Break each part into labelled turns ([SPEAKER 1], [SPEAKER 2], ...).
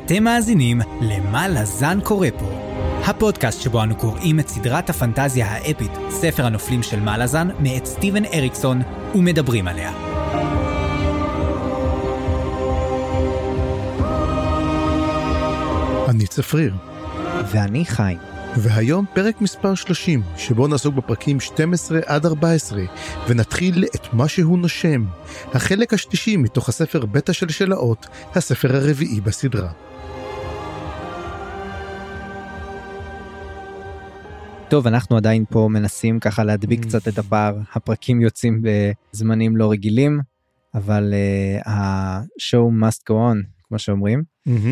[SPEAKER 1] אתם מאזינים למה לזן קורא פה, הפודקאסט שבו אנו קוראים את סדרת הפנטזיה האפית, ספר הנופלים של מה לזן, מאת סטיבן אריקסון, ומדברים עליה.
[SPEAKER 2] אני צפריר.
[SPEAKER 1] ואני חיים.
[SPEAKER 2] והיום פרק מספר 30, שבו נעסוק בפרקים 12 עד 14, ונתחיל את מה שהוא נושם, החלק השלישי מתוך הספר בית השלשלאות, הספר הרביעי בסדרה.
[SPEAKER 3] טוב, אנחנו עדיין פה מנסים ככה להדביק קצת את הפער, הפרקים יוצאים בזמנים לא רגילים, אבל ה-show must go on, כמו שאומרים,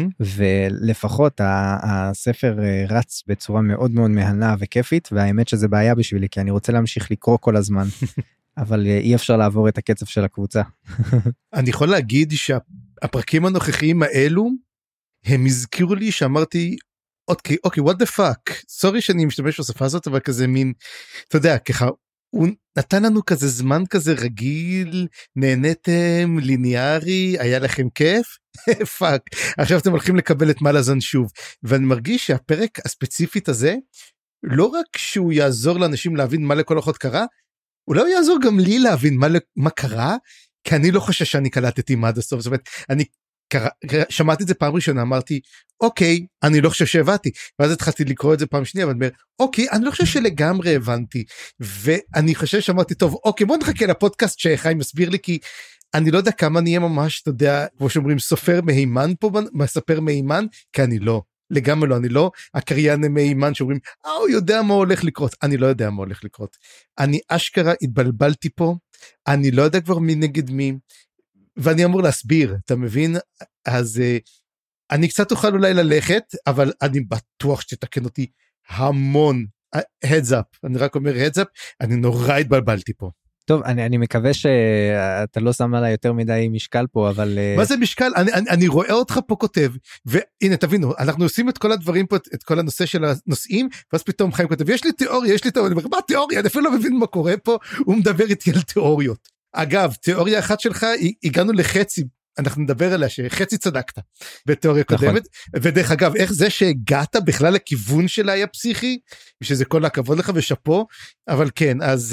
[SPEAKER 3] ולפחות הספר רץ בצורה מאוד מאוד מהנה וכיפית, והאמת שזה בעיה בשבילי, כי אני רוצה להמשיך לקרוא כל הזמן, אבל אי אפשר לעבור את הקצב של הקבוצה.
[SPEAKER 2] אני יכול להגיד שהפרקים הנוכחיים האלו, הם הזכירו לי שאמרתי, אוקיי, what the fuck, סורי שאני משתמש בשפה הזאת, אבל כזה מין, אתה יודע, ככה, הוא נתן לנו כזה זמן כזה רגיל, נהניתם, ליניארי, היה לכם כיף? פאק, עכשיו אתם הולכים לקבל את מה לזן שוב, ואני מרגיש שהפרק הספציפית הזה, לא רק שהוא יעזור לאנשים להבין מה לכל אחות קרה, אולי הוא יעזור גם לי להבין מה קרה, כי אני לא חושב שאני קלטתי מה עד הסוף, זאת אומרת, אני שמעתי את זה פעם ראשונה, אמרתי, אוקיי, אני לא חושב שהבנתי, ואז התחלתי לקרוא את זה פעם שנייה, ואני אומר, אוקיי, אני לא חושב שלגמרי הבנתי, ואני חושב שאמרתי, טוב, אוקיי, בוא נחכה לפודקאסט שחיים מסביר לי, כי אני לא יודע כמה אני אהיה ממש, אתה יודע, כמו שאומרים, סופר מהימן פה, מספר מהימן, כי אני לא, לגמרי לא, אני לא, הקריין מהימן שאומרים, הוא יודע מה הולך לקרות, אני לא יודע מה הולך לקרות, אני אשכרה התבלבלתי פה, אני לא יודע כבר מי נגד מי, ואני אמור להסביר, אתה מבין? אז אני קצת אוכל אולי ללכת, אבל אני בטוח שתתקן אותי המון, heads up, אני רק אומר heads up, אני נורא התבלבלתי פה.
[SPEAKER 3] טוב, אני מקווה שאתה לא שם עליי יותר מדי משקל פה, אבל...
[SPEAKER 2] מה זה משקל? אני רואה אותך פה כותב, והנה תבינו, אנחנו עושים את כל הדברים פה, את כל הנושא של הנושאים, ואז פתאום חיים כותב, יש לי תיאוריה, אני אומר, מה תיאוריה? אני אפילו לא מבין מה קורה פה, הוא מדבר איתי על תיאוריות. אגב, תיאוריה אחת שלך, הגענו לחצי, אנחנו נדבר עליה שחצי צדקת בתיאוריה קודמת, ודרך אגב, איך זה שהגעת בכלל לכיוון שלה היה פסיכי, שזה כל הכבוד לך ושפו, אבל כן, אז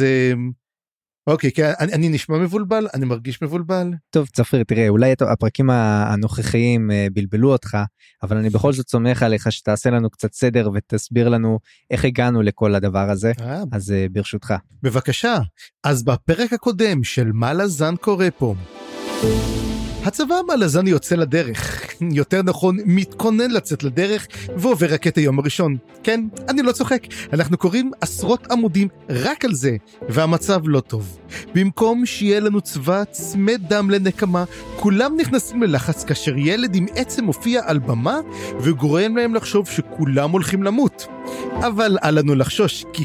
[SPEAKER 2] אוקיי, אני נשמע מבולבל, אני מרגיש מבולבל.
[SPEAKER 3] טוב, צפריר, תראה, אולי הפרקים הנוכחיים בלבלו אותך, אבל אני בכל זאת סומך עליך שתעשה לנו קצת סדר ותסביר לנו איך הגענו לכל הדבר הזה, אז ברשותך.
[SPEAKER 2] בבקשה, אז בפרק הקודם של מה לזן קורא פה, הצבא מה לזן יוצא לדרך, יותר נכון מתכונן לצאת לדרך ועובר רק את היום הראשון. כן, אני לא צוחק, אנחנו קוראים עשרות עמודים רק על זה, והמצב לא טוב. במקום שיהיה לנו צבא צמא דם לנקמה, כולם נכנסים ללחץ כאשר ילד עם עצם מופיע על במה, וגורם להם לחשוב שכולם הולכים למות. אבל על לנו לחשוש, כי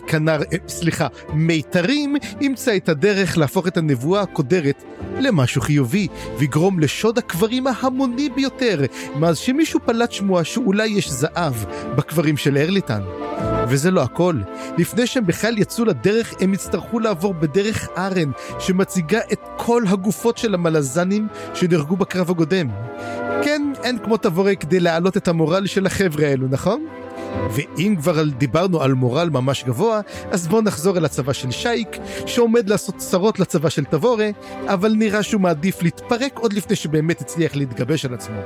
[SPEAKER 2] מיתרים ימצא את הדרך להפוך את הנבואה הקודרת למשהו חיובי, ויגרום לשוד הקברים ההמוני ביותר, מאז שמישהו פלט שמועה שאולי יש זהב בקברים של ארליטן. וזה לא הכל. לפני שהם בכלל יצאו לדרך, הם יצטרכו לעבור בדרך ארן, שמציגה את כל הגופות של המלזנים שנהרגו בקרב הקודם. כן, אין כמו תבורי כדי להעלות את המורל של החבר'ה האלו, נכון? ואם כבר דיברנו על מורל ממש גבוה, אז בואו נחזור אל הצבא של שייק, שעומד לעשות צרות לצבא של תבורה, אבל נראה שהוא מעדיף להתפרק עוד לפני שבאמת הצליח להתגבש על עצמו.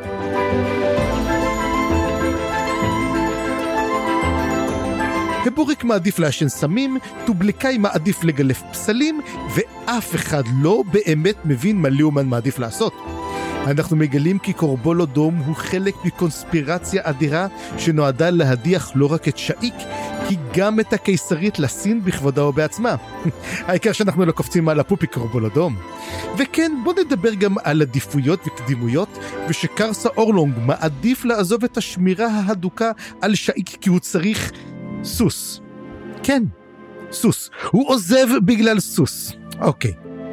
[SPEAKER 2] הבוריק מעדיף לעשן סמים, טובליקאי מעדיף לגלף פסלים, ואף אחד לא באמת מבין מה ליאומן מעדיף לעשות. אנחנו מגלים כי קורבולודום הוא חלק מקונספירציה אדירה שנועדה להדיח לא רק את שייק, כי גם את הקיסרית לסין בכבודה ובעצמה. העיקר שאנחנו לא קופצים על הפופי קורבולודום. וכן, בוא נדבר גם על עדיפויות וקדימויות, ושקרסה אורלונג מעדיף לעזוב את השמירה ההדוקה על שייק כי הוא צריך סוס. כן, סוס. הוא עוזב בגלל סוס. אוקיי.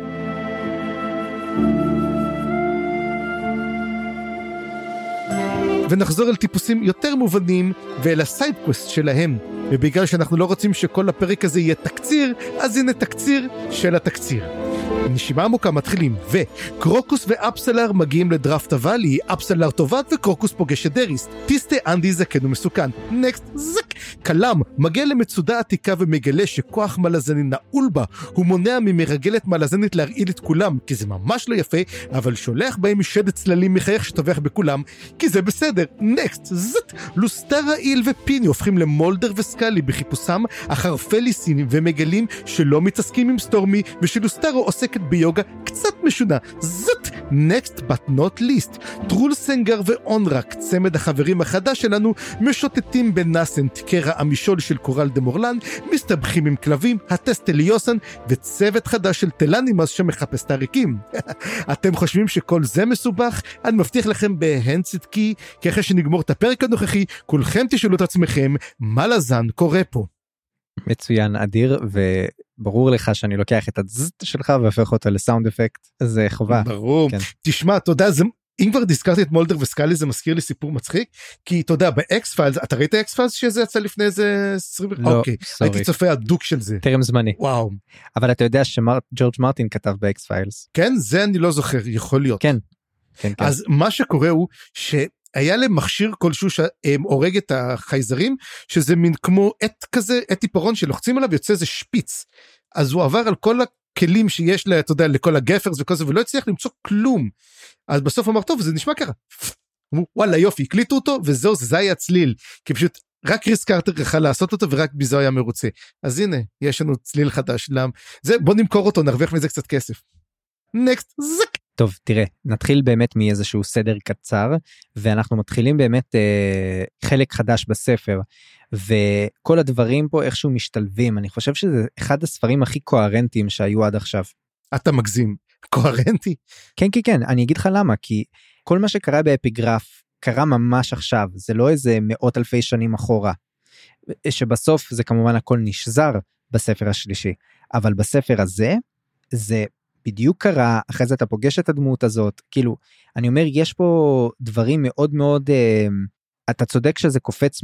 [SPEAKER 2] ונחזור אל טיפוסים יותר מובנים ואל הסיידקווסט שלהם, ובגלל שאנחנו לא רוצים שכל הפרק הזה יהיה תקציר, אז הנה תקציר של התקציר. נשימה עמוקה, מתחילים. וקרוקוס ואפסלר מגיעים לדרפט הוואלי, אפסלר טובת וקרוקוס פוגש את דריס. טיסטה אנדי זקן ומסוכן. נקסט, זק. קלם מגיע למצודה עתיקה ומגלה שכוח מלאזני נעול בה. הוא מונע ממרגלת מלאזנית להרעיל את כולם, כי זה ממש לא יפה, אבל שולח בהם משד צללים מחייך שטובח בכולם, כי זה בסדר. נקסט, זט. לוסטרה, איל ופיני הופכים למולדר וסקלי בחיפושם אחר פליסין ומגלים שלא מתעסקים עם סטורמי, ושלוסטרו עוסקת ביוגה קצת משונה. זאת next but not least. טרול סנגר ואונרק, צמד החברים החדש שלנו, משוטטים בנסנט, קרע המשול של קורל דמורלן, מסתבכים עם כלבים, הטסטליוסן, וצוות חדש של טלנימוס שמחפש תאריקים. אתם חושבים שכל זה מסובך? אני מבטיח לכם בהן צדקי, כי אחרי שנגמור את הפרק הנוכחי, כולכם תשאלו את עצמכם, מה לזן קורה פה?
[SPEAKER 3] מצוין, אדיר, וברור לך שאני לוקח את הזט שלך והופך אותו לסאונד אפקט, זה חובה.
[SPEAKER 2] ברור. כן. תשמע, תודה, אם כבר דיסקרתי את מולדר וסקלי, זה מזכיר לי סיפור מצחיק, כי אתה יודע, באקס פיילס, אתה ראית אקס פיילס שזה יצא לפני איזה 20...
[SPEAKER 3] לא,
[SPEAKER 2] אוקיי, הייתי צופה הדוק של זה.
[SPEAKER 3] טרם זמני.
[SPEAKER 2] וואו.
[SPEAKER 3] אבל אתה יודע שג'ורג' מרטין כתב באקס פיילס.
[SPEAKER 2] כן, זה אני לא זוכר, יכול להיות.
[SPEAKER 3] כן.
[SPEAKER 2] אז מה שקורה הוא היה להם מכשיר כלשהו שהורג את החייזרים, שזה מין כמו עט כזה, עט טיפרון שלוחצים עליו, יוצא איזה שפיץ. אז הוא עבר על כל הכלים שיש לה, אתה יודע, לכל הגפרס וכל זה, ולא הצליח למצוא כלום. אז בסוף אמר, טוב, זה נשמע ככה. וואלה, יופי, הקליטו אותו, וזהו, זה היה צליל. כי פשוט רק קריס קארטר יכל לעשות אותו, ורק בזו היה מרוצה. אז הנה, יש לנו צליל חדש. בוא נמכור אותו, נרוויח מזה קצת כסף. נקסט, זק.
[SPEAKER 3] טוב, תראה, נתחיל באמת מאיזשהו סדר קצר, ואנחנו מתחילים באמת חלק חדש בספר, וכל הדברים פה איכשהו משתלבים. אני חושב שזה אחד הספרים הכי קוהרנטיים שהיו עד עכשיו.
[SPEAKER 2] אתה מגזים, קוהרנטי?
[SPEAKER 3] כן, כן, כן, אני אגיד לך למה, כי כל מה שקרה באפיגרף קרה ממש עכשיו, זה לא איזה מאות אלפי שנים אחורה, שבסוף זה כמובן הכל נשזר בספר השלישי, אבל בספר הזה, זה בדיוק קרה, אחרי זה אתה פוגש את הדמות הזאת, כאילו, אני אומר, יש פה דברים מאוד מאוד, אתה צודק שזה קופץ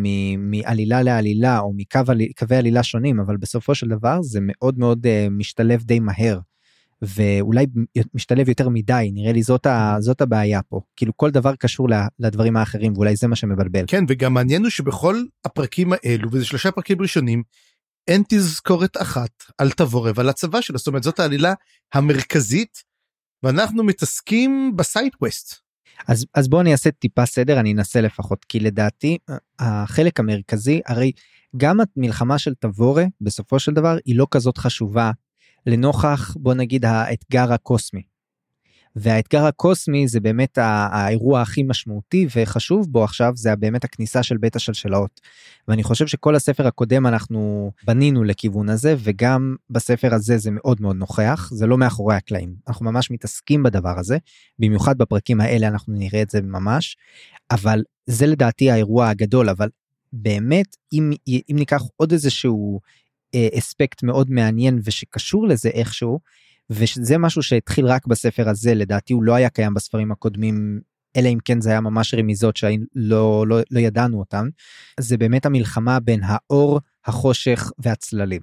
[SPEAKER 3] מעלילה לעלילה, או מקווי עלילה שונים, אבל בסופו של דבר זה מאוד מאוד משתלב די מהר, ואולי משתלב יותר מדי, נראה לי זאת הבעיה פה, כאילו כל דבר קשור לדברים האחרים, ואולי זה מה שמבלבל.
[SPEAKER 2] כן, וגם מעניין הוא שבכל הפרקים האלו, וזה 3 פרקים ראשונים, אין תזכורת אחת על תבורה ועל הצבא שלו, זאת אומרת, זאת העלילה המרכזית, ואנחנו מתעסקים בסיידקווסט.
[SPEAKER 3] אז בואו אני אעשה טיפה סדר, אני אנסה לפחות, כי לדעתי, החלק המרכזי, הרי גם המלחמה של תבורה, בסופו של דבר, היא לא כזאת חשובה, לנוכח, בוא נגיד, האתגר הקוסמי. והאתגר הקוסמי זה באמת האירוע הכי משמעותי וחשוב בו עכשיו, זה באמת הכניסה של בית השלשלאות. ואני חושב שכל הספר הקודם אנחנו בנינו לכיוון הזה, וגם בספר הזה זה מאוד מאוד נוכח, זה לא מאחורי הקלעים. אנחנו ממש מתעסקים בדבר הזה, במיוחד בפרקים האלה אנחנו נראה את זה ממש, אבל זה לדעתי האירוע הגדול, אבל באמת, אם ניקח עוד איזשהו אספקט מאוד מעניין ושקשור לזה איכשהו, וזה משהו שהתחיל רק בספר הזה, לדעתי הוא לא היה קיים בספרים הקודמים, אלא אם כן זה היה ממש רמיזות שלא ידענו אותן, זה באמת המלחמה בין האור, החושך והצללים.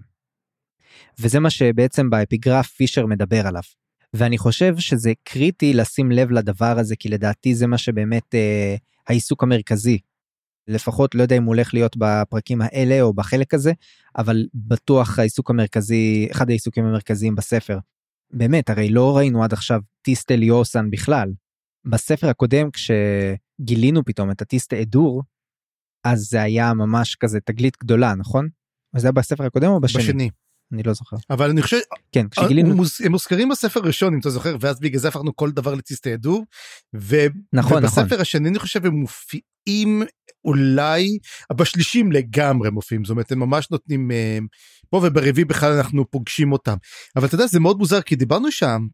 [SPEAKER 3] וזה מה שבעצם באפיגרף פישר מדבר עליו. ואני חושב שזה קריטי לשים לב לדבר הזה, כי לדעתי זה מה שבאמת העיסוק המרכזי, לפחות לא יודע אם הוא הולך להיות בפרקים האלה או בחלק הזה, אבל בטוח העיסוק המרכזי, אחד העיסוקים המרכזיים בספר. באמת, הרי לא ראינו עד עכשיו טיסטה ליוסן בכלל. בספר הקודם, כשגילינו פתאום את הטיסטה אדור, אז זה היה ממש כזה תגלית גדולה, נכון? אז זה היה בספר הקודם או בשני?
[SPEAKER 2] בשני.
[SPEAKER 3] אני לא זוכר.
[SPEAKER 2] אבל אני חושב,
[SPEAKER 3] כן, כשגילינו...
[SPEAKER 2] הם מוזכרים בספר הראשון, אם אתה זוכר, ואז בגלל זה הפכנו כל דבר לטיסטה אדור,
[SPEAKER 3] נכון,
[SPEAKER 2] ובספר השני אני חושב הם מופיעים אולי, בשלישים לגמרי מופיעים, זאת אומרת, הם ממש נותנים פה, וברביעי בכלל אנחנו פוגשים אותם. אבל אתה יודע, זה מאוד מוזר, כי דיברנו שם,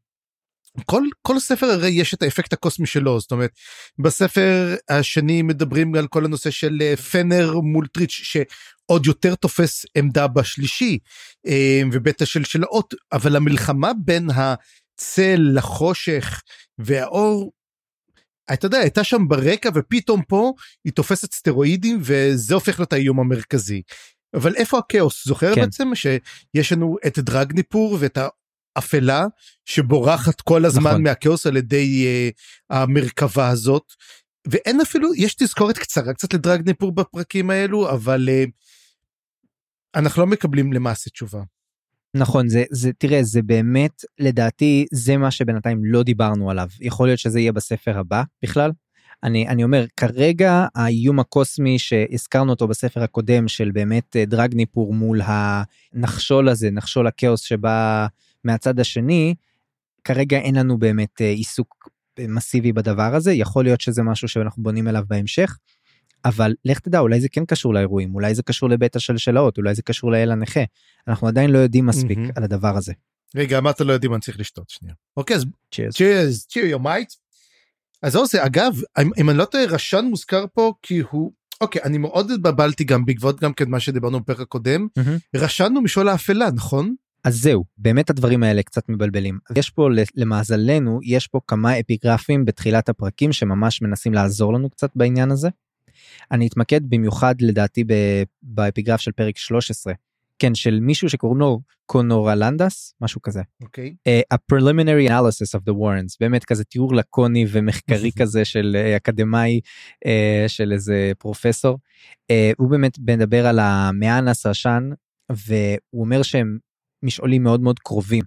[SPEAKER 2] כל ספר הרי יש את האפקט הקוסמי שלו, זאת אומרת, בספר השני מדברים על כל הנושא של פנר מול טריץ' שעוד יותר תופס עמדה בשלישי, ובית השלשלאות, אבל המלחמה בין הצל לחושך והאור, אתה יודע, הייתה שם ברקע, ופתאום פה היא תופסת סטרואידים, וזה הופך להיות האיום המרכזי. אבל איפה הכאוס? זוכר בעצם שיש לנו את דרגניפור, ואת אפלה שבורחת כל הזמן
[SPEAKER 3] נכון.
[SPEAKER 2] מהכאוס על ידי המרכבה הזאת, ואין אפילו, יש תזכורת קצרה קצת לדרגניפור בפרקים האלו, אבל אנחנו לא מקבלים למעשה תשובה.
[SPEAKER 3] נכון, תראה, זה באמת, לדעתי, זה מה שבינתיים לא דיברנו עליו. יכול להיות שזה יהיה בספר הבא בכלל. אני אומר, כרגע האיום הקוסמי שהזכרנו אותו בספר הקודם, של באמת דרגניפור מול הנחשול הזה, נחשול הכאוס שבא מהצד השני, כרגע אין לנו באמת עיסוק מסיבי בדבר הזה, יכול להיות שזה משהו שאנחנו בונים אליו בהמשך, אבל לך תדע, אולי זה כן קשור לאירועים, אולי זה קשור לבית השלשלאות, אולי זה קשור לאל הנכה, אנחנו עדיין לא יודעים מספיק על הדבר הזה.
[SPEAKER 2] רגע, אמרת לא יודעים, אני צריך לשתות שנייה. אוקיי, אז cheers, your might. אז זה, אגב, אם אני לא טועה, רשן מוזכר פה, כי הוא, אוקיי, אני מאוד התבלבלתי גם, בעקבות גם כן מה שדיברנו בפרק הקודם, רשן הוא משעול האפלה, נכון?
[SPEAKER 3] אז זהו, באמת הדברים האלה קצת מבלבלים. יש פה, למזלנו, יש פה כמה אפיגרפים בתחילת הפרקים, שממש מנסים לעזור לנו קצת בעניין הזה. אני אתמקד במיוחד לדעתי באפיגרף של פרק 13, כן, של מישהו שקוראים לו קונורלנדס, משהו כזה.
[SPEAKER 2] אוקיי.
[SPEAKER 3] A preliminary analysis of the Warrens, באמת כזה תיאור לקוני ומחקרי כזה של אקדמאי, של איזה פרופסור. הוא באמת מדבר על המאנס רשן, והוא אומר שהם משעולים מאוד מאוד קרובים,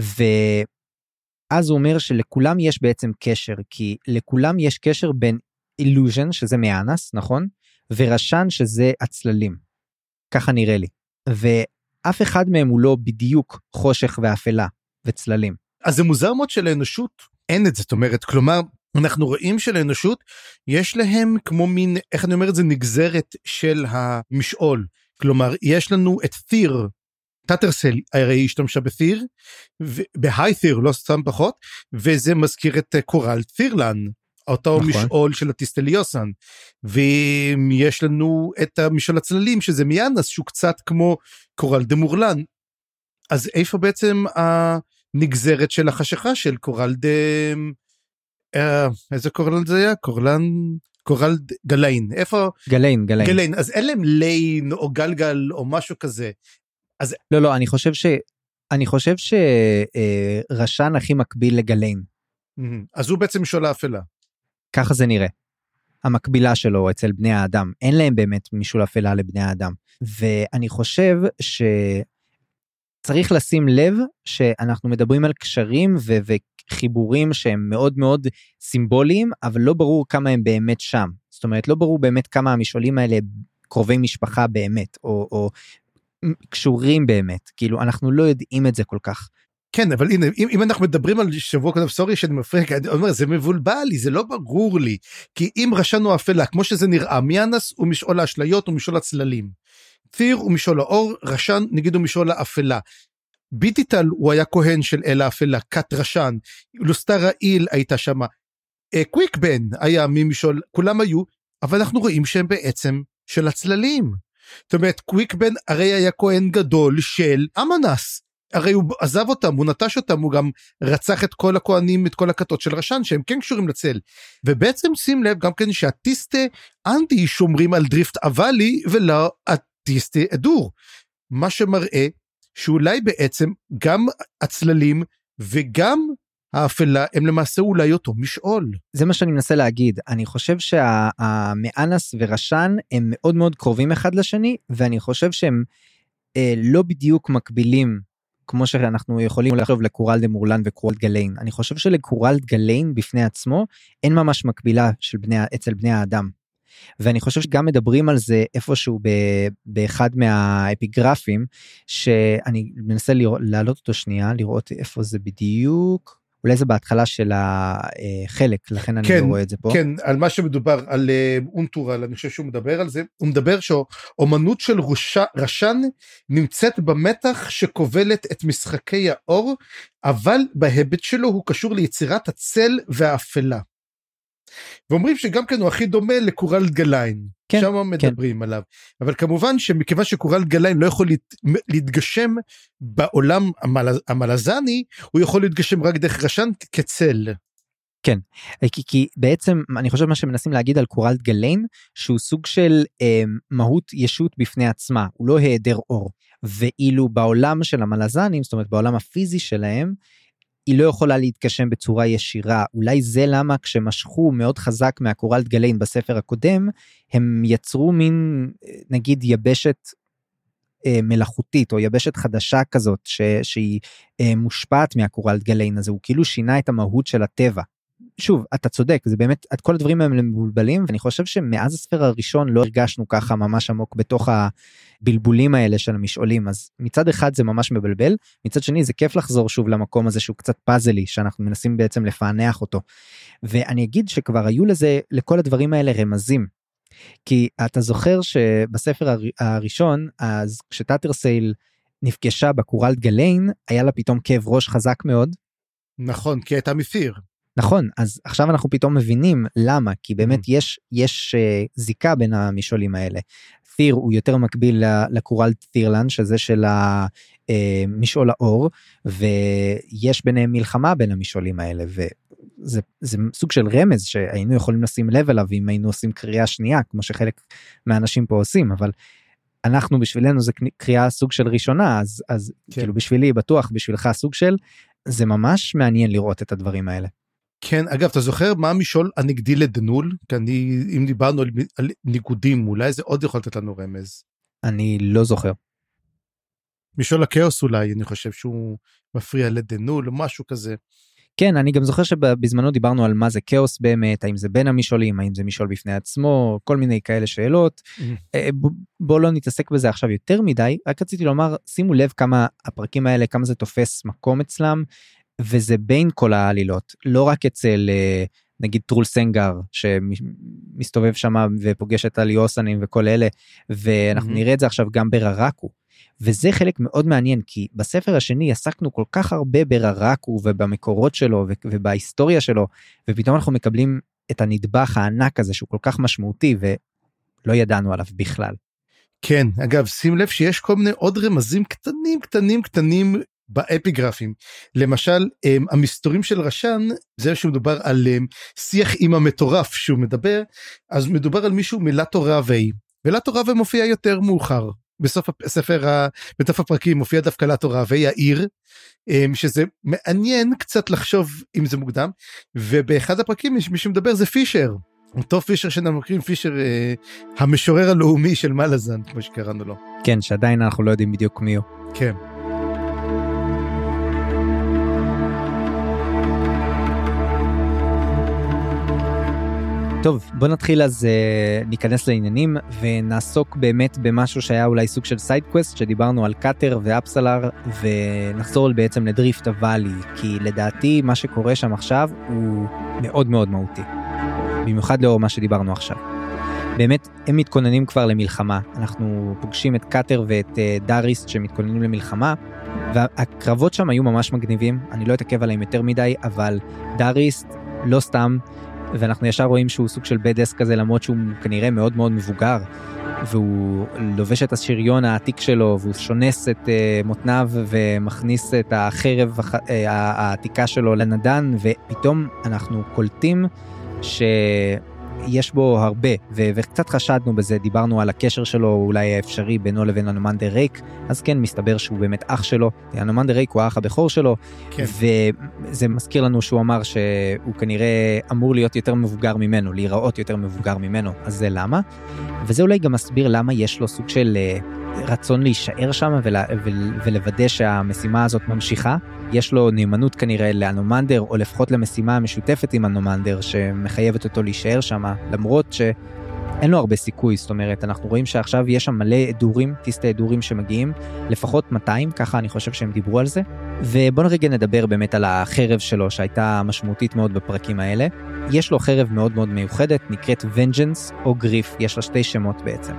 [SPEAKER 3] ואז הוא אומר שלכולם יש בעצם קשר, כי לכולם יש קשר בין illusion, שזה מאנס, נכון? ורשן, שזה הצללים. ככה נראה לי. ואף אחד מהם הוא לא בדיוק חושך ואפלה וצללים.
[SPEAKER 2] אז זה מוזר מאוד שלאנושות אין את זה, זאת אומרת, כלומר, אנחנו רואים שלאנושות יש להם כמו מין, איך אני אומר את זה, נגזרת של המשעול. כלומר, יש לנו את ת'יר, טאטרסל הרי השתמשה בת'יר, בהי ת'יר, לא סתם פחות, וזה מזכיר את קורל ת'ירלן, אותו נכון. משעול של הטיסטליוסן, ויש לנו את המשעול הצללים, שזה מיאנס, שהוא קצת כמו קורל דה מורלן, אז איפה בעצם הנגזרת של החשיכה של קורל דה, איזה קורל זה היה? קורל גליין, איפה? גליין, אז אין להם ליין או גלגל או משהו כזה. אז...
[SPEAKER 3] לא, אני חושב שרשן הכי מקביל לגליין.
[SPEAKER 2] אז הוא בעצם משעול האפלה.
[SPEAKER 3] ככה זה נראה. המקבילה שלו אצל בני האדם. אין להם באמת משעול אפלה לבני האדם. ואני חושב שצריך לשים לב שאנחנו מדברים על קשרים וחיבורים שהם מאוד מאוד סימבוליים, אבל לא ברור כמה הם באמת שם. זאת אומרת, לא ברור באמת כמה המשעולים האלה קרובי משפחה באמת, או קשורים באמת. כאילו, אנחנו לא יודעים את זה כל כך.
[SPEAKER 2] כן, אבל הנה, אם אנחנו מדברים על שבוע קודם, סורי שאני מפריע, אני אומר, זה מבולבל לי, זה לא ברור לי, כי אם רשן הוא אפלה, כמו שזה נראה, מיאנס הוא משעול האשליות, הוא משעול הצללים, ת'יר הוא משעול האור, רשן נגיד הוא משעול האפלה, ביטיטל הוא היה כהן של אל האפלה, קט רשן, לוסטרה איל הייתה שמה, קוויק בן היה ממשעול, כולם היו, אבל אנחנו רואים שהם בעצם של הצללים, זאת אומרת, קוויק בן הרי היה כהן גדול של אמנס, הרי הוא עזב אותם, הוא נטש אותם, הוא גם רצח את כל הכהנים, את כל הכתות של רשן, שהם כן קשורים לצל. ובעצם שים לב גם כן שהטיסטה אנטי שומרים על דריפט אבלי, ולא הטיסטה אדור. מה שמראה שאולי בעצם גם הצללים וגם האפלה הם למעשה אולי אותו משעול.
[SPEAKER 3] זה מה שאני מנסה להגיד. אני חושב שהמאנס ורשן הם מאוד מאוד קרובים אחד לשני, ואני חושב שהם לא בדיוק מקבילים, כמו שאנחנו יכולים לחשוב לקורל דה מורלן וקורל גליין. אני חושב שלקורל גליין בפני עצמו, אין ממש מקבילה אצל בני האדם. ואני חושב שגם מדברים על זה איפשהו באחד מהאפיגרפים, שאני מנסה להעלות אותו שנייה, לראות איפה זה בדיוק, אולי זה בהתחלה של החלק, לכן אני לא רואה את זה פה.
[SPEAKER 2] כן, על מה שמדובר, על אונטורל, אני חושב שהוא מדבר על זה, הוא מדבר שאומנות של רשן נמצאת במתח שכובלת את משחקי האור, אבל בהיבט שלו הוא קשור ליצירת הצל והאפלה. ואומרים שגם כן הוא הכי דומה לקורל גליין, כן, שם מדברים עליו, אבל כמובן שמכיוון שקורל גליין לא יכול להתגשם בעולם המלזני, הוא יכול להתגשם רק דרך רשן כצל.
[SPEAKER 3] כן, כי בעצם אני חושב מה שמנסים להגיד על קורלט גליין, שהוא סוג של מהות ישות בפני עצמה, הוא לא היעדר אור, ואילו בעולם של המלזנים, זאת אומרת בעולם הפיזי שלהם, היא לא יכולה להתקשם בצורה ישירה, אולי זה למה כשמשכו מאוד חזק מהקורלט גליין בספר הקודם, הם יצרו מין נגיד יבשת מלאכותית או יבשת חדשה כזאת שהיא מושפעת מהקורלט גליין הזה, הוא כאילו שינה את המהות של הטבע. שוב, אתה צודק, זה באמת, את כל הדברים האלה מבולבלים, ואני חושב שמאז הספר הראשון לא הרגשנו ככה ממש עמוק בתוך הבלבולים האלה של המשעולים, אז מצד אחד זה ממש מבלבל, מצד שני זה כיף לחזור שוב למקום הזה שהוא קצת פאזלי, שאנחנו מנסים בעצם לפענח אותו, ואני אגיד שכבר היו לזה, לכל הדברים האלה רמזים, כי אתה זוכר שבספר הראשון, אז כשטאטרסייל נפגשה בקורלט גליין, היה לה פתאום כאב ראש חזק מאוד.
[SPEAKER 2] נכון, כי הייתה מפיר.
[SPEAKER 3] נכון, אז עכשיו אנחנו פתאום מבינים למה, כי באמת יש זיקה בין המשעולים האלה. ת'יר הוא יותר מקביל לקורלט ת'ירלן, שזה של המשעול האור, ויש ביניהם מלחמה בין המשעולים האלה, וזה סוג של רמז שהיינו יכולים לשים לב אליו, אם היינו עושים קריאה שנייה, כמו שחלק מהאנשים פה עושים, אבל אנחנו בשבילנו זה קריאה סוג של ראשונה, אז כן. כאילו בשבילי בטוח, בשבילך סוג של, זה ממש מעניין לראות את הדברים האלה.
[SPEAKER 2] כן, אגב, אתה זוכר מה המשעול הנגדי לדנול? כי אם דיברנו על ניגודים, אולי זה עוד יכול לתת לנו רמז.
[SPEAKER 3] אני לא זוכר.
[SPEAKER 2] משעול הכאוס אולי, אני חושב שהוא מפריע לדנול, או משהו כזה.
[SPEAKER 3] כן, אני גם זוכר שבזמנו דיברנו על מה זה כאוס באמת, האם זה בין המשעולים, האם זה משעול בפני עצמו, כל מיני כאלה שאלות. בוא לא נתעסק בזה עכשיו יותר מדי, רק רציתי לומר, שימו לב כמה הפרקים האלה, כמה זה תופס מקום אצלם, וזה בין כל העלילות, לא רק אצל נגיד טרול סנגר שמסתובב שם ופוגש את הליוסנים וכל אלה, ואנחנו נראה את זה עכשיו גם בררקו, וזה חלק מאוד מעניין, כי בספר השני עסקנו כל כך הרבה בררקו ובמקורות שלו ובהיסטוריה שלו, ופתאום אנחנו מקבלים את הנדבך הענק הזה שהוא כל כך משמעותי ולא ידענו עליו בכלל.
[SPEAKER 2] כן, אגב, שים לב שיש כל מיני עוד רמזים קטנים באפיגרפים, למשל המסתורים של רשן, זה שמדובר על שיח עם המטורף שהוא מדבר, אז מדובר על מישהו מלאטו ראווי, ולאטו ראווי מופיע יותר מאוחר, בסוף הספר, בתוף הפרקים מופיע דווקא לאטו ראווי, העיר, שזה מעניין קצת לחשוב אם זה מוקדם, ובאחד הפרקים מי שמדבר זה פישר, אותו פישר שאנחנו מכירים, פישר המשורר הלאומי של מלאזן, כמו שקראנו לו.
[SPEAKER 3] כן, שעדיין אנחנו לא יודעים בדיוק מי הוא.
[SPEAKER 2] כן.
[SPEAKER 3] טוב, בוא נתחיל אז ניכנס לעניינים ונעסוק באמת במשהו שהיה אולי סוג של סייד קווסט, שדיברנו על קאטר ואפסלר, ונחזור בעצם לדריפט הוואלי, כי לדעתי מה שקורה שם עכשיו הוא מאוד מאוד מהותי, במיוחד לאור מה שדיברנו עכשיו. באמת הם מתכוננים כבר למלחמה, אנחנו פוגשים את קאטר ואת דאריסט שמתכוננים למלחמה, והקרבות שם היו ממש מגניבים, אני לא אתעכב עליהם יותר מדי, אבל דאריסט לא סתם, ואנחנו ישר רואים שהוא סוג של בדס כזה, למרות שהוא כנראה מאוד מאוד מבוגר, והוא לובש את השריון העתיק שלו, והוא שונס את מותניו, ומכניס את החרב העתיקה שלו לנדן, ופתאום אנחנו קולטים שיש בו הרבה, וקצת חשדנו בזה, דיברנו על הקשר שלו, אולי האפשרי בינו לבין הנומנדר ריק, אז כן, מסתבר שהוא באמת אח שלו, הנומנדר ריק הוא האח הבכור שלו, כן. וזה מזכיר לנו שהוא אמר שהוא כנראה אמור להיות יותר מבוגר ממנו, להיראות יותר מבוגר ממנו, אז זה למה? וזה אולי גם מסביר למה יש לו סוג של רצון להישאר שם, ולוודא שהמשימה הזאת ממשיכה, יש לו נאמנות כנראה לאנומנדר, או לפחות למשימה המשותפת עם אנומנדר, שמחייבת אותו להישאר שם, למרות שאין לו הרבה סיכוי, זאת אומרת, אנחנו רואים שעכשיו יש שם מלא עדורים, טיסטי עדורים שמגיעים, לפחות 200, ככה אני חושב שהם דיברו על זה, ובוא נרגע נדבר באמת על החרב שלו, שהייתה משמעותית מאוד בפרקים האלה. יש לו חרב מאוד מאוד מיוחדת, נקראת Vengeance או גריף, יש לה 2 שמות בעצם.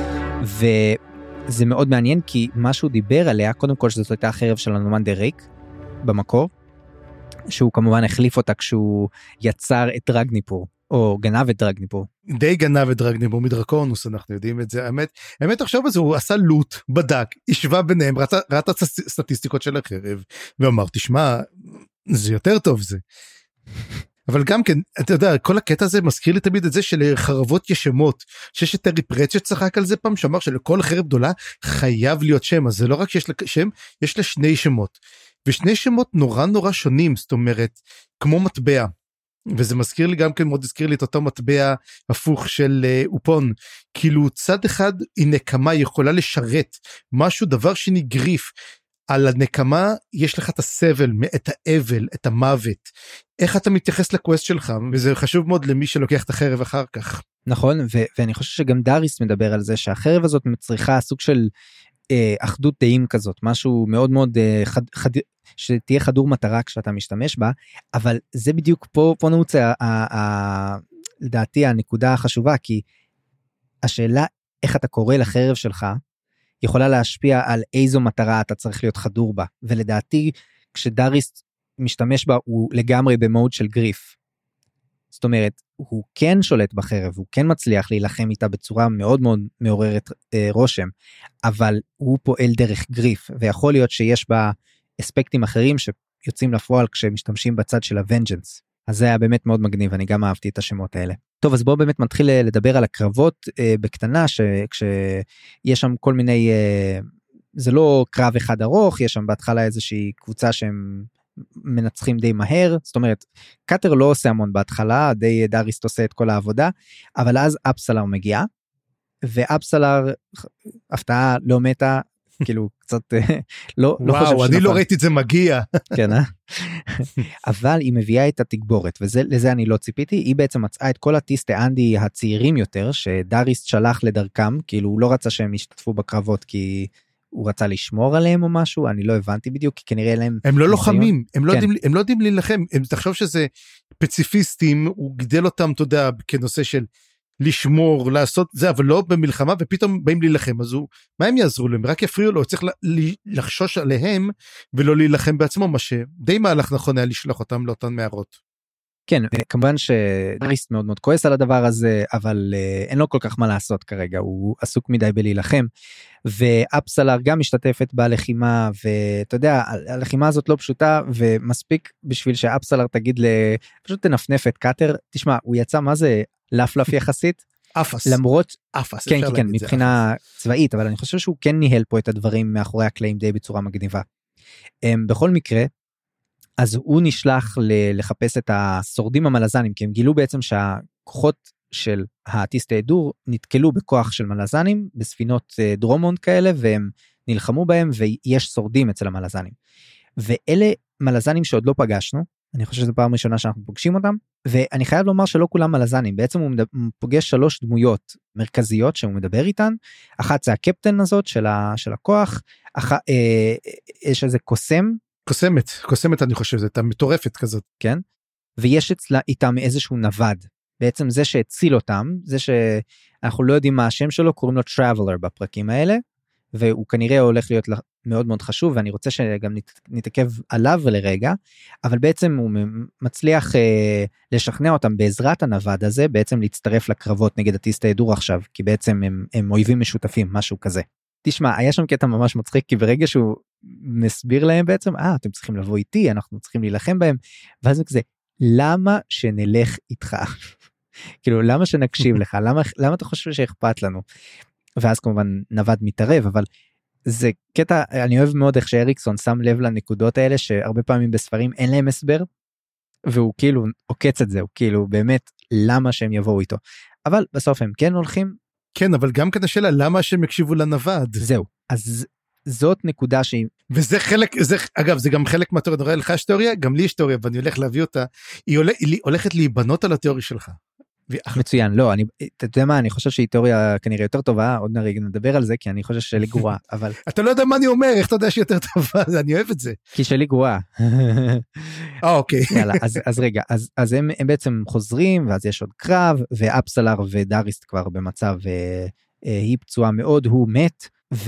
[SPEAKER 3] וזה מאוד מעניין, כי מה שהוא דיבר עליה, קודם כל שזאת הייתה החרב של הנומנדר ריק, במקור, שהוא כמובן החליף אותה כשהוא יצר את דרגניפור, או גנב את דרגניפור.
[SPEAKER 2] די גנב את דרגניפור מדרקונוס, אנחנו יודעים את זה. האמת עכשיו בזה, הוא עשה לוט, בדק, השווה ביניהם, ראה את הסטטיסטיקות של החרב, ואמר, תשמע, זה יותר טוב זה. אבל גם כן, אתה יודע, כל הקטע הזה מזכיר לי תמיד את זה של חרבות ישמות, שיש את הריפרט שצחק על זה פעם, שאמר שלכל חרב גדולה חייב להיות שם, אז זה לא רק שיש לה שם, יש לה שני שמות, ושני שמות נורא נורא שונים, זאת אומרת, כמו מטבע, וזה מזכיר לי גם כן, מאוד הזכיר לי את אותו מטבע הפוך של אופון, כאילו צד אחד היא נקמה, יכולה לשרת משהו, דבר שני גריף, על הנקמה יש לך את הסבל, את האבל, את המוות, איך אתה מתייחס לקווסט שלך, וזה חשוב מאוד למי שלוקח את החרב אחר כך.
[SPEAKER 3] נכון, ואני חושב שגם דאריס מדבר על זה, שהחרב הזאת מצריכה סוג של אחדות דעים כזאת, משהו מאוד מאוד שתהיה חדור מטרה כשאתה משתמש בה, אבל זה בדיוק פה נעוצה, לדעתי הנקודה החשובה, כי השאלה איך אתה קורא לחרב שלך, יכולה להשפיע על איזו מטרה אתה צריך להיות חדור בה, ולדעתי כשדאריס משתמש בה הוא לגמרי במוד של גריף, זאת אומרת הוא כן שולט בחרב, הוא כן מצליח להילחם איתה בצורה מאוד מאוד מעוררת רושם, אבל הוא פועל דרך גריף, ויכול להיות שיש בה אספקטים אחרים שיוצאים לפועל כשמשתמשים בצד של הוונג'נס, אז זה היה באמת מאוד מגניב, אני גם אהבתי את השמות האלה. טוב, אז בואו באמת מתחיל לדבר על הקרבות בקטנה, כשיש שם כל מיני, זה לא קרב אחד ארוך, יש שם בהתחלה איזושהי קבוצה שהם מנצחים די מהר, זאת אומרת, קאטר לא עושה המון בהתחלה, די דאריס עושה את כל העבודה, אבל אז אפסלר מגיע, ואפסלר, הפתעה לא מתה, כאילו קצת לא חושב
[SPEAKER 2] וואו, אני לא ראיתי את זה מגיע.
[SPEAKER 3] כן, אבל היא מביאה את התגבורת, ולזה אני לא ציפיתי, היא בעצם מצאה את כל הטיסטי אנדי הצעירים יותר, שדאריס שלח לדרכם, כאילו הוא לא רצה שהם ישתתפו בקרבות, כי הוא רצה לשמור עליהם או משהו, אני לא הבנתי בדיוק, כי כנראה להם...
[SPEAKER 2] הם לא לוחמים, הם לא יודעים להילחם, תחשוב שזה פציפיסטים, הוא גדל אותם, אתה יודע, כנושא של לשמור, לעשות זה, אבל לא במלחמה, ופתאום באים להילחם, אז מה הם יעזרו להם? רק יפריעו לו, צריך לחשוש עליהם, ולא להילחם בעצמו, מה שדי מהלך נכון היה לשלוח אותם לאותן מערות.
[SPEAKER 3] כן, כמובן שדאריס מאוד מאוד כועס על הדבר הזה, אבל אין לו כל כך מה לעשות כרגע, הוא עסוק מדי בלהילחם, ואפסלר גם משתתפת בלחימה, ואתה יודע, הלחימה הזאת לא פשוטה, ומספיק בשביל שאפסלר תגיד, פשוט תנפנף את קאטר, תשמע, הוא יצא מה זה לפלף יחסית,
[SPEAKER 2] אפס.
[SPEAKER 3] למרות,
[SPEAKER 2] אפס,
[SPEAKER 3] כן, מבחינה צבאית, אבל אני חושב שהוא כן ניהל פה את הדברים מאחורי הקלעים די בצורה מגניבה. בכל מקרה, אז הוא נשלח לחפש את השורדים המלזנים, כי הם גילו בעצם שהכוחות של הטיסטי דור נתקלו בכוח של מלזנים, בספינות דרומונד כאלה, והם נלחמו בהם, ויש שורדים אצל המלזנים. ואלה מלזנים שעוד לא פגשנו, אני חושב שזו פעם ראשונה שאנחנו פוגשים אותם, ואני חייב לומר שלא כולם מלזנים, בעצם הוא פוגש 3 דמויות מרכזיות שהוא מדבר איתן, אחת זה הקפטן הזאת של הכוח, יש איזה
[SPEAKER 2] קוסמת אני חושב, זה מטורפת כזאת.
[SPEAKER 3] כן, ויש איתם איזשהו נווד, בעצם זה שהציל אותם, זה שאנחנו לא יודעים מה השם שלו, קוראים לו Traveler בפרקים האלה, והוא כנראה הולך להיות מאוד מאוד חשוב, ואני רוצה שגם נתעכב עליו לרגע, אבל בעצם הוא מצליח לשכנע אותם בעזרת הנווד הזה, בעצם להצטרף לקרבות נגד הטיסטי דור עכשיו, כי בעצם הם אויבים משותפים, משהו כזה. תשמע, היה שם קטע ממש מצחיק, כי ברגע שהוא מסביר להם בעצם, אתם צריכים לבוא איתי, אנחנו צריכים להילחם בהם, ואז הוא כזה, למה שנלך איתך? כאילו, למה שנקשיב לך? למה אתה חושב שאכפת לנו? ואז כמובן נווד מתערב, אבל זה קטע, אני אוהב מאוד איך שאריקסון שם לב לנקודות האלה, שהרבה פעמים בספרים אין להם הסבר, והוא כאילו עוקץ את זה, הוא כאילו באמת, למה שהם יבואו איתו? אבל בסוף הם כן הולכים,
[SPEAKER 2] כן, אבל גם כאן השאלה, למה שהם יקשיבו לנווד?
[SPEAKER 3] זהו, אז זאת נקודה שהיא...
[SPEAKER 2] וזה חלק, אגב, זה גם חלק מהתיאוריה, נראה לך יש תיאוריה, גם לי יש תיאוריה, ואני הולך להביא אותה, היא הולכת להיבנות על התיאוריה שלך.
[SPEAKER 3] מצוין, לא, אתה יודע מה, אני חושב שהיא תיאוריה כנראה יותר טובה, עוד נדבר על זה, כי אני חושב שלי גרועה, אבל...
[SPEAKER 2] אתה לא יודע מה אני אומר, איך אתה יודע שהיא יותר טובה, אני אוהב את זה.
[SPEAKER 3] כי שלי גרועה.
[SPEAKER 2] אוקיי.
[SPEAKER 3] יאללה, אז רגע, אז הם בעצם חוזרים, ואז יש עוד קרב, ואפסלר ודאריס כבר במצב, היא פצועה מאוד, הוא מת,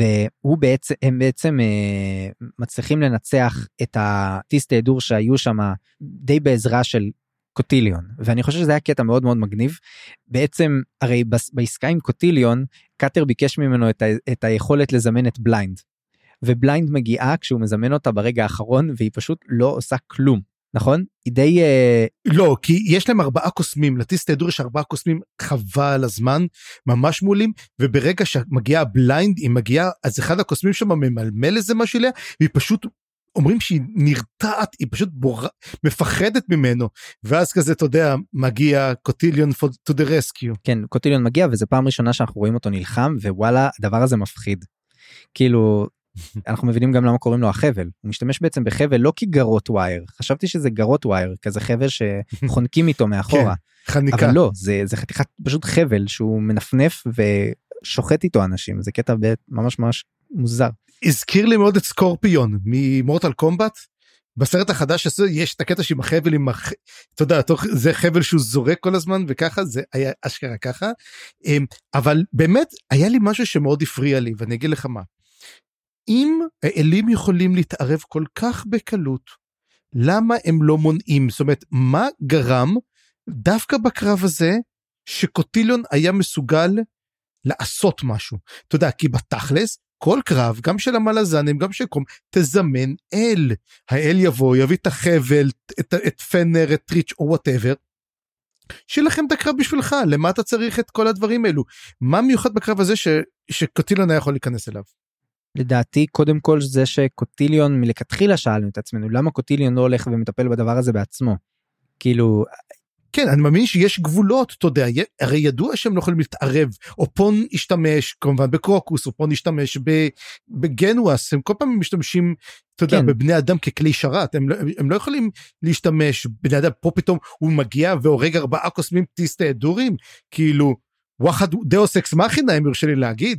[SPEAKER 3] והם בעצם מצליחים לנצח את הטיסטי דור שהיו שם, די בעזרה של קוטיליון, ואני חושב שזה היה קטע מאוד מאוד מגניב, בעצם הרי בעסקה עם קוטיליון, קאטר ביקש ממנו את היכולת לזמן את בליינד, ובליינד מגיעה כשהוא מזמן אותה ברגע האחרון, והיא פשוט לא עושה כלום, נכון? היא די...
[SPEAKER 2] לא, כי יש להם 4 קוסמים, לטיס תהדור יש 4 קוסמים, חבל הזמן, ממש מעולים, וברגע שמגיעה הבליינד, היא מגיעה, אז אחד הקוסמים שם ממלמל איזה משהו אליה, והיא פשוט, אומרים שהיא נרתעת, היא פשוט מפחדת ממנו, ואז כזה, אתה יודע, מגיע קוטיליון to the rescue.
[SPEAKER 3] כן, קוטיליון מגיע, וזה פעם ראשונה שאנחנו רואים אותו נלחם, ווואלה, הדבר הזה מפחיד. כאילו... אנחנו מבינים גם למה קוראים לו החבל, הוא משתמש בעצם בחבל לא כגרות ווייר, חשבתי שזה גרות ווייר, כזה חבל שחונקים איתו מאחורה, אבל לא, זה חתיכת פשוט חבל שהוא מנפנף ושוחט איתו אנשים, זה קטע ממש ממש מוזר.
[SPEAKER 2] הזכיר לי מאוד את סקורפיון ממורטל קומבט, בסרט החדש יש את הקטע שעם החבל, אתה יודע, זה חבל שהוא זורק כל הזמן וככה, זה היה אשכרה ככה, אבל באמת היה לי משהו שמאוד הפריע לי, ואני אגיד לך מה, אם האלים יכולים להתערב כל כך בקלות, למה הם לא מונעים? זאת אומרת, מה גרם דווקא בקרב הזה, שקוטיליון היה מסוגל לעשות משהו? אתה יודע, כי בתכלס, כל קרב, גם של המלזנים, גם של קום, תזמן אל. האל יבוא, יביא את החבל, את פנר, את טריץ' או whatever, שלכם את הקרב בשבילך, למה אתה צריך את כל הדברים האלו? מה מיוחד בקרב הזה שקוטיליון היה יכול להיכנס אליו?
[SPEAKER 3] לדעתי, קודם כל זה שקוטיליון מלכתחילה שאלנו את עצמנו, למה קוטיליון לא הולך ומטפל בדבר הזה בעצמו? כאילו...
[SPEAKER 2] כן, אני מאמין שיש גבולות, אתה יודע, הרי ידוע שהם לא יכולים להתערב, אופון ישתמש, כמובן בקרוקוס, אופון ישתמש בגנואס, הם כל פעם משתמשים, אתה יודע, כן. בבני אדם ככלי שרת, הם לא יכולים להשתמש, בני אדם, פה פתאום הוא מגיע והורג 4 קוסמים טיס תהדורים, כאילו, וואחד דאוס אקס מכינה, הם ירשה לי להגיד,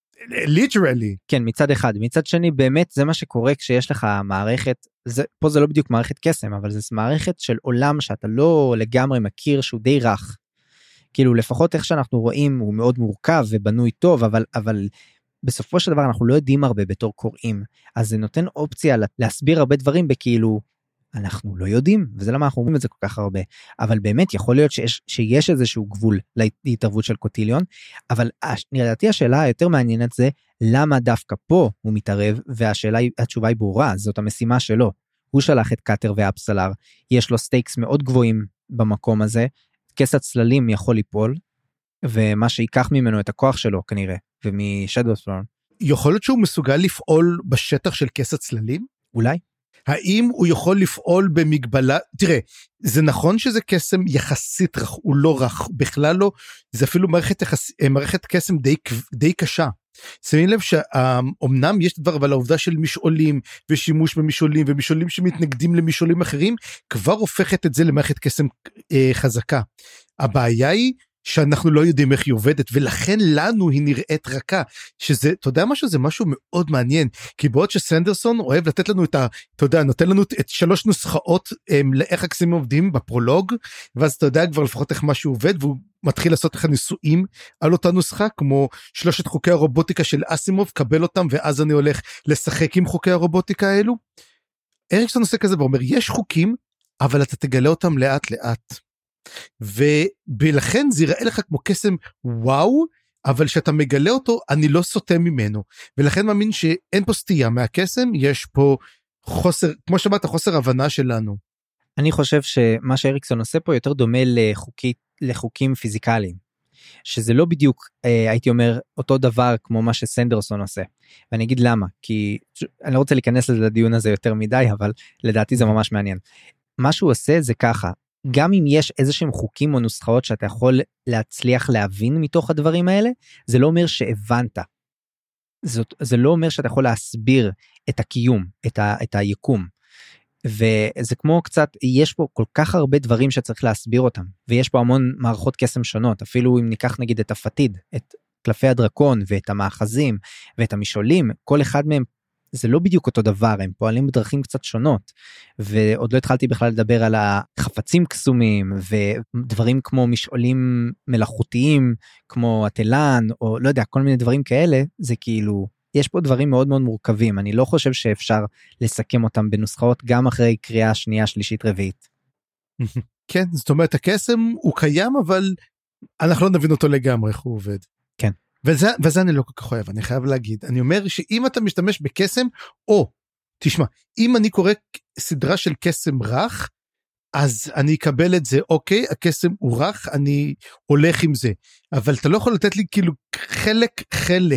[SPEAKER 2] literally.
[SPEAKER 3] כן, מצד אחד. מצד שני, באמת זה מה שקורה כשיש לך מערכת, פה זה לא בדיוק מערכת קסם, אבל זה מערכת של עולם שאתה לא לגמרי מכיר, שהוא די רך. כאילו, לפחות איך שאנחנו רואים, הוא מאוד מורכב ובנוי טוב, אבל בסופו של דבר אנחנו לא יודעים הרבה בתור קוראים. אז זה נותן אופציה להסביר הרבה דברים בכאילו, אנחנו לא יודעים, וזה למה אנחנו אומרים את זה כל כך הרבה, אבל באמת יכול להיות שיש איזשהו גבול להתערבות של קוטיליון, אבל לדעתי השאלה היותר מעניינת זה, למה דווקא פה הוא מתערב, והתשובה היא ברורה, זאת המשימה שלו, הוא שלח את קאטר ואפסלר, יש לו סטייקס מאוד גבוהים במקום הזה, כס הצללים יכול ליפול, ומה שיקח ממנו את הכוח שלו כנראה, ומשדו ת'רון.
[SPEAKER 2] יכול להיות שהוא מסוגל לפעול בשטח של כס הצללים?
[SPEAKER 3] אולי.
[SPEAKER 2] האם הוא יכול לפעול במגבלה, תראה, זה נכון שזה קסם יחסית רך, הוא לא רך, בכלל לא, זה אפילו מערכת קסם די קשה, שימים לב שאומנם יש דבר, אבל העובדה של משעולים, ושימוש במשעולים, ומשעולים שמתנגדים למשעולים אחרים, כבר הופכת את זה למערכת קסם חזקה, הבעיה היא, שאנחנו לא יודעים איך היא עובדת, ולכן לנו היא נראית רכה, שזה, אתה יודע משהו, זה משהו מאוד מעניין, כי בעוד שסנדרסון אוהב לתת לנו אתה יודע, נותן לנו את 3 נוסחאות, לאיך הקסמים עובדים בפרולוג, ואז אתה יודע כבר לפחות איך משהו עובד, והוא מתחיל לעשות לך ניסויים על אותה נוסחה, כמו 3 חוקי הרובוטיקה של אסימוב, קבל אותם, ואז אני הולך לשחק עם חוקי הרובוטיקה האלו. אריקסון עושה כזה, ואומר, יש חוקים, אבל אתה תגלה אותם לאט לאט. ולכן זה יראה לך כמו קסם וואו, אבל שאתה מגלה אותו אני לא סוטה ממנו, ולכן מאמין שאין פה סטייה מהקסם, יש פה חוסר, כמו שאמרת, חוסר הבנה שלנו.
[SPEAKER 3] אני חושב שמה שאריקסון עושה פה יותר דומה לחוקים פיזיקליים, שזה לא בדיוק הייתי אומר אותו דבר כמו מה שסנדרסון עושה, ואני אגיד למה, כי אני לא רוצה להיכנס לדיון הזה יותר מדי, אבל לדעתי זה ממש מעניין. מה שהוא עושה זה ככה, גם אם יש איזשהם חוקים או נוסחאות שאתה יכול להצליח להבין מתוך הדברים האלה, זה לא אומר שהבנת. זה לא אומר שאתה יכול להסביר את הקיום, את היקום. וזה כמו קצת, יש פה כל כך הרבה דברים שצריך להסביר אותם, ויש פה המון מערכות קסם שונות, אפילו אם ניקח נגיד את הפתיד, את קלפי הדרקון ואת המאחזים ואת המשעולים, כל אחד מהם זה לא בדיוק אותו דבר, הם פועלים בדרכים קצת שונות, ועוד לא התחלתי בכלל לדבר על החפצים קסומים, ודברים כמו משעולים מלאכותיים, כמו התלן, או לא יודע, כל מיני דברים כאלה, זה כאילו, יש פה דברים מאוד מאוד מורכבים, אני לא חושב שאפשר לסכם אותם בנוסחאות, גם אחרי קריאה שנייה, שלישית, רביעית.
[SPEAKER 2] כן, זאת אומרת, הקסם הוא קיים, אבל אנחנו לא נבין אותו לגמרי איך הוא עובד.
[SPEAKER 3] כן.
[SPEAKER 2] וזה אני לא כל כך אוהב, אני חייב להגיד, אני אומר שאם אתה משתמש בקסם, או, תשמע, אם אני קורא סדרה של קסם רך, אז אני אקבל את זה, אוקיי, הקסם הוא רך, אני הולך עם זה, אבל אתה לא יכול לתת לי כאילו חלק,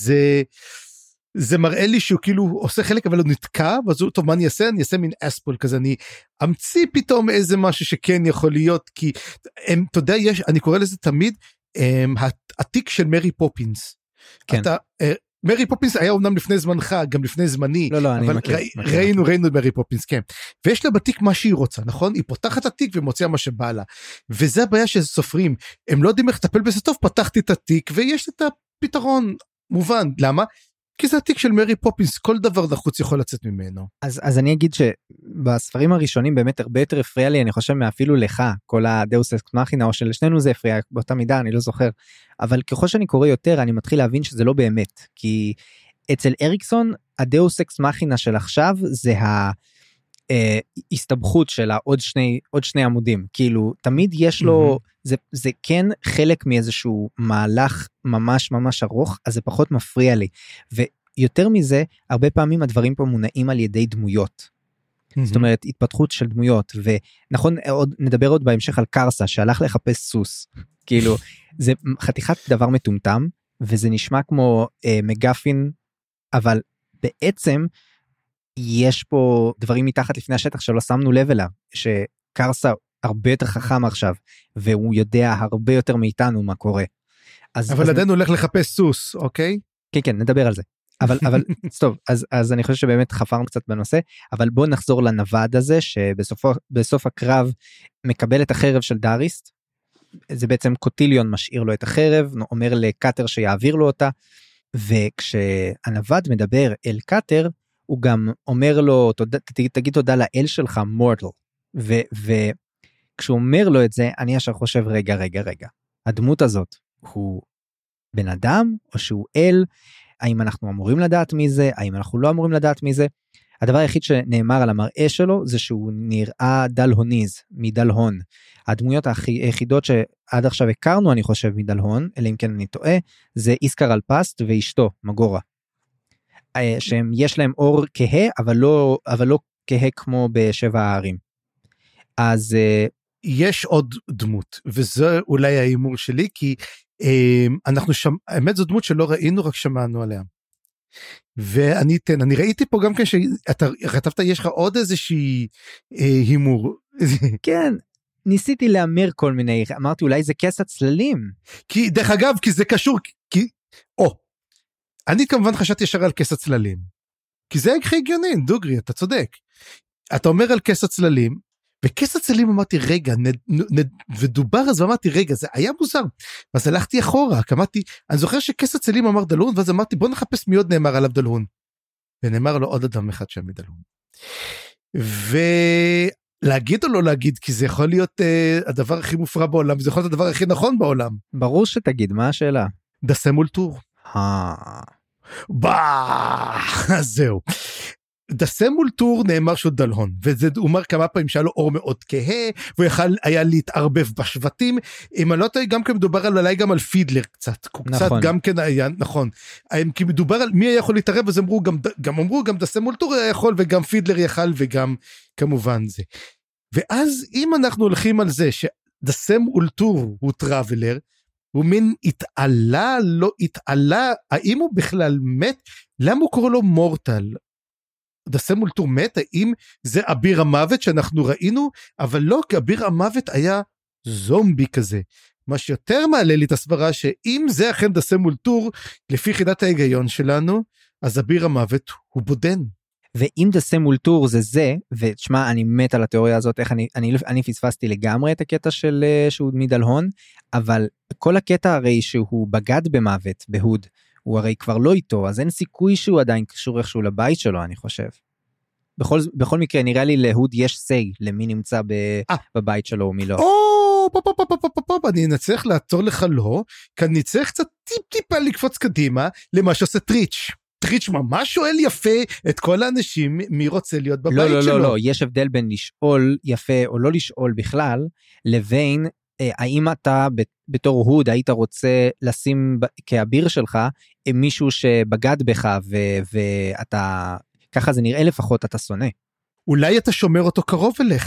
[SPEAKER 2] זה מראה לי שהוא כאילו עושה חלק אבל הוא נתקע, ואז הוא, טוב מה אני אעשה? אני אעשה מין אספול כזה, אני אמציא פתאום איזה משהו שכן יכול להיות, כי אתה יודע, אני קורא לזה תמיד, התיק של מרי פופינס,
[SPEAKER 3] כן.
[SPEAKER 2] מרי פופינס היה אומנם לפני זמנך, גם לפני זמני,
[SPEAKER 3] אבל
[SPEAKER 2] ראינו את מרי פופינס, כן. ויש לה בתיק מה שהיא רוצה, נכון? היא פותחת את התיק ומוציאה מה שבא לה. וזה הבעיה של סופרים, הם לא יודעים איך לטפל בזה טוב, פתחתי את התיק, ויש את הפתרון מובן. למה? כי זה התיק של מרי פופינס, כל דבר נחוץ יכול לצאת ממנו.
[SPEAKER 3] אז אני אגיד שבספרים הראשונים באמת הרבה יותר הפריע לי, אני חושב מאפילו לך, כל הדאוס אקס מכינה, או שלשנינו זה הפריע באותה מידה, אני לא זוכר, אבל ככל שאני קורא יותר, אני מתחיל להבין שזה לא באמת, כי אצל אריקסון, הדאוס אקס מכינה של עכשיו, זה ההסתבכות של עוד שני עמודים, כאילו תמיד יש לו, זה כן חלק מאיזשהו מהלך ממש ממש ארוך, אז זה פחות מפריע לי, ויותר מזה, הרבה פעמים הדברים פה מונעים על ידי דמויות, זאת אומרת התפתחות של דמויות, ונכון נדבר עוד בהמשך על קרסה, שהלך לחפש סוס, כאילו זה חתיכת דבר מטומטם, וזה נשמע כמו מגפין, אבל בעצם יש פה דברים מתחת לפני השטח שלא שמנו לב אליו, שקרסה הרבה יותר חכם עכשיו, והוא יודע הרבה יותר מאיתנו מה קורה.
[SPEAKER 2] אבל עדיין הוא הולך לחפש סוס, אוקיי?
[SPEAKER 3] כן, נדבר על זה. אבל טוב, אז אני חושב שבאמת חפרנו קצת בנושא, אבל בואו נחזור לנווד הזה, שבסוף הקרב מקבל את החרב של דאריסט, זה בעצם קוטיליון משאיר לו את החרב, אומר לקאטר שיעביר לו אותה, וכשהנווד מדבר אל קאטר, הוא גם אומר לו, תגיד תודה לאל שלך, מורטל, וכשהוא אומר לו את זה, אני ישר חושב, רגע, הדמות הזאת, הוא בן אדם, או שהוא אל, האם אנחנו אמורים לדעת מי זה, האם אנחנו לא אמורים לדעת מי זה, הדבר היחיד שנאמר על המראה שלו, זה שהוא נראה דלהוניז, מדלהון, הדמויות היחידות שעד עכשיו הכרנו, אני חושב, מדלהון, אלא אם כן אני טועה, זה איסקר אלפסט ואשתו, מגורה, שהם יש להם אור כהה, אבל לא כהה כמו בשבע הערים. אז
[SPEAKER 2] יש עוד דמות, וזה אולי האימור שלי, כי האמת זו דמות שלא ראינו, רק שמענו עליה. אני ראיתי פה גם כשאתה כתבת, יש לך עוד איזושהי הימור.
[SPEAKER 3] כן, ניסיתי לאמר כל מיני, אמרתי אולי זה כס הצללים.
[SPEAKER 2] כי דרך אגב, כי זה קשור, אני כמובן חשבתי ישר על כס הצללים, כי זה הגיוני, דוגרי, אתה צודק. אתה אומר על כס הצללים, וכס הצללים אמרתי, רגע, ודובר אז ואמרתי, רגע, זה היה מוזר. אז הלכתי אחורה, אני זוכר שכס הצללים אמר דלהון, ואז אמרתי, בוא נחפש מי עוד נאמר עליו דלהון. ונאמר לו עוד אדם אחד שם מדלהון. ולהגיד או לא להגיד, כי זה יכול להיות הדבר הכי מופרע בעולם, זה יכול להיות הדבר הכי נכון בעולם.
[SPEAKER 3] ברור שתגיד, מה השאלה?
[SPEAKER 2] דסה מול טור. זהו. דסה מול טור נאמר שהוא דלהון, וזה הוא אומר כמה פעמים שהיה לו אור מאוד כהה, והוא יכל היה להתערבב בשבטים, אם אני לא טועה גם כן מדובר עליי גם על פידלר קצת, קצת גם כן היה, נכון, כי מדובר על מי היה יכול להתערב, אז אמרו גם דסה מול טור היה יכול, וגם פידלר יכל, וגם כמובן זה. ואז אם אנחנו הולכים על זה, שדסה מול טור הוא טראבלר, הוא מין התעלה, לא התעלה, האם הוא בכלל מת? למה הוא קורא לו מורטל? דסה מול טור מת, האם זה אביר המוות שאנחנו ראינו? אבל לא, כי אביר המוות היה זומבי כזה. מה שיותר מעלה לי את הסברה, שאם זה אכן דסה מול טור, לפי חידת ההיגיון שלנו, אז אביר המוות הוא בודן.
[SPEAKER 3] ואם דסה מול טור זה, ותשמע, אני מת על התיאוריה הזאת, איך אני פספסתי לגמרי את הקטע של שהוא מדלהון, אבל כל הקטע הרי שהוא בגד במוות, בהוד, הוא הרי כבר לא איתו, אז אין סיכוי שהוא עדיין קשור איכשהו לבית שלו, אני חושב. בכל מקרה, נראה לי להוד יש סי, למי נמצא בבית שלו או מי לא.
[SPEAKER 2] אני נצטרך לעצור לך לא, כי אני צריך קצת טיפה לקפוץ קדימה, למה שעושה טריץ'. טריץ' ממש שואל יפה את כל האנשים, מי רוצה להיות בבית שלו.
[SPEAKER 3] לא, יש הבדל בין לשאול יפה או לא לשאול בכלל, לבין האם אתה בתור הוד היית רוצה לשים כאביר שלך מישהו שבגד בך ואתה, ככה זה נראה לפחות אתה שונא.
[SPEAKER 2] אולי אתה שומר אותו קרוב אליך.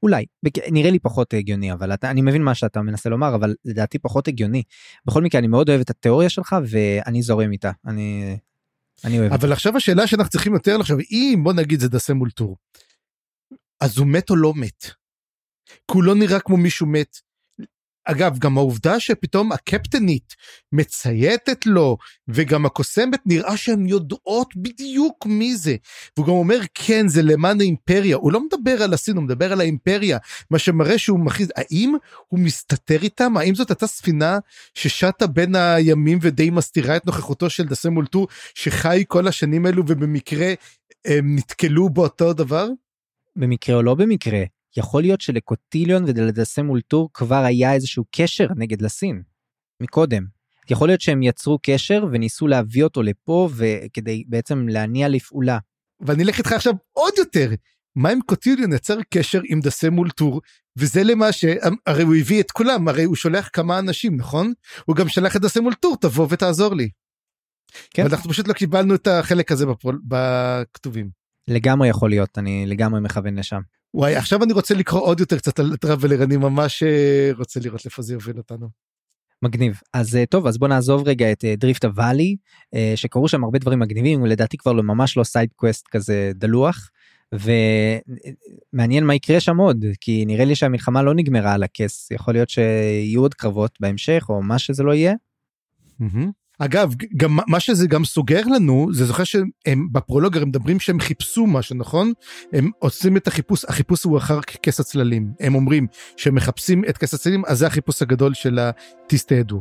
[SPEAKER 3] אולי, נראה לי פחות הגיוני, אבל אני מבין מה שאתה מנסה לומר, אבל לדעתי פחות הגיוני. בכל מקרה, אני מאוד אוהב את התיאוריה שלך, ואני זורם איתה. אני אוהב.
[SPEAKER 2] אבל עכשיו השאלה שאנחנו צריכים יותר לחשוב, אם בוא נגיד זה דסה מול טור, אז הוא מת או לא מת? כי הוא לא נראה כמו מישהו מת. אגב, גם העובדה שפתאום הקפטנית מצייתת לו, וגם הקוסמת נראה שהן יודעות בדיוק מי זה, והוא גם אומר, כן, זה למען האימפריה, הוא לא מדבר על הסין, הוא מדבר על האימפריה, מה שמראה שהוא מכריז, האם הוא מסתתר איתם? האם זאת הייתה ספינה ששטה בין הימים ודי מסתירה את נוכחותו של דסה מול טור, שחי כל השנים האלו, ובמקרה הם נתקלו באותו דבר?
[SPEAKER 3] במקרה או לא במקרה, יכול להיות שלקוטיליון ולדסה מול טור כבר היה איזשהו קשר נגד לסין, מקודם. יכול להיות שהם יצרו קשר וניסו להביא אותו לפה, וכדי בעצם להניע לפעולה.
[SPEAKER 2] ואני אלך איתך עכשיו עוד יותר, מה אם קוטיליון יצר קשר עם דסה מול טור, וזה למה הרי הוא הביא את כולם, הרי הוא שולח כמה אנשים, נכון? הוא גם שלח את דסה מול טור, תבוא ותעזור לי. כן. ואנחנו פשוט לא קיבלנו את החלק הזה בכתובים.
[SPEAKER 3] לגמרי יכול להיות, אני לגמרי מכוון לשם.
[SPEAKER 2] וואי, עכשיו אני רוצה לקרוא עוד יותר קצת על טראבלר, אני ממש רוצה לראות לפי זה יוביל אותנו.
[SPEAKER 3] מגניב. אז טוב, אז בוא נעזוב רגע את דריפט הוואלי, שקראו שם הרבה דברים מגניבים, ולדעתי כבר ממש לא סייד קווסט כזה דלוח, ומעניין מה יקרה שם עוד, כי נראה לי שהמלחמה לא נגמרה על הכס, יכול להיות שיהיו עוד קרבות בהמשך, או מה שזה לא יהיה.
[SPEAKER 2] אגב, גם מה שזה גם סוגר לנו, זה זוכר שהם בפרולוג הם מדברים שהם חיפשו משהו, נכון? הם עושים את החיפוש, החיפוש הוא אחר כס הצללים. הם אומרים שהם מחפשים את כס הצללים, אז זה החיפוש הגדול של התסתעדו.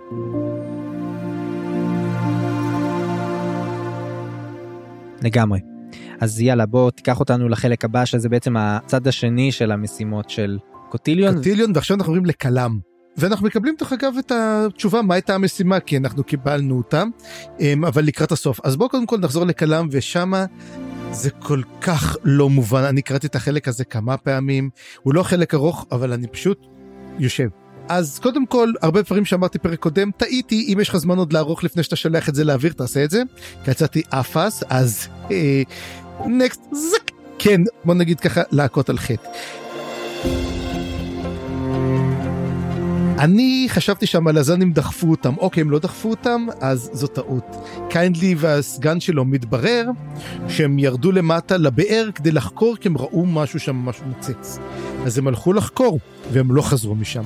[SPEAKER 3] לגמרי. אז יאללה, בוא תיקח אותנו לחלק הבא, שזה בעצם הצד השני של המשימות של קוטיליון.
[SPEAKER 2] קוטיליון, ועכשיו אנחנו עוברים לקלם. ואנחנו מקבלים תוך אגב את התשובה, מה הייתה המשימה, כי אנחנו קיבלנו אותה, אבל לקראת הסוף. אז בואו קודם כל נחזור לקלם, ושמה זה כל כך לא מובן. אני קראתי את החלק הזה כמה פעמים, הוא לא חלק ארוך, אבל אני פשוט יושב. אז קודם כל, הרבה דברים שאמרתי פרק קודם, טעיתי, אם יש לך זמן עוד לערוך לפני שאתה שולח את זה לאוויר, תעשה את זה, כי יצאתי אפס, אז נקסט, זק, כן, בוא נגיד ככה, להכות על חטא. אני חשבתי שהמלזנים דחפו אותם, אוקיי, הם לא דחפו אותם, אז זו טעות. קיינדלי והסגן שלו מתברר שהם ירדו למטה לבאר כדי לחקור, כי הם ראו משהו שם, משהו מוצץ. אז הם הלכו לחקור, והם לא חזרו משם.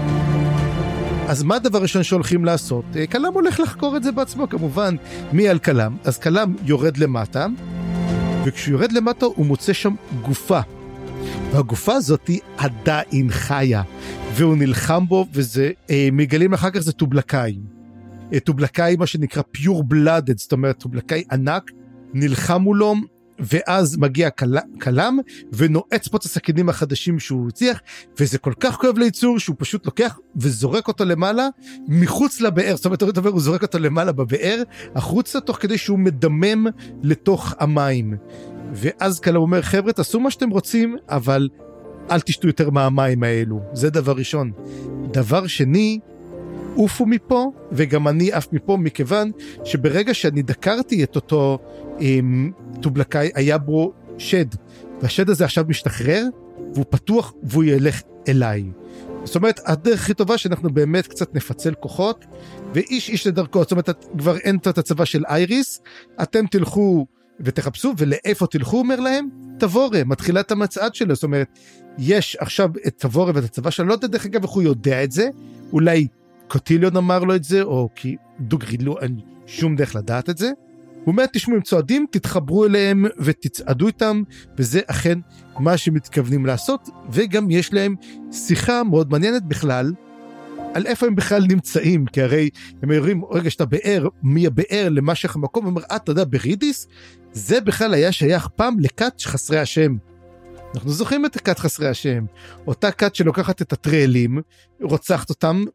[SPEAKER 2] אז מה הדבר הראשון שהולכים לעשות? קלם הולך לחקור את זה בעצמו, כמובן, מי על קלם? אז קלם יורד למטה, וכשהוא יורד למטה הוא מוצא שם גופה. והגופה הזאת היא עדיין חיה, והוא נלחם בו, וזה, מגלים אחר כך זה טובלקאי. טובלקאי מה שנקרא pure blooded, זאת אומרת טובלקאי ענק, נלחם מולו, ואז מגיע קלם, ונועץ פה את הסכינים החדשים שהוא הציח, וזה כל כך כואב ליצור, שהוא פשוט לוקח וזורק אותו למעלה, מחוץ לבאר, זאת אומרת, הוא זורק אותו למעלה בבאר, החוצה תוך כדי שהוא מדמם לתוך המים. ואז קלם אומר, חבר'ה, תעשו מה שאתם רוצים, אבל אל תשתו יותר מהמים האלו. זה דבר ראשון. דבר שני, עופו מפה, וגם אני עף מפה, מכיוון שברגע שאני דקרתי את אותו טובלקאי, היה בו שד. והשד הזה עכשיו משתחרר, והוא פתוח, והוא ילך אליי. זאת אומרת, הדרך הכי טובה שאנחנו באמת קצת נפצל כוחות, ואיש איש לדרכו, זאת אומרת, כבר אין את הצבא של אייריס, אתם תלכו ותחפשו, ולאיפה תלכו, אומר להם, תבורה, מתחילה את המצעד שלו, זאת אומרת, יש עכשיו את תבורה ואת הצבא שלו, לא יודע דרך אגב איך הוא יודע את זה, אולי קוטיליון אמר לו את זה, או כי דוגרי לא, אין שום דרך לדעת את זה, הוא אומר, תשמעו, הם צועדים, תתחברו אליהם ותצעדו איתם, וזה אכן מה שמתכוונים לעשות, וגם יש להם שיחה מאוד מעניינת בכלל, על איפה הם בכלל נמצאים, כי הרי הם אומרים, רגע שאתה באר, מי הבאר למשך המקום, הוא אומר, אתה יודע, ברידיס, זה בכלל היה שייך פעם לכת חסרי השם. אנחנו זוכרים את הכת חסרי השם, אותה כת שלוקחת את הטרלים, רוצחת אותם,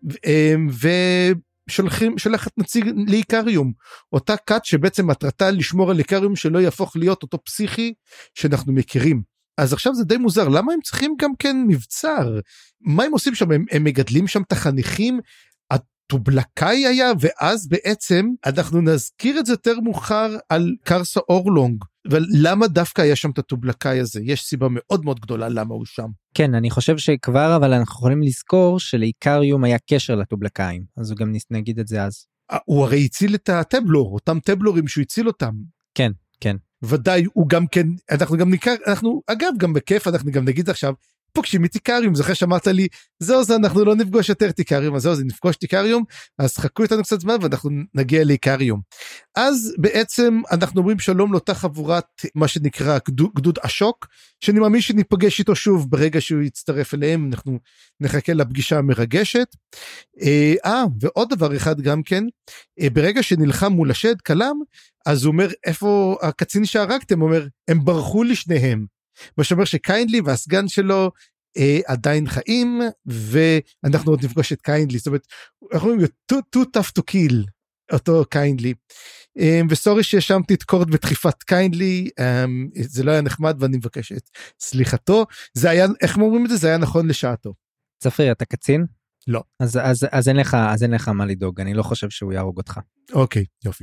[SPEAKER 2] ושולחת נציג לאיקריום, אותה כת שבעצם מטרתה לשמור על איקריום, שלא יהפוך להיות אותו פסיכי שאנחנו מכירים. אז עכשיו זה די מוזר, למה הם צריכים גם כן מבצר? מה הם עושים שם? הם מגדלים שם את החניכים, הטובלקאי היה, ואז בעצם אנחנו נזכיר את זה יותר מאוחר על קרסה אורלונג, אבל למה דווקא היה שם את הטובלקאי הזה? יש סיבה מאוד מאוד גדולה למה הוא שם.
[SPEAKER 3] כן, אני חושב שכבר, אבל אנחנו יכולים לזכור שלאיקריום היה קשר לטובלקאים, אז הוא גם נגיד את זה אז.
[SPEAKER 2] הוא הרי הציל את הטבלור, אותם טבלורים שהוא הציל אותם.
[SPEAKER 3] כן, כן.
[SPEAKER 2] ודאי, הוא גם כן, אנחנו אגב, גם בכיף, אנחנו גם נגיד עכשיו, פוגשים את איקריום, זוכר שאמרת לי, זהו, אנחנו לא נפגוש יותר את איקריום, אז זהו, זה נפגוש את איקריום, אז חכו איתנו קצת זמן, ואנחנו נגיע לאיקריום. אז בעצם, אנחנו אומרים שלום לאותה חבורת, מה שנקרא גדוד אשוק, שאני מאמין שניפגש איתו שוב, ברגע שהוא יצטרף אליהם, אנחנו נחכה לפגישה המרגשת. ועוד דבר אחד גם כן, ברגע שנלחם מול השד קלם, אז הוא אומר, איפה הקצין שהרגתם? הוא אומר, הם ברחו לשניהם. מה שאומר שקיינדלי והסגן שלו עדיין חיים, ואנחנו עוד נפגוש את קיינדלי, זאת אומרת, אנחנו אומרים, too tough to kill, אותו קיינדלי, וסורי שהשמתי את קורד בדחיפת קיינדלי, זה לא היה נחמד ואני מבקש את סליחתו, זה היה, איך אומרים את זה? זה היה נכון לשעתו.
[SPEAKER 3] צפרי, אתה קצין?
[SPEAKER 2] לא.
[SPEAKER 3] אז אין לך מה לדאוג, אני לא חושב שהוא יהרוג אותך.
[SPEAKER 2] אוקיי, יופי.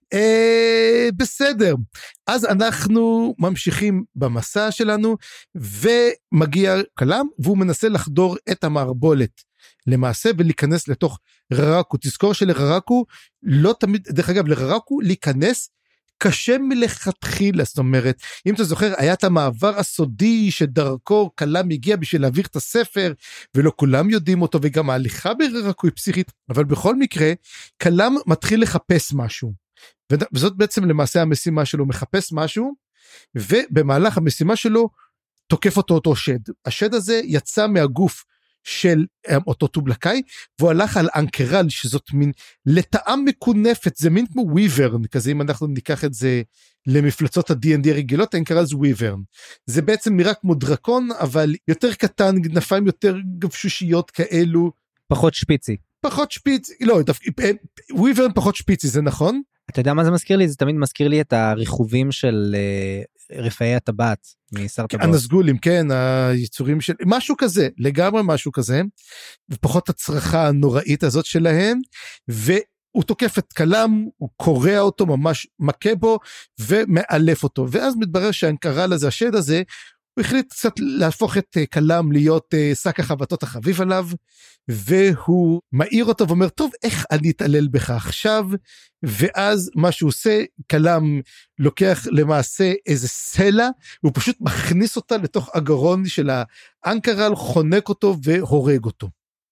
[SPEAKER 2] בסדר, אז אנחנו ממשיכים במסע שלנו, ומגיע קלם, והוא מנסה לחדור את המערבולת, למעשה, ולהיכנס לתוך ררקו. תזכור שלררקו, לא תמיד, דרך אגב, לררקו להיכנס, קשה מלכתחילה, זאת אומרת, אם אתה זוכר, היה את המעבר הסודי שדרכו קלם הגיע בשביל להעביר את הספר, ולא כולם יודעים אותו, וגם ההליכה בררקו היא פסיכית, אבל בכל מקרה, קלם מתחיל לחפש משהו, וזאת בעצם למעשה המשימה שלו, מחפש משהו, ובמהלך המשימה שלו, תוקף אותו שד. השד הזה יצא מהגוף של אותו טובלקאי, והוא הלך על אנקרל, שזאת מין לטעם מקונפת, זה מין כמו וויברן, כזה אם אנחנו ניקח את זה למפלצות ה-D&D הרגילות, אנקרל זה וויברן. זה בעצם נראה כמו דרקון, אבל יותר קטן, גנפיים יותר גבשושיות כאלו.
[SPEAKER 3] פחות שפיצי.
[SPEAKER 2] פחות שפיצי, לא, וויברן פחות שפיצי, זה נכון?
[SPEAKER 3] אתה יודע מה זה מזכיר לי? זה תמיד מזכיר לי את הריחובים של רפאי הטבעת משר טבעות.
[SPEAKER 2] הנסגולים, כן, היצורים של, משהו כזה, לגמרי משהו כזה, ופחות הצרחה הנוראית הזאת שלהם, והוא תוקף את קלם, הוא קורע אותו, ממש מכה בו, ומאלף אותו, ואז מתברר שהאנקרל הזה, השד הזה, הוא החליט קצת להפוך את קלם להיות שק החבטות החביב עליו, והוא מעיר אותו ואומר, טוב, איך אני אתעלל בך עכשיו? ואז מה שהוא עושה, קלם לוקח למעשה איזה סלע, הוא פשוט מכניס אותה לתוך הגרון של האנקרל, חונק אותו והורג אותו.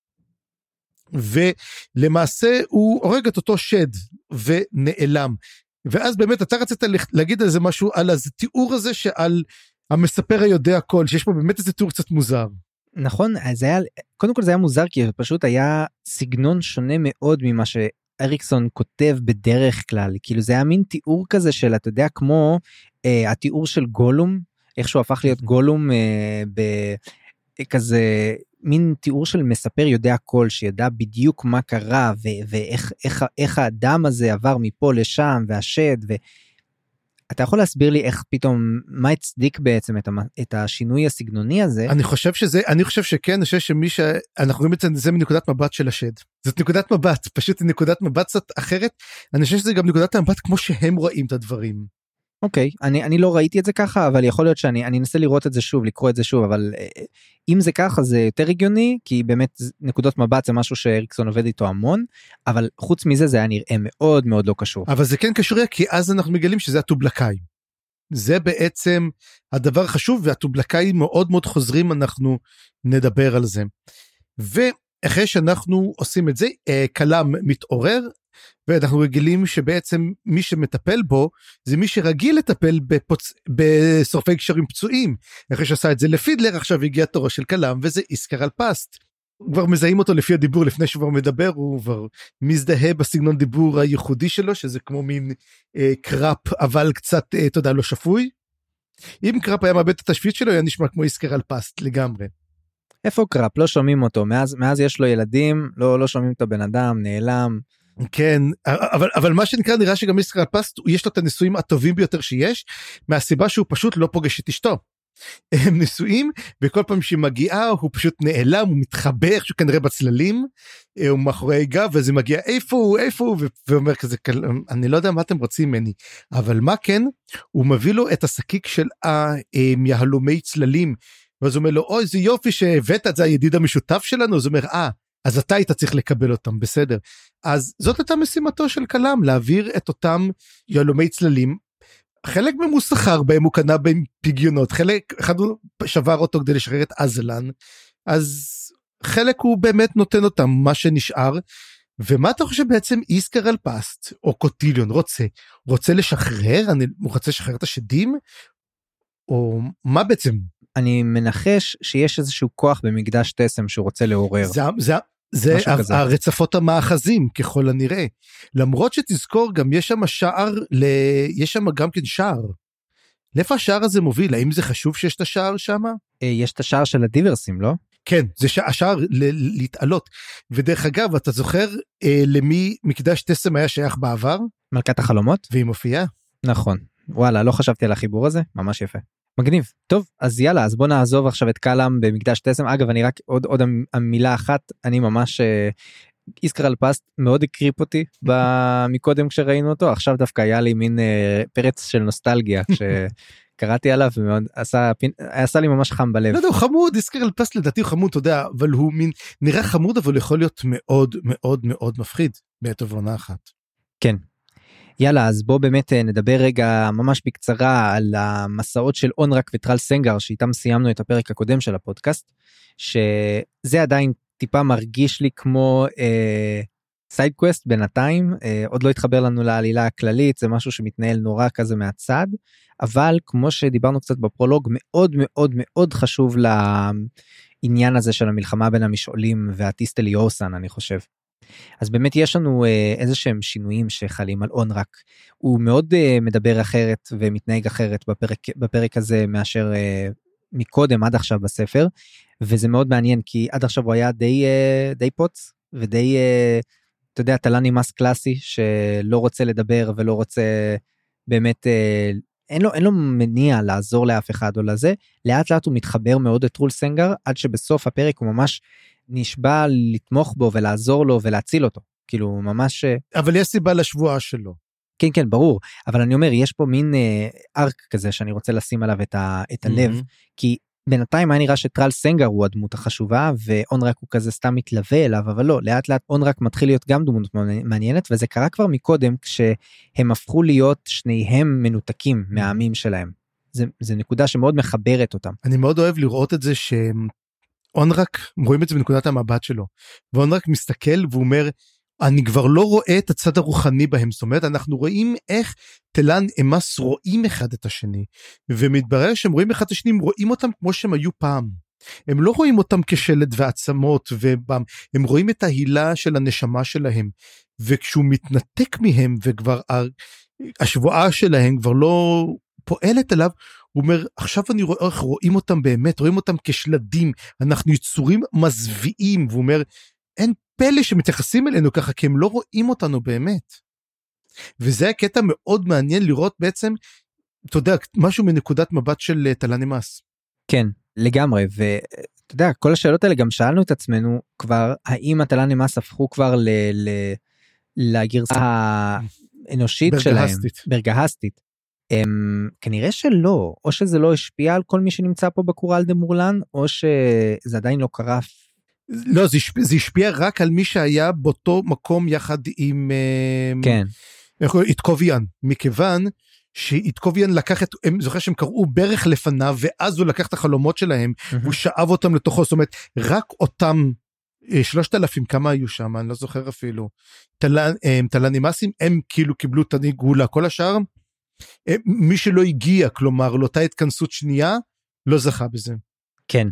[SPEAKER 2] ולמעשה הוא הורג את אותו שד ונעלם. ואז באמת אתה רצית להגיד על זה משהו, על איזה תיאור הזה שעל המספר היודע הכל, שיש פה באמת איזה תיאור קצת מוזר.
[SPEAKER 3] נכון, אז היה, קודם כל זה היה מוזר, כי פשוט היה סגנון שונה מאוד ממה שאריקסון כותב בדרך כלל, כאילו זה היה מין תיאור כזה של, אתה יודע, כמו התיאור של גולום, איך שהוא הפך להיות גולום בכזה, מין תיאור של מספר יודע הכל, שידע בדיוק מה קרה, ואיך האדם הזה עבר מפה לשם, והשד, אתה יכול להסביר לי איך פתאום, מה הצדיק בעצם את השינוי הסגנוני הזה?
[SPEAKER 2] אני חושב שכן, אני חושב אנחנו רואים את זה מנקודת מבט של השד. זאת נקודת מבט, פשוט נקודת מבט קצת אחרת, אני חושב שזה גם נקודת מבט כמו שהם רואים את הדברים.
[SPEAKER 3] אוקיי, אני לא ראיתי את זה ככה, אבל יכול להיות שאני אנסה לראות את זה שוב, לקרוא את זה שוב, אבל אם זה ככה זה יותר הגיוני, כי באמת נקודות מבט זה משהו שאריקסון עובד איתו המון, אבל חוץ מזה זה היה נראה מאוד מאוד לא קשור.
[SPEAKER 2] אבל זה כן קשור, כי אז אנחנו מגלים שזה הטובלקאי. זה בעצם הדבר החשוב, והטובלקאי מאוד מאוד חוזרים, אנחנו נדבר על זה. ואחרי שאנחנו עושים את זה, קלם מתעורר, ואנחנו רגילים שבעצם מי שמטפל בו, זה מי שרגיל לטפל בשורפי קשרים פצועים. אחרי שעשה את זה לפידלר, עכשיו הגיע תורו של קלם, וזה איסקר אלפסט. כבר מזהים אותו לפי הדיבור, לפני שהוא כבר מדבר, הוא כבר מזדהה בסגנון דיבור הייחודי שלו, שזה כמו מין קראפ, אבל קצת, אתה יודע, לא שפוי. אם קראפ היה מאבד את התשפיט שלו, היה נשמע כמו איסקר אלפסט לגמרי.
[SPEAKER 3] איפה קראפ? לא שומעים אותו, מאז יש לו ילדים, לא שומעים את הבן אדם, נעלם.
[SPEAKER 2] כן, אבל מה שנקרא, נראה שגם איסקר אלפסט, יש לו את הניסויים הטובים ביותר שיש, מהסיבה שהוא פשוט לא פוגש את אשתו. הם נשואים, וכל פעם שהיא מגיעה, הוא פשוט נעלם, הוא מתחבא, איכשהו כנראה בצללים, הוא מאחורי גב, וזה מגיע, איפה הוא, ואומר כזה, אני לא יודע מה אתם רוצים ממני, אבל מה כן, הוא מביא לו את השקיק של היהלומי צללים, ואז הוא אומר לו, אוי, זה יופי שהבאת את זה, הידיד המשותף שלנו, אז הוא אומר, אז אתה היית צריך לקבל אותם, בסדר. אז זאת הייתה משימתו של קלאם, להעביר את אותם יהלומי צללים, חלק ממוסחר בהם הוא קנה בהם פגיונות, חלק אחד הוא שבר אותו כדי לשחרר את אזלן, אז חלק הוא באמת נותן אותם, מה שנשאר, ומה אתה חושב בעצם איסקר אלפסט, או קוטיליון רוצה לשחרר, הוא רוצה לשחרר את השדים, או מה בעצם?
[SPEAKER 3] אני מנחש שיש איזשהו כוח במקדש תסם שהוא רוצה לעורר.
[SPEAKER 2] זה הרצפות המאחזים ככל הנראה, למרות שתזכור גם יש שם שער, יש שם גם כן שער, לאיפה השער הזה מוביל? האם זה חשוב שיש את השער שם?
[SPEAKER 3] יש את השער של הדיברסים, לא?
[SPEAKER 2] כן, זה השער להתעלות, ודרך אגב אתה זוכר למי מקדש תסם היה שייך בעבר?
[SPEAKER 3] מלכת החלומות?
[SPEAKER 2] והיא מופיעה?
[SPEAKER 3] נכון, וואלה לא חשבתי על החיבור הזה, ממש יפה. מגניב. טוב, אז יאללה, אז בוא נעזוב עכשיו את קלאם במקדש תסם. אגב, אני רק עוד המילה אחת, אני ממש, איסקר אלפסט מאוד הקריפ אותי מקודם כשראינו אותו, עכשיו דווקא היה לי מין פרץ של נוסטלגיה, כשקראתי עליו, ומאוד עשה לי ממש חם בלב.
[SPEAKER 2] לא יודע, הוא חמוד, איסקר אלפסט לדעתי הוא חמוד, אתה יודע, אבל הוא מין, נראה חמוד, אבל יכול להיות מאוד מאוד מאוד מפחיד, בעת ובעונה אחת. כן.
[SPEAKER 3] יאללה, אז בוא באמת נדבר רגע ממש בקצרה על המסעות של אונרק וטרל סנגר, שאיתם סיימנו את הפרק הקודם של הפודקאסט, שזה עדיין טיפה מרגיש לי כמו סיידקווסט בינתיים, עוד לא התחבר לנו לעלילה הכללית, זה משהו שמתנהל נורא כזה מהצד, אבל כמו שדיברנו קצת בפרולוג, מאוד מאוד מאוד חשוב לעניין הזה של המלחמה בין המשעולים והטיסטל יורסן, אני חושב. אז באמת יש לנו איזה שהם שינויים שחלים על אונרק, הוא מאוד מדבר אחרת ומתנהג אחרת בפרק הזה מאשר מקודם עד עכשיו בספר, וזה מאוד מעניין כי עד עכשיו הוא היה די פוץ ודי, אתה יודע, תלני מס קלאסי שלא רוצה לדבר ולא רוצה באמת, אין לו מניע לעזור לאף אחד או לזה, לאט לאט הוא מתחבר מאוד לטרול סנגר, עד שבסוף הפרק הוא ממש נשבע לתמוך בו ולעזור לו ולהציל אותו, כאילו ממש...
[SPEAKER 2] אבל יש סיבה לשבועה שלו.
[SPEAKER 3] כן, כן, ברור, אבל אני אומר, יש פה מין ארק כזה שאני רוצה לשים עליו את הלב, כי בינתיים היה נראה שטרל סנגר הוא הדמות החשובה, ואונרק הוא כזה סתם מתלווה אליו, אבל לא, לאט לאט אונרק מתחיל להיות גם דמות מעניינת, וזה קרה כבר מקודם, כשהם הפכו להיות שניהם מנותקים מהעמים שלהם. זה נקודה שמאוד מחברת אותם.
[SPEAKER 2] אני מאוד אוהב לראות את זה אונרק, רואים את זה בנקודת המבט שלו, ואונרק מסתכל ואומר, אני כבר לא רואה את הצד הרוחני בהם, זאת אומרת, אנחנו רואים איך תלן אמס רואים אחד את השני, ומתברר שהם רואים אחד את השני, הם רואים אותם כמו שהם היו פעם, הם לא רואים אותם כשלד ועצמות, הם רואים את ההילה של הנשמה שלהם, וכשהוא מתנתק מהם, וכבר השבועה שלהם כבר לא פועלת עליו, הוא אומר, עכשיו אני רואה איך רואים אותם באמת, רואים אותם כשלדים, אנחנו יצורים מזוויעים, והוא אומר, אין פלא שמתייחסים אלינו ככה, כי הם לא רואים אותנו באמת. וזה הקטע מאוד מעניין לראות בעצם, אתה יודע, משהו מנקודת מבט של תלן אמס.
[SPEAKER 3] כן, לגמרי, ואתה יודע, כל השאלות האלה גם שאלנו את עצמנו, כבר, האם התלן אמס הפכו כבר לגרסה האנושית שלהם, ברגהסטית. כנראה שלא, או שזה לא השפיע על כל מי שנמצא פה בקורל דה מורלן, או שזה עדיין לא קרה.
[SPEAKER 2] לא, זה השפיע רק על מי שהיה באותו מקום יחד עם
[SPEAKER 3] כן.
[SPEAKER 2] איתקוביאן, מכיוון שאיתקוביאן לקח את, הם זוכר שהם קראו ברך לפניו, ואז הוא לקח את החלומות שלהם, הוא שאב אותם לתוכו, זאת אומרת, רק אותם 3,000, כמה היו שם, אני לא זוכר אפילו, תלנימסים, הם כאילו קיבלו את הניגולה, כל השאר, מי שלא הגיע, כלומר, לאותה התכנסות שנייה, לא זכה בזה.
[SPEAKER 3] כן.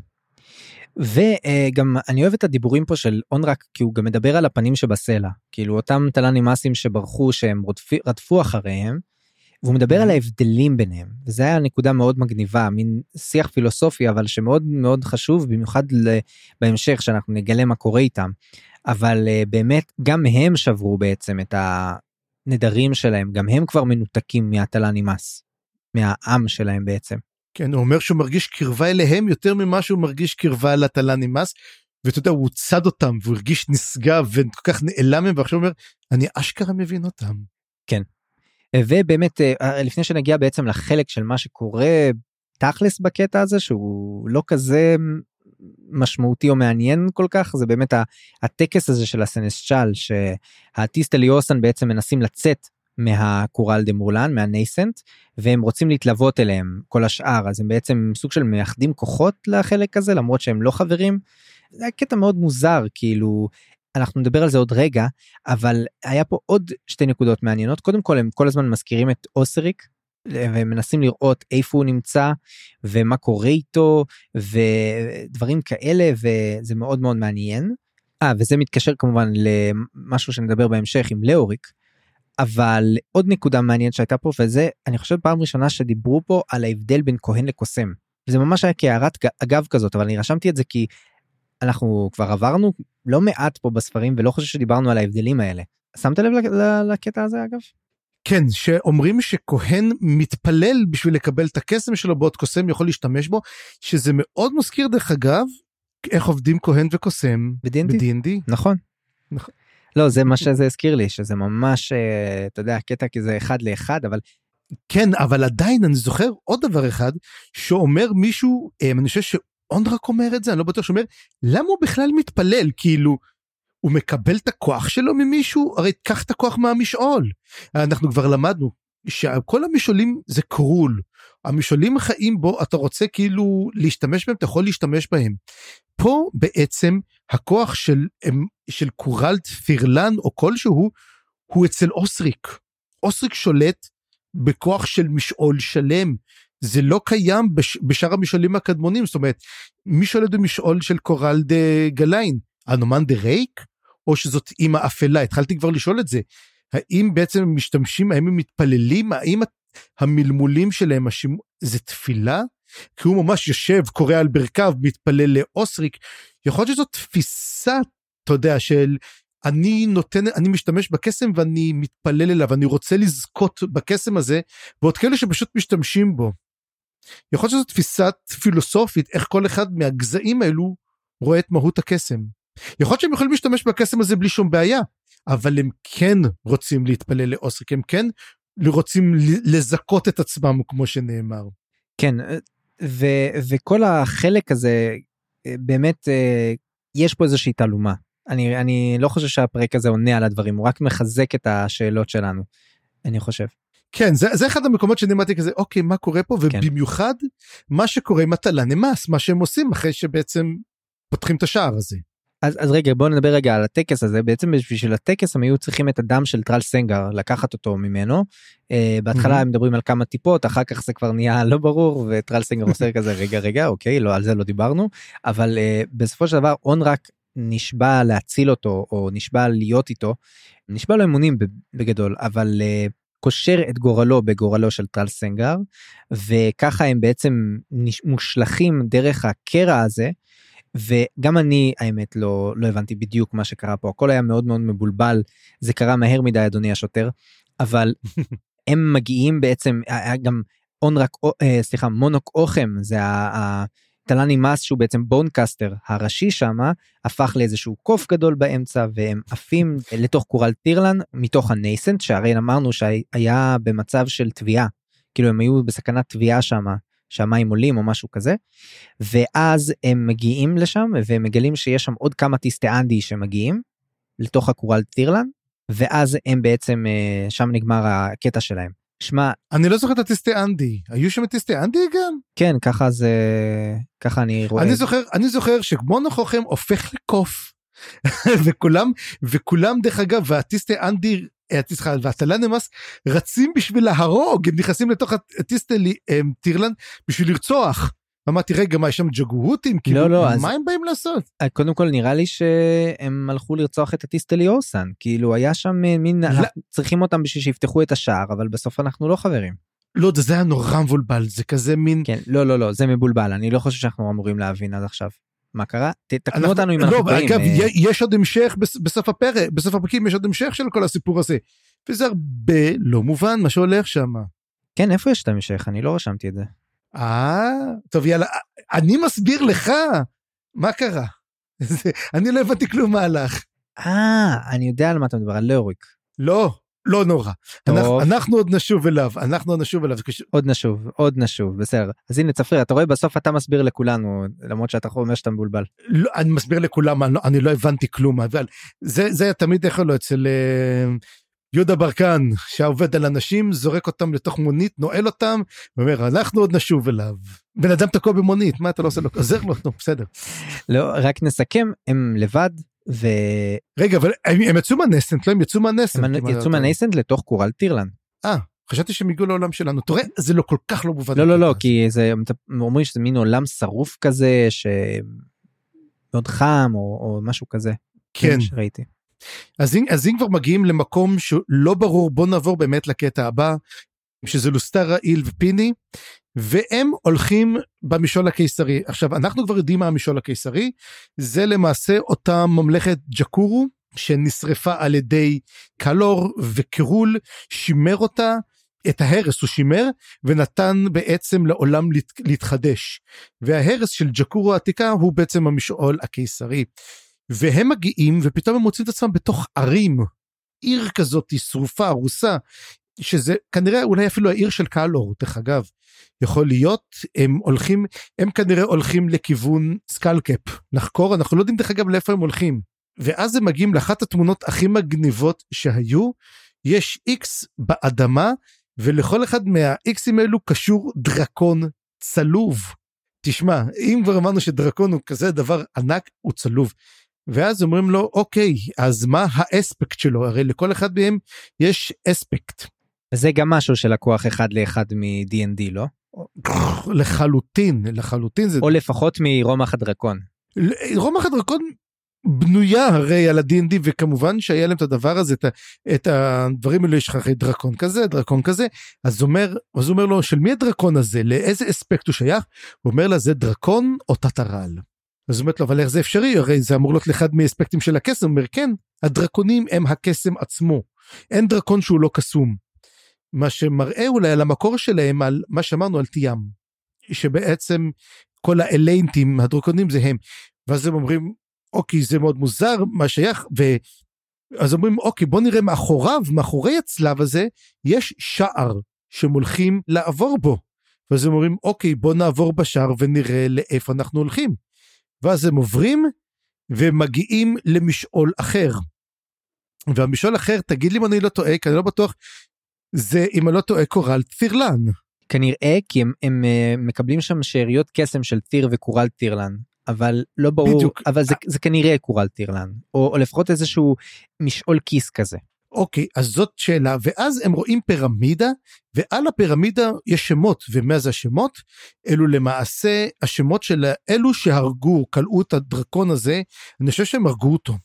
[SPEAKER 3] וגם אני אוהב את הדיבורים פה של אונרק, כי הוא גם מדבר על הפנים שבסלע, כאילו אותם תלנימסים שברחו, שהם רדפו אחריהם, והוא מדבר על ההבדלים ביניהם, וזה היה נקודה מאוד מגניבה, מין שיח פילוסופי, אבל שמאוד מאוד חשוב, במיוחד בהמשך, שאנחנו נגלה מה קורה איתם, אבל באמת, גם הם שברו בעצם את הנדרים שלהם, גם הם כבר מנותקים מהתלנימס, מהעם שלהם בעצם.
[SPEAKER 2] כן, הוא אומר שהוא מרגיש קרבה אליהם יותר ממה שהוא מרגיש קרבה לתלנימאס, ואתה יודע, הוא צד אותם, והוא הרגיש נשגב, וכל כך נעלם מהם, ועכשיו הוא אומר, אני אשכרה מבין אותם.
[SPEAKER 3] כן. ובאמת, לפני שנגיע בעצם לחלק של מה שקורה תכלס בקטע הזה, שהוא לא כזה משמעותי או מעניין כל כך, זה באמת הטקס הזה של הסנסצ'ל, שהטיסטליוסן בעצם מנסים לצאת מהקורל דה מורלן, מהנייסנט, והם רוצים להתלוות אליהם, כל השאר, אז הם בעצם סוג של מאחדים כוחות לחלק הזה, למרות שהם לא חברים. זה היה קטע מאוד מוזר, כאילו, אנחנו נדבר על זה עוד רגע, אבל היה פה עוד שתי נקודות מעניינות. קודם כל, הם כל הזמן מזכירים את אוסריק, והם מנסים לראות איפה הוא נמצא, ומה קורה איתו, ודברים כאלה, וזה מאוד מאוד מעניין. וזה מתקשר כמובן למשהו שנדבר בהמשך עם לאוריק, אבל עוד נקודה מעניינת שהייתה פה, וזה, אני חושב פעם ראשונה שדיברו פה על ההבדל בין כהן לקוסם. וזה ממש היה כהערת אגב כזאת, אבל אני רשמתי את זה כי אנחנו כבר עברנו לא מעט פה בספרים, ולא חושב שדיברנו על ההבדלים האלה. שמת לב לקטע הזה אגב?
[SPEAKER 2] כן, שאומרים שכהן מתפלל בשביל לקבל את הקסם שלו, בעוד קוסם יכול להשתמש בו, שזה מאוד מזכיר דרך אגב, איך עובדים כהן וקוסם ב-D&D.
[SPEAKER 3] נכון. לא, זה מה שזה הזכיר לי, שזה ממש, אתה יודע, קטע כי זה אחד לאחד, אבל...
[SPEAKER 2] כן, אבל עדיין אני זוכר עוד דבר אחד, שאומר מישהו, אני חושב שאונדרק אומר את זה, אני לא בטוח שאומר, למה הוא בכלל מתפלל? כאילו, הוא מקבל את הכוח שלו ממישהו? הרי קח את הכוח מהמשעול. אנחנו כבר למדנו, שכל המשעולים זה קרול. המשעולים החיים בו, אתה רוצה כאילו להשתמש בהם, אתה יכול להשתמש בהם. פה בעצם הכוח של קורלד פירלן או כלשהו, הוא אצל אוסריק. אוסריק שולט בכוח של משעול שלם. זה לא קיים בשאר המשעולים הקדמונים, זאת אומרת, מי שולט במשעול של קורלד גליין? אנומן דה רייק? או שזאת אימא אפלה? התחלתי כבר לשאול את זה. האם בעצם הם משתמשים, האם הם מתפללים, האם המלמולים שלהם, זה תפילה? כי הוא ממש יושב, קורא על ברכיו, מתפלל לאוסריק. יכול להיות שזאת תפיסה, אתה יודע, של אני משתמש בקסם ואני מתפלל אליו, אני רוצה לזכות בקסם הזה, ועוד כאלה שפשוט משתמשים בו. יכול להיות שזאת תפיסה פילוסופית, איך כל אחד מהגזעים האלו רואה את מהות הקסם. יכול להיות שהם יכולים להשתמש בקסם הזה בלי שום בעיה, אבל הם כן רוצים להתפלל לאוסריק, הם כן רוצים לזכות את עצמם, כמו שנאמר.
[SPEAKER 3] כן, וכל החלק הזה, באמת, יש פה איזושהי תעלומה. אני לא חושב שהפרק הזה עונה על הדברים, הוא רק מחזק את השאלות שלנו, אני חושב.
[SPEAKER 2] כן, זה אחד המקומות שנאמרתי כזה, אוקיי, מה קורה פה? ובמיוחד, מה שקורה עם התלנימאס, מה שהם עושים אחרי שבעצם פותחים את השער הזה.
[SPEAKER 3] אז רגע, בואו נדבר רגע על הטקס הזה. בעצם בשביל הטקס הם היו צריכים את הדם של טרל סנגר, לקחת אותו ממנו. בהתחלה הם מדברים על כמה טיפות, אחר כך זה כבר נהיה לא ברור, וטרל סנגר עושה כזה, רגע, אוקיי, לא, על זה לא דיברנו. אבל בסופו של דבר, אונרק נשבע להציל אותו, או נשבע להיות איתו, נשבע לו אמונים בגדול, אבל קושר את גורלו בגורלו של טרל סנגר, וככה הם בעצם מושלכים דרך הקרע הזה, וגם אני, האמת, לא הבנתי בדיוק מה שקרה פה, הכל היה מאוד מאוד מבולבל, זה קרה מהר מדי, אדוני השוטר, אבל הם מגיעים בעצם, גם מונוק אוכם, זה התלנימאס שהוא בעצם בונקסטר, הראשי שמה, הפך לאיזשהו קוף גדול באמצע, והם עפים לתוך קורל טירלן, מתוך הנייסנט, שהרי אמרנו שהיה במצב של תביעה, כאילו הם היו בסכנת תביעה שמה, שהמים עולים או משהו כזה, ואז הם מגיעים לשם, והם מגלים שיש שם עוד כמה טיסטי-אנדי שמגיעים, לתוך הקורל טירלן, ואז הם בעצם, שם נגמר הקטע שלהם. שמה...
[SPEAKER 2] אני לא זוכר את הטיסטי-אנדי, היו שם טיסטי-אנדי גם?
[SPEAKER 3] כן, ככה אני רואה.
[SPEAKER 2] אני זוכר שמונוק אוכם הופך לקוף, וכולם דרך אגב, והטיסטי-אנדי, והתלנימאס רצים בשביל להרוג, הם נכנסים לתוך טירלן בשביל לרצוח. אמרתי, רגע, מה, יש שם ג'גוהותים?
[SPEAKER 3] לא,
[SPEAKER 2] מה הם באים לעשות?
[SPEAKER 3] קודם כל נראה לי שהם הלכו לרצוח את הטיסטליוסן, כאילו היה שם מין, צריכים אותם בשביל שיפתחו את השער, אבל בסוף אנחנו לא חברים.
[SPEAKER 2] לא, זה היה נורא מבולבל, זה כזה מין...
[SPEAKER 3] כן, לא, זה מבולבל, אני לא חושב שאנחנו אמורים להבין עד עכשיו. מה קרה? תקנו אותנו אם אנחנו באים.
[SPEAKER 2] אגב, יש עוד המשך בסוף הפרק, בסוף הפרקים יש עוד המשך של כל הסיפור הזה, וזה הרבה לא מובן מה שהולך שם.
[SPEAKER 3] כן, איפה יש את המשך? אני לא רשמתי את זה.
[SPEAKER 2] טוב יאללה, אני מסביר לך, מה קרה? אני לא הבנתי כלום מהלך.
[SPEAKER 3] אני יודע על מה אתה מדבר, על לאוריק.
[SPEAKER 2] לא נורא. אנחנו עוד נשוב אליו, עוד נשוב,
[SPEAKER 3] בסדר. אז הנה צפריר, אתה רואה בסוף אתה מסביר לכולנו, למרות שאתה אומר שאתה מבולבל.
[SPEAKER 2] לא, אני מסביר לכולם, אני לא הבנתי כלום, אבל זה תמיד יכול להיות אצל יהודה ברקן, שעובד על אנשים, זורק אותם לתוך מונית, נועל אותם, ואומר, אנחנו עוד נשוב אליו. בן אדם תקוע במונית, מה אתה לא עושה לו? עוזר לו, בסדר.
[SPEAKER 3] לא, רק נסכם, הם לבד,
[SPEAKER 2] רגע, אבל הם יצאו מהנסנט, לא הם יצאו מהנסנט.
[SPEAKER 3] הם יצאו מהנסנט לתוך קורל טירלן.
[SPEAKER 2] חשבתי שהם הגיעו לעולם שלנו. תראה, זה לא כל כך לא מובן.
[SPEAKER 3] לא, כי אומרים שזה מין עולם שרוף כזה, שמאוד חם, או משהו כזה.
[SPEAKER 2] כן.
[SPEAKER 3] שראיתי.
[SPEAKER 2] אז אם כבר מגיעים למקום שלא ברור, בוא נעבור באמת לקטע הבא, שזה לוסטרה, איל ופיני, והם הולכים במשול הקיסרי. עכשיו, אנחנו כבר יודעים מה המשול הקיסרי, זה למעשה אותה ממלכת ג'קורו, שנשרפה על ידי קלור וקרול, שימר אותה, את ההרס הוא שימר, ונתן בעצם לעולם להתחדש. וההרס של ג'קורו העתיקה, הוא בעצם המשול הקיסרי. והם מגיעים, ופתאום הם מוצאים את עצמם בתוך ערים, עיר כזאת, שרופה, הרוסה, שזה כנראה אולי אפילו העיר של קלור, דרך אגב, יכול להיות, הם כנראה הולכים לכיוון סקלקאפ, לחקור, אנחנו לא יודעים דרך אגב לאיפה הם הולכים, ואז הם מגיעים לאחת התמונות הכי מגניבות שהיו, יש איקס באדמה, ולכל אחד מהאיקסים האלו קשור דרקון צלוב, תשמע, אם כבר אמרנו שדרקון הוא כזה דבר ענק, הוא צלוב, ואז אומרים לו, אוקיי, אז מה האספקט שלו? הרי לכל אחד מהם יש אספקט.
[SPEAKER 3] זה גם משהו שלקוח אחד לאחד מ-D&D, לא?
[SPEAKER 2] לחלוטין זה...
[SPEAKER 3] או לפחות מרומח הדרקון.
[SPEAKER 2] רומח הדרקון בנויה הרי על ה-D&D, וכמובן שהיה להם את הדבר הזה, את הדברים האלה, יש לך אחרי דרקון כזה, אז הוא אומר לו, של מי הדרקון הזה? לאיזה אספקט הוא שייך? הוא אומר לה, זה דרקון או תתרל. אז הוא אומר לו, אבל איך זה אפשרי? הרי זה אמור להיות לאחד מאספקטים של הקסם. הוא אומר, כן, הדרקונים הם הקסם עצמו. אין דרקון שהוא לא קסום. מה שמראה אולי על המקור שלהם, על מה שאמרנו על תיאם, שבעצם כל האליינטים, הדרקונים זה הם. ואז הם אומרים, אוקיי, זה מאוד מוזר, מה שייך, אז אומרים, אוקיי, בוא נראה מאחורי הצלב הזה, יש שער שהם הולכים לעבור בו. ואז הם אומרים, אוקיי, בוא נעבור בשער ונראה לאיפה אנחנו הולכים. ואז הם עוברים ומגיעים למשעול אחר. והמשעול אחר, תגיד לי אם אני לא טועה, כי אני לא בטוח, זה אם אני לא טועה קורל טירלן.
[SPEAKER 3] כנראה, כי הם מקבלים שם שאריות קסם של טיר וקורל טירלן, אבל לא ברור, בדיוק. אבל זה כנראה קורל טירלן, או לפחות איזשהו משעול כיס כזה.
[SPEAKER 2] אוקיי, אז זאת שאלה, ואז הם רואים פירמידה, ועל הפירמידה יש שמות, ומה זה השמות? אלו למעשה השמות של אלו שהרגו, קלעו את הדרקון הזה, אני חושב שהם הרגו אותו,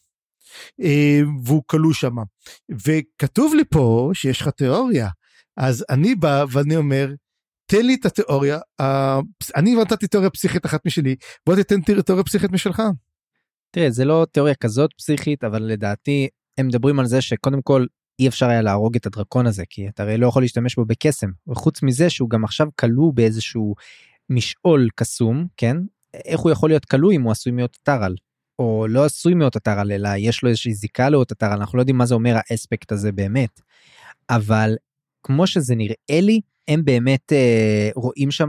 [SPEAKER 2] והוא קלעו שם, וכתוב לי פה שיש לך תיאוריה, אז אני בא ואני אומר, תן לי את התיאוריה, אני נתתי תיאוריה פסיכית אחת משלי, בוא תתן תיאוריה פסיכית משלך.
[SPEAKER 3] תראה, זה לא תיאוריה כזאת פסיכית, אבל לדעתי, הם מדברים על זה שקודם כל אי אפשר היה להרוג את הדרקון הזה, כי אתה הרי לא יכול להשתמש בו בקסם, וחוץ מזה שהוא גם עכשיו כלוא באיזשהו משעול קסום, כן? איך הוא יכול להיות כלוא אם הוא עשוי מאותו טרל? או לא עשוי מאותו טרל, אלא יש לו איזושהי זיקה לאותו טרל, אנחנו לא יודעים מה זה אומר האספקט הזה באמת, אבל כמו שזה נראה לי, הם באמת רואים שם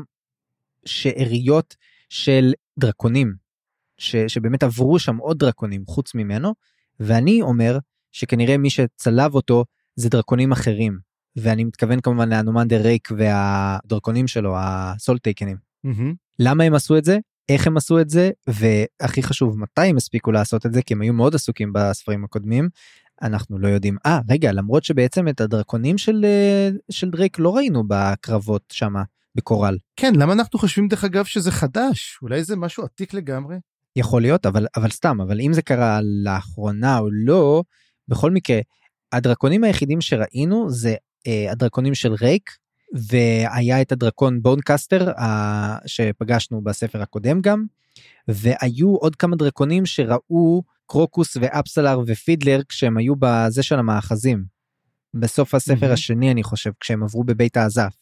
[SPEAKER 3] שאריות של דרקונים, שבאמת עברו שם עוד דרקונים חוץ ממנו, ואני אומר שכנראה מי שצלב אותו זה דרקונים אחרים, ואני מתכוון כמובן לאנומנדר רייק והדרקונים שלו, הסולטייקנים. למה הם עשו את זה? איך הם עשו את זה? והכי חשוב, מתי הם הספיקו לעשות את זה? כי הם היו מאוד עסוקים בספרים הקודמים, אנחנו לא יודעים. רגע, למרות שבעצם את הדרקונים של דרייק לא ראינו בקרבות שמה בקורל.
[SPEAKER 2] כן, למה אנחנו חושבים דרך אגב שזה חדש? אולי זה משהו עתיק לגמרי?
[SPEAKER 3] יכול להיות, אבל סתם, אבל אם זה קרה לאחרונה או לא, בכל מקרה, הדרקונים היחידים שראינו זה הדרקונים של רייק, והיה את הדרקון בונקסטר שפגשנו בספר הקודם גם, והיו עוד כמה דרקונים שראו קרוקוס ואפסלר ופידלר כשהם היו בזה של המאחזים, בסוף הספר השני אני חושב, כשהם עברו בבית האזף.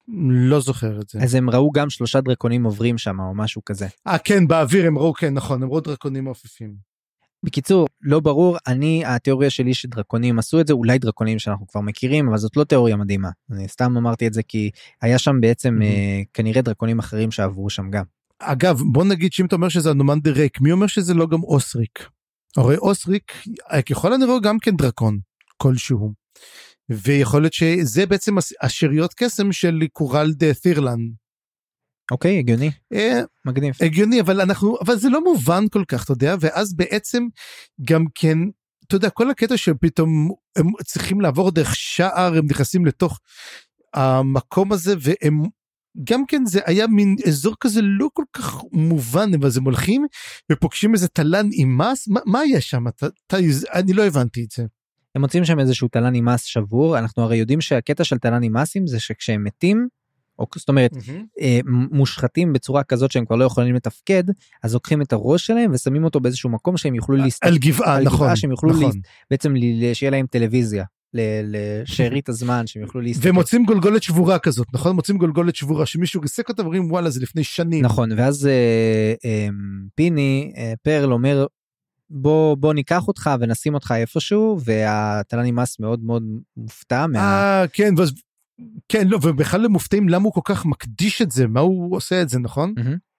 [SPEAKER 2] לא זוכר את זה.
[SPEAKER 3] אז הם ראו גם 3 דרקונים עוברים שם, או משהו כזה.
[SPEAKER 2] כן, באוויר הם ראו, כן, נכון, הם ראו דרקונים מעופפים.
[SPEAKER 3] בקיצור, לא ברור, התיאוריה שלי שדרקונים עשו את זה, אולי דרקונים שאנחנו כבר מכירים, אבל זאת לא תיאוריה מדהימה. אני סתם אמרתי את זה כי היה שם בעצם כנראה דרקונים אחרים שעברו שם גם.
[SPEAKER 2] אגב, בוא נגיד שאם אתה אומר שזה אנומנדר ריק, מי אומר שזה לא גם אוסריק? הרי אוסריק, ככל הנראה גם כן דרקון, כלשהו. ויכול להיות שזה בעצם השאריות קסם של קורלד תירלן.
[SPEAKER 3] אוקיי, הגיוני. מגניב.
[SPEAKER 2] הגיוני, אבל זה לא מובן כל כך, אתה יודע, ואז בעצם גם כן, אתה יודע, כל הקטע שפתאום הם צריכים לעבור דרך שער, הם נכנסים לתוך המקום הזה, והם גם כן זה היה מין אזור כזה לא כל כך מובן, אבל הם הולכים ופוגשים איזה תלן עם מס, מה היה שם? אני לא הבנתי את זה.
[SPEAKER 3] הם מוצאים שם איזשהו תלן עם מס שבור, אנחנו הרי יודעים שהקטע של תלן עם מסים זה שכשהם מתים, או זאת אומרת, מושחתים בצורה כזאת שהם כבר לא יכולים לתפקד, אז לוקחים את הראש שלהם ושמים אותו באיזשהו מקום שהם יוכלו להסתכל.
[SPEAKER 2] על גבעה, נכון.
[SPEAKER 3] שהם יוכלו בעצם שיהיה להם טלוויזיה, לשארית הזמן שהם יוכלו להסתכל.
[SPEAKER 2] ומוצאים גולגולת שבורה כזאת, נכון? מוצאים גולגולת שבורה שמישהו ריסק אותה ואומרים וואלה זה לפני שנים.
[SPEAKER 3] נכון, ואז פיני, פרל אומר, בוא ניקח אותך ונשים אותך איפשהו, והתלן עם מס מאוד מאוד מופתע.
[SPEAKER 2] כן, כן, לא, ובכלל הם מופתעים למה הוא כל כך מקדיש את זה, מה הוא עושה את זה, נכון?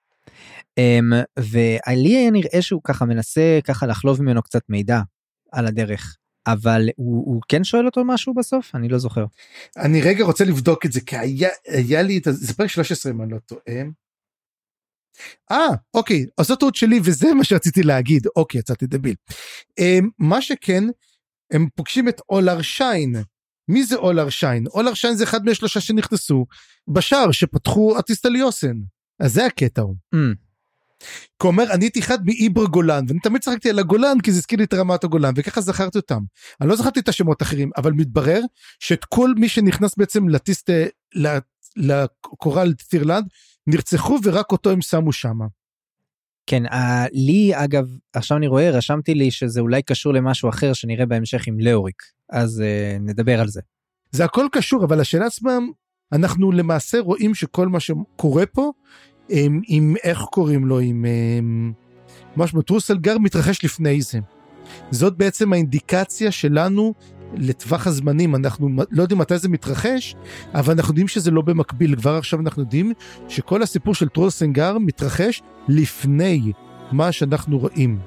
[SPEAKER 3] ולי היה נראה שהוא ככה מנסה ככה לחלוב ממנו קצת מידע על הדרך, אבל הוא כן שואל אותו משהו בסוף? אני לא זוכר.
[SPEAKER 2] אני רגע רוצה לבדוק את זה, כי היה לי, זה פרק 13 אם אני לא טועה. אוקיי, אז זאת טעות שלי, וזה מה שרציתי להגיד, אוקיי, יצאתי דביל. מה שכן, הם פוגשים את אולר שיין. מי זה אולר שיין? אולר שיין זה אחד מהשלושה שנכנסו בשער שפתחו אטיסטליוסן. אז זה הקטע הוא. כלומר, אני הייתי אחד מאיבר גולן, ואני תמיד צחקתי על הגולן, כי זה הזכיר לי את רמת הגולן, וככה זכרתי אותם. אני לא זכרתי את השמות אחרים, אבל מתברר שאת כל מי שנכנס בעצם לקורל תירלנד, נרצחו ורק אותו הם שמו שמה.
[SPEAKER 3] כן, לי אגב, עכשיו אני רואה, רשמתי לי שזה אולי קשור למשהו אחר שנראה בהמשך עם לאוריק, אז נדבר על זה.
[SPEAKER 2] זה הכל קשור, אבל השאלה עצמם, אנחנו למעשה רואים שכל מה שקורה פה, עם איך קוראים לו, עם משהו, טרוסלגר מתרחש לפני זה. זאת בעצם האינדיקציה שלנו לטווח הזמנים, אנחנו לא יודעים מתי זה מתרחש, אבל אנחנו יודעים שזה לא במקביל, כבר עכשיו אנחנו יודעים שכל הסיפור של טרוסלגר מתרחש לפני מה שאנחנו רואים.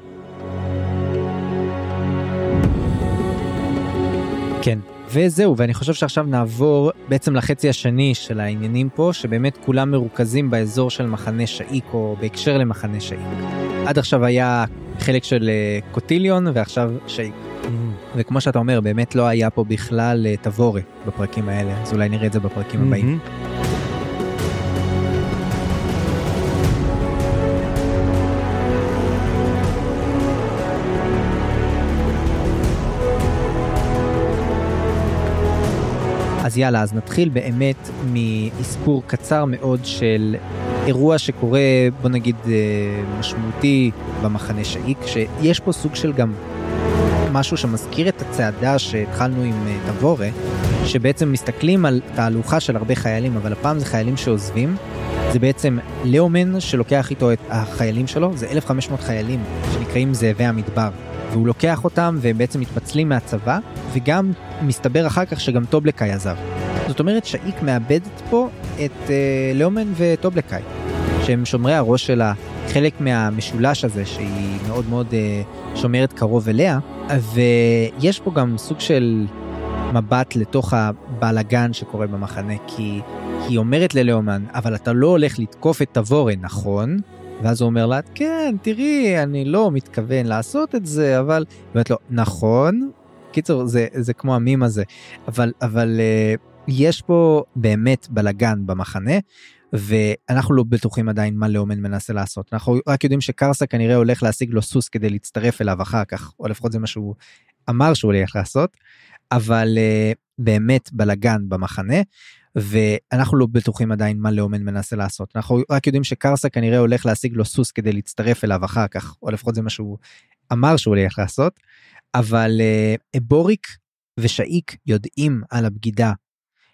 [SPEAKER 2] כן.
[SPEAKER 3] וזהו, ואני חושב שעכשיו נעבור בעצם לחצי השני של העניינים פה, שבאמת כולם מרוכזים באזור של מחנה שאיק, או בהקשר למחנה שאיק. עד עכשיו היה חלק של קוטיליון, ועכשיו שאיק. וכמו שאתה אומר, באמת לא היה פה בכלל תבורה בפרקים האלה, אז אולי נראה את זה בפרקים הבאים. אז יאללה, אז נתחיל באמת מאספור קצר מאוד של אירוע שקורה, בוא נגיד, משמעותי במחנה שאיק, שיש פה סוג של גם משהו שמזכיר את הצעדה שהתחלנו עם תבורה, שבעצם מסתכלים על תהלוכה של הרבה חיילים, אבל הפעם זה חיילים שעוזבים, זה בעצם לאומן שלוקח איתו את החיילים שלו, זה 1,500 חיילים שנקראים זאבי המדבר, והוא לוקח אותם והם בעצם מתפצלים מהצבא, וגם מסתבר אחר כך שגם טובלקאי עזב. זאת אומרת שאיק מאבדת פה את לאומן וטובלקאי, שהם שומרי הראש שלה, חלק מהמשולש הזה שהיא מאוד מאוד שומרת קרוב אליה, ויש פה גם סוג של מבט לתוך הבלגן שקורה במחנה, כי היא אומרת ללאומן, אבל אתה לא הולך לתקוף את תבורה, נכון? ואז הוא אומר לה, כן, תראי, אני לא מתכוון לעשות את זה, אבל, באמת לא, נכון, קיצור, זה כמו המים הזה, אבל יש פה באמת בלגן במחנה, ואנחנו לא בטוחים עדיין מה לאומן מנסה לעשות, אנחנו רק יודעים שקרסה כנראה הולך להשיג לו סוס כדי להצטרף אליו אחר כך, או לפחות זה מה שהוא אמר שהוא הולך לעשות, אבל באמת בלגן במחנה, ואנחנו לא בטוחים עדיין מה לאומן מנסה לעשות, אנחנו רק יודעים שקרסה כנראה הולך להשיג לו סוס כדי להצטרף אליו אחר כך, או לפחות זה מה שהוא אמר שהוא הולך לעשות, אבל אבוריק ושאיק יודעים על הבגידה,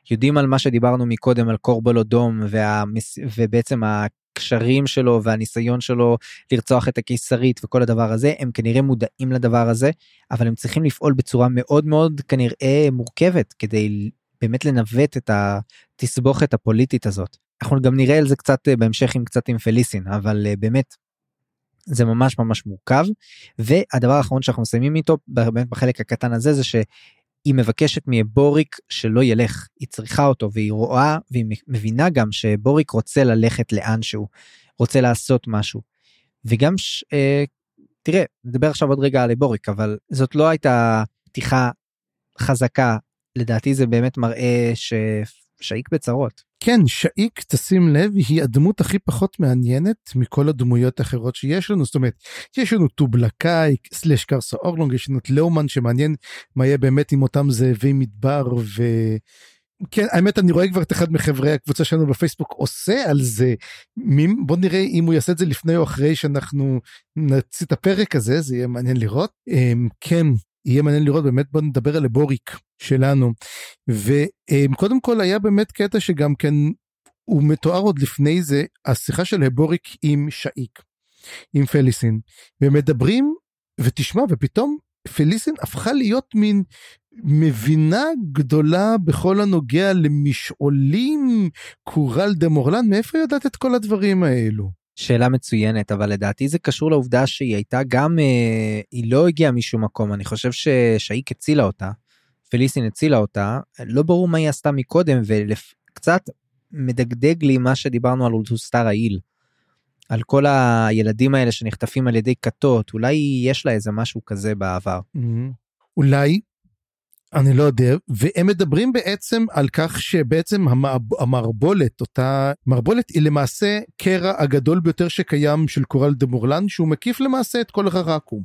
[SPEAKER 3] יודעים על מה שדיברנו מקודם, על קורבלודום, ובעצם הקשרים שלו והניסיון שלו לרצוח את הקיסרית וכל הדבר הזה, הם כנראה מודעים לדבר הזה, אבל הם צריכים לפעול בצורה מאוד מאוד כנראה מורכבת, כדי באמת לנווט את התסבוכת הפוליטית הזאת. אנחנו גם נראה על זה קצת בהמשך עם פליסין, אבל באמת זה ממש ממש מורכב, והדבר האחרון שאנחנו מסיימים איתו, באמת בחלק הקטן הזה, זה שהיא מבקשת מבוריק שלא ילך, היא צריכה אותו, והיא רואה, והיא מבינה גם שבוריק רוצה ללכת לאן שהוא, רוצה לעשות משהו, וגם, תראה, נדבר עכשיו עוד רגע על בוריק, אבל זאת לא הייתה פתיחה חזקה, לדעתי זה באמת מראה ששאיק בצרות.
[SPEAKER 2] כן, שאיק, תשים לב, היא הדמות הכי פחות מעניינת מכל הדמויות האחרות שיש לנו, זאת אומרת, יש לנו טובלקאי, סלש קרסה אורלונג, יש לנו את לאומן שמעניין מה יהיה באמת עם אותם זאבי מדבר, כן, האמת אני רואה כבר את אחד מחברי הקבוצה שלנו בפייסבוק עושה על זה, בוא נראה אם הוא יעשה את זה לפני או אחרי שאנחנו נצא את הפרק הזה, זה יהיה מעניין לראות, כן, יהיה מעניין לראות, באמת בוא נדבר על הבוריק שלנו, וקודם כל היה באמת קטע שגם כן, הוא מתואר עוד לפני זה, השיחה של הבוריק עם שאיק, עם פליסין, ומדברים, ותשמע, ופתאום פליסין הפכה להיות מין מבינה גדולה בכל הנוגע למשעולים, קורל דה מורלן, מאיפה יודעת את כל הדברים האלו?
[SPEAKER 3] שאלה מצוינת, אבל לדעתי זה קשור לעובדה שהיא הייתה גם, היא לא הגיעה משום מקום, אני חושב ששאיק הצילה אותה, פליסין הצילה אותה, לא ברור מה היא עשתה מקודם, וקצת מדגדג לי מה שדיברנו על אולטוסטר העיל, על כל הילדים האלה שנחטפים על ידי כתות, אולי יש לה איזה משהו כזה בעבר.
[SPEAKER 2] אולי, אני לא יודע, והם מדברים בעצם על כך שבעצם המערבולת, אותה מערבולת היא למעשה קרע הגדול ביותר שקיים של קורל דה מורלן, שהוא מקיף למעשה את כל הרקום.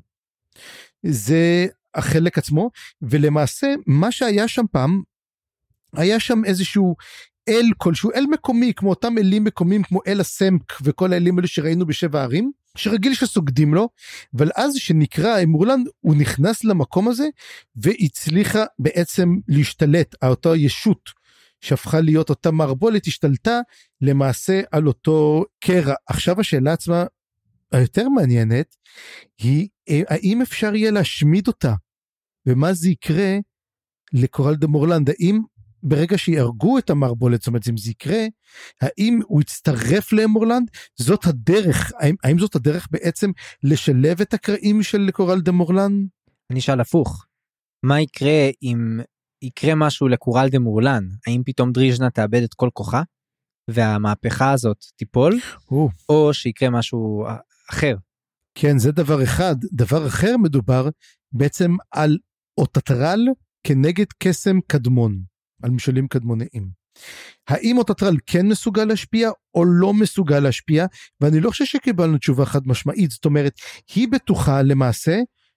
[SPEAKER 2] זה החלק עצמו, ולמעשה מה שהיה שם פעם, היה שם איזשהו אל כלשהו, אל מקומי, כמו אותם אלים מקומיים, כמו אל הסמק, וכל האלים האלה שראינו בשבע ערים, שרגיל שסוגדים לו, אבל אז שנקרא מורלן, הוא נכנס למקום הזה, והצליחה בעצם להשתלט, על אותו ישות, שהפכה להיות אותה מערבולת, השתלטה למעשה על אותו קרע. עכשיו השאלה עצמה, היותר מעניינת, היא, האם אפשר יהיה להשמיד אותה, ומה זה יקרה לקורל דה מורלן, האם ברגע שיהרגו את המערבולת, זאת אומרת, אם זה יקרה, האם הוא יצטרף למורלנד? זאת הדרך, האם זאת הדרך בעצם לשלב את הקרעים של קורל דה מורלן?
[SPEAKER 3] אני שאל הפוך, מה יקרה אם יקרה משהו לקורל דה מורלן? האם פתאום דריז'נה תאבד את כל כוחה, והמהפכה הזאת תיפול, או שיקרה משהו אחר?
[SPEAKER 2] כן, זה דבר אחד. דבר אחר מדובר בעצם על אוטטרל כנגד קסם קדמון. על משלים קדמוניים. האם אוטטרל כן מסוגל להשפיע או לא מסוגל להשפיע, ואני לא חושב שקיבלנו תשובה חד משמעית, זאת אומרת, היא בטוחה למעשה,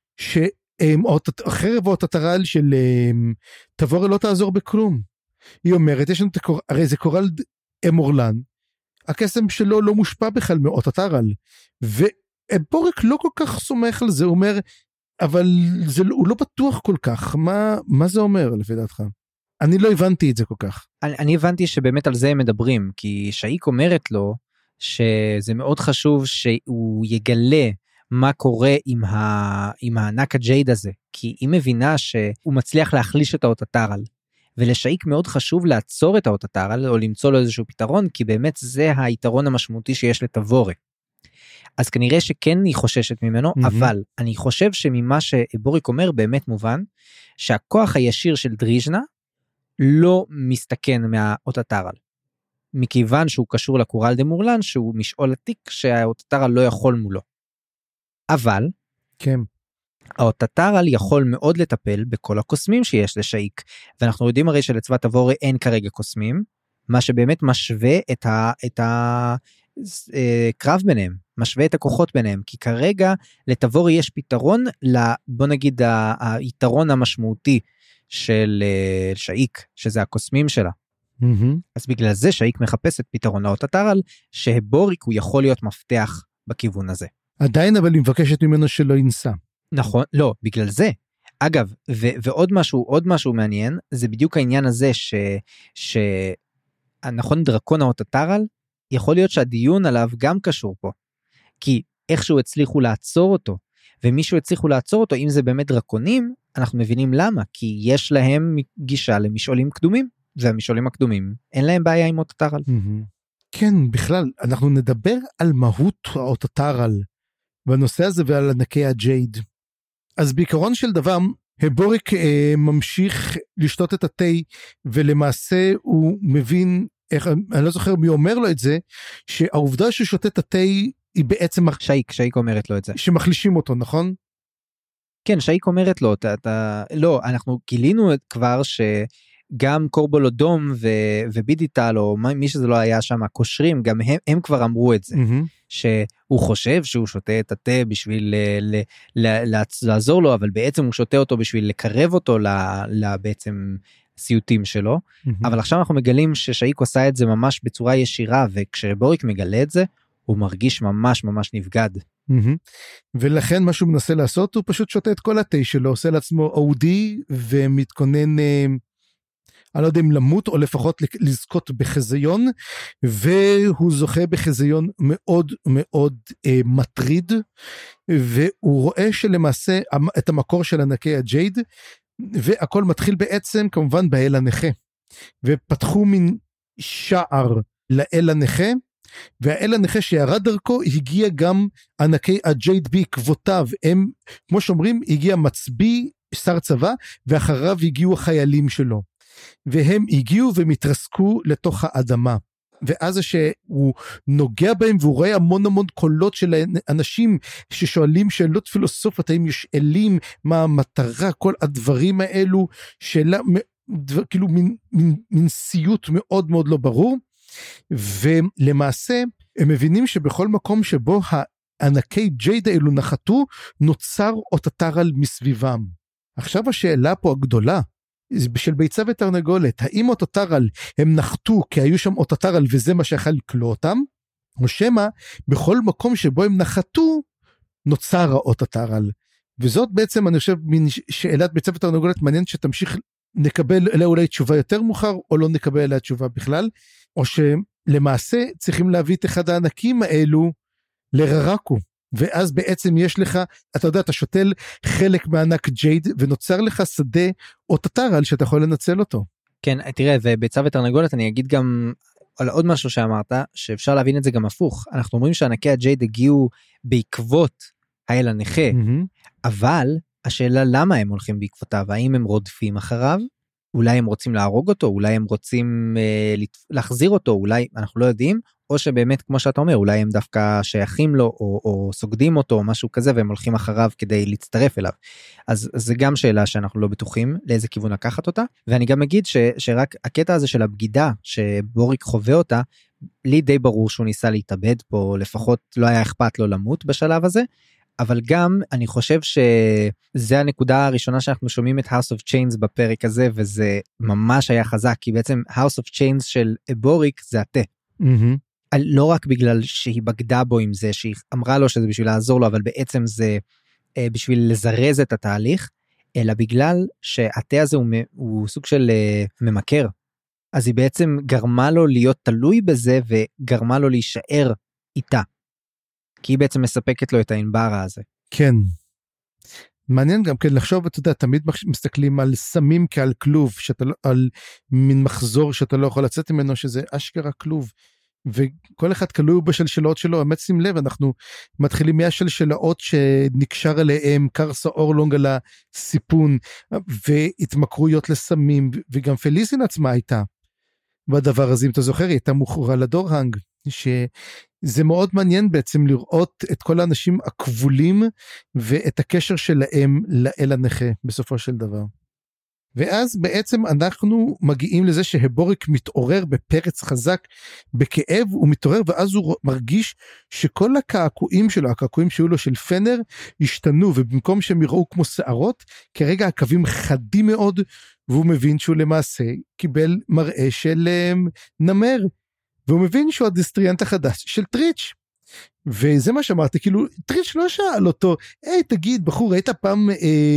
[SPEAKER 2] שחרב אוטטרל של תבור לא תעזור בכלום. היא אומרת, יש לנו את הרי זה קורל מורלן, הקסם שלו לא מושפע בכלל מאוטטרל, ובוריק לא כל כך סומך על זה, הוא אומר, אבל הוא לא בטוח כל כך, מה זה אומר לפי דעתך? אני לא הבנתי את זה כל כך.
[SPEAKER 3] אני הבנתי שבאמת על זה הם מדברים, כי שאיק אומרת לו, שזה מאוד חשוב שהוא יגלה מה קורה עם הענק הג'ייד הזה, כי היא מבינה שהוא מצליח להחליש את האוטטרל, ולשאיק מאוד חשוב לעצור את האוטטרל, או למצוא לו איזשהו פתרון, כי באמת זה היתרון המשמעותי שיש לתבורה. אז כנראה שכן היא חוששת ממנו, אבל אני חושב שממה שבוריק אומר באמת מובן, שהכוח הישיר של דריז'נה, לא מסתכן מהאוטטרל, מכיוון שהוא קשור לקורל דה מורלן, שהוא משעול עתיק שהאוטטרל לא יכול מולו. אבל,
[SPEAKER 2] כן.
[SPEAKER 3] האוטטרל יכול מאוד לטפל בכל הקוסמים שיש לשאיק, ואנחנו יודעים הרי שלצבא תבורה אין כרגע קוסמים, מה שבאמת משווה את הקרב ביניהם, משווה את הכוחות ביניהם, כי כרגע לתבורה יש פתרון, בוא נגיד היתרון המשמעותי, של שאיק, שזה הקוסמים שלה. אז בגלל זה שאיק מחפש את פתרון לאוטטרל, שבוריק הוא יכול להיות מפתח בכיוון הזה.
[SPEAKER 2] עדיין אבל היא מבקשת ממנו שלא ינסה.
[SPEAKER 3] נכון, לא, בגלל זה. אגב, ועוד משהו מעניין, זה בדיוק העניין הזה נכון דרקון האוטוטרל, יכול להיות שהדיון עליו גם קשור פה, כי איכשהו הצליחו לעצור אותו, ומישהו הצליחו לעצור אותו, אם זה באמת דרקונים, אנחנו מבינים למה, כי יש להם גישה למשעולים קדומים, והמשעולים הקדומים, אין להם בעיה עם אוטוטרל.
[SPEAKER 2] כן, בכלל, אנחנו נדבר על מהות האוטוטרל, בנושא הזה ועל ענקי הג'ייד. אז בעיקרון של דבר, הבוריק ממשיך לשתות את התה, ולמעשה הוא מבין, אני לא זוכר מי אומר לו את זה, שהעובדה ששותה את התה, היא בעצם...
[SPEAKER 3] שייק אומרת לו את זה.
[SPEAKER 2] שמחלישים אותו, נכון?
[SPEAKER 3] כן, שייק אומרת לו, לא, אנחנו גילינו כבר שגם קורבולודום ובידיטל, או מי שזה לא היה שם, הקושרים, גם הם כבר אמרו את זה, שהוא חושב שהוא שותה את התה בשביל לעזור לו, אבל בעצם הוא שותה אותו בשביל לקרב אותו בעצם סיוטים שלו, אבל עכשיו אנחנו מגלים ששייק עושה את זה ממש בצורה ישירה, וכשבוריק מגלה את זה, הוא מרגיש ממש ממש נבגד.
[SPEAKER 2] ולכן מה שהוא מנסה לעשות, הוא פשוט שותה את כל התה שלו, עושה לעצמו אודי, ומתכונן, אני לא יודע אם למות, או לפחות לזכות בחזיון, והוא זוכה בחזיון מאוד מאוד מטריד, והוא רואה שלמעשה את המקור של ענקי הג'ייד, והכל מתחיל בעצם כמובן באל הנכה, ופתחו מין שער לאל הנכה, והאל הנכה שירד דרכו, הגיע גם ענקי הג'ייד בעקבותיו, הם, כמו שאומרים, הגיע מצביא, שר צבא, ואחריו הגיעו החיילים שלו, והם הגיעו ומתרסקו לתוך האדמה, ואז שהוא נוגע בהם, והוא רואה המון המון קולות של אנשים, ששואלים שאלות פילוסופיות, האם יש אלים, מה המטרה, כל הדברים האלו, שאלה, כאילו מין סיוט מאוד מאוד לא ברור, ולמעשה הם מבינים שבכל מקום שבו הענקי ג'ייד האלו נחתו, נוצר אוטוטרל מסביבם. עכשיו השאלה פה הגדולה, של ביצה ותרנגולת, האם אוטוטרל הם נחתו כי היו שם אוטוטרל וזה מה שיכל לקלוא אותם, או שמה בכל מקום שבו הם נחתו, נוצר האוטוטרל. וזאת בעצם אני חושב מין שאלת ביצה ותרנגולת מעניינת שתמשיך, נקבל אליה אולי תשובה יותר מאוחר, או לא נקבל אליה תשובה בכלל, או שלמעשה צריכים להביא את אחד הענקים האלו לררקו, ואז בעצם יש לך, אתה יודע, אתה שותל חלק מענק ג'ייד, ונוצר לך שדה אוטוטרל שאתה יכול לנצל אותו.
[SPEAKER 3] כן, תראה, וביצה ותרנגולת אני אגיד גם על עוד משהו שאמרת, שאפשר להבין את זה גם הפוך, אנחנו אומרים שענקי הג'ייד הגיעו בעקבות האל הנכה, אבל השאלה למה הם הולכים בעקבותיו, האם הם רודפים אחריו, אולי הם רוצים להרוג אותו, אולי הם רוצים להחזיר אותו, אולי אנחנו לא יודעים, או שבאמת כמו שאתה אומר, אולי הם דווקא שייכים לו, או סוגדים אותו, או משהו כזה, והם הולכים אחריו כדי להצטרף אליו. אז זה גם שאלה שאנחנו לא בטוחים, לאיזה כיוון לקחת אותה, ואני גם אגיד שרק הקטע הזה של הבגידה, שבוריק חווה אותה, לי די ברור שהוא ניסה להתאבד פה, לפחות לא היה אכפת לו למות בשלב הזה, אבל גם אני חושב שזה הנקודה הראשונה שאנחנו שומעים את House of Chains בפרק הזה, וזה ממש היה חזק, כי בעצם House of Chains של בוריק זה התה. לא רק בגלל שהיא בגדה בו עם זה, שהיא אמרה לו שזה בשביל לעזור לו, אבל בעצם זה בשביל לזרז את התהליך, אלא בגלל שהתה הזה הוא סוג של ממכר. אז היא בעצם גרמה לו להיות תלוי בזה, וגרמה לו להישאר איתה. כי היא בעצם מספקת לו את האינברה הזה.
[SPEAKER 2] כן. מעניין גם כן לחשוב, אתה יודע, תמיד מסתכלים על סמים כעל כלוב, על מין מחזור שאתה לא יכול לצאת ממנו, שזה אשכרה כלוב. וכל אחד כלוא בשלשלות שלו, באמת שים לב, אנחנו מתחילים מהשלשלות שנקשר עליהם, קרסה אורלונג על הסיפון, והתמכרויות לסמים, וגם פליסין עצמה הייתה, בדבר הזה, אם אתה זוכר, היא הייתה מוכרה לדורהנג, שזה מאוד מעניין בעצם לראות את כל האנשים הכבולים, ואת הקשר שלהם לאל הנכה, בסופו של דבר. ואז בעצם אנחנו מגיעים לזה שהבוריק מתעורר בפרץ חזק, בכאב הוא מתעורר, ואז הוא מרגיש שכל הקעקועים שלו, הקעקועים שהיו לו של פנר, השתנו, ובמקום שהם יראו כמו שערות, כרגע הקווים חדים מאוד, והוא מבין שהוא למעשה קיבל מראה של נמר, והוא מבין שהוא הדיסטריאנט החדש של טריץ'. וזה מה שאמרתי, כאילו טריץ' לא שאל אותו, היי תגיד בחור, ראית פעם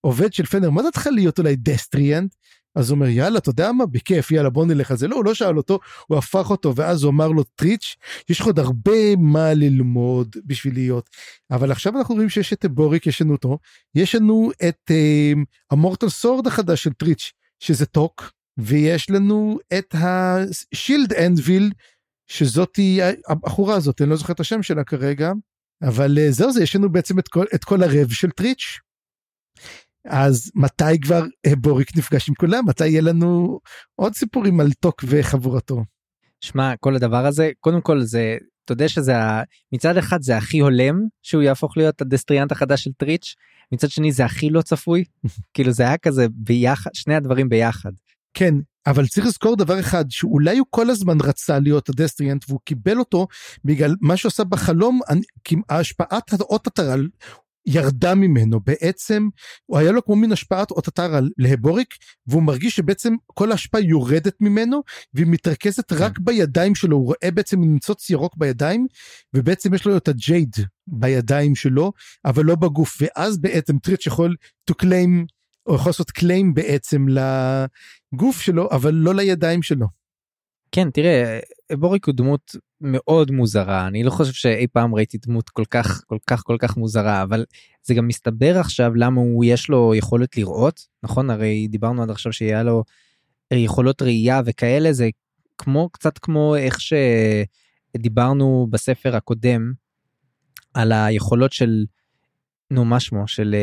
[SPEAKER 2] עובד של פנדר, מה דעתך להיות אולי דסטריאנט? אז הוא אומר, יאללה, אתה יודע מה? בכיף, יאללה, בוא נלך על זה. לא, הוא לא שאל אותו, הוא הפך אותו, ואז הוא אמר לו, טריץ', יש לך עוד הרבה מה ללמוד בשביל להיות. אבל עכשיו אנחנו רואים שיש את בוריק, יש לנו אותו, יש לנו את המורטל סורד החדש של טריץ', שזה טוק, ויש לנו את השילד אנדוויל, שזאת היא הבחורה הזאת, אני לא זוכר את השם שלה כרגע, אבל זהו זה, יש לנו בעצם את כל הרב של טריץ'. אז מתי כבר בוריק נפגש עם כולם? מתי יהיה לנו עוד סיפורים על טוק וחבורתו?
[SPEAKER 3] שמע, כל הדבר הזה, קודם כל זה, אתה יודע שזה, מצד אחד זה הכי הולם, שהוא יהפוך להיות הדסטריאנט החדש של טריץ', מצד שני זה הכי לא צפוי, כאילו זה היה כזה ביחד, שני הדברים ביחד.
[SPEAKER 2] כן, אבל צריך לזכור דבר אחד, שאולי הוא כל הזמן רצה להיות הדסטריאנט, והוא קיבל אותו בגלל מה שהוא עשה בחלום, השפעת האות הטרל, ירדה ממנו, בעצם הוא היה לו כמו מין השפעת אות הטרל להבוריק, והוא מרגיש שבעצם כל ההשפעה יורדת ממנו, והיא מתרכזת רק בידיים שלו, הוא רואה בעצם ניצוץ ירוק בידיים, ובעצם יש לו את הג'ייד בידיים שלו, אבל לא בגוף, ואז בעצם טריץ' יכול to claim, או יכול לעשות claim בעצם לגוף שלו, אבל לא לידיים שלו.
[SPEAKER 3] כן, תראה, בוריק הוא דמות מאוד מוזרה, אני לא חושב שאי פעם ראיתי דמות כל כך מוזרה, אבל זה גם מסתבר עכשיו למה הוא יש לו יכולת לראות, נכון? הרי דיברנו עד עכשיו שיהיה לו יכולות ראייה וכאלה, זה קצת כמו איך שדיברנו בספר הקודם, על היכולות של, מה שמו, של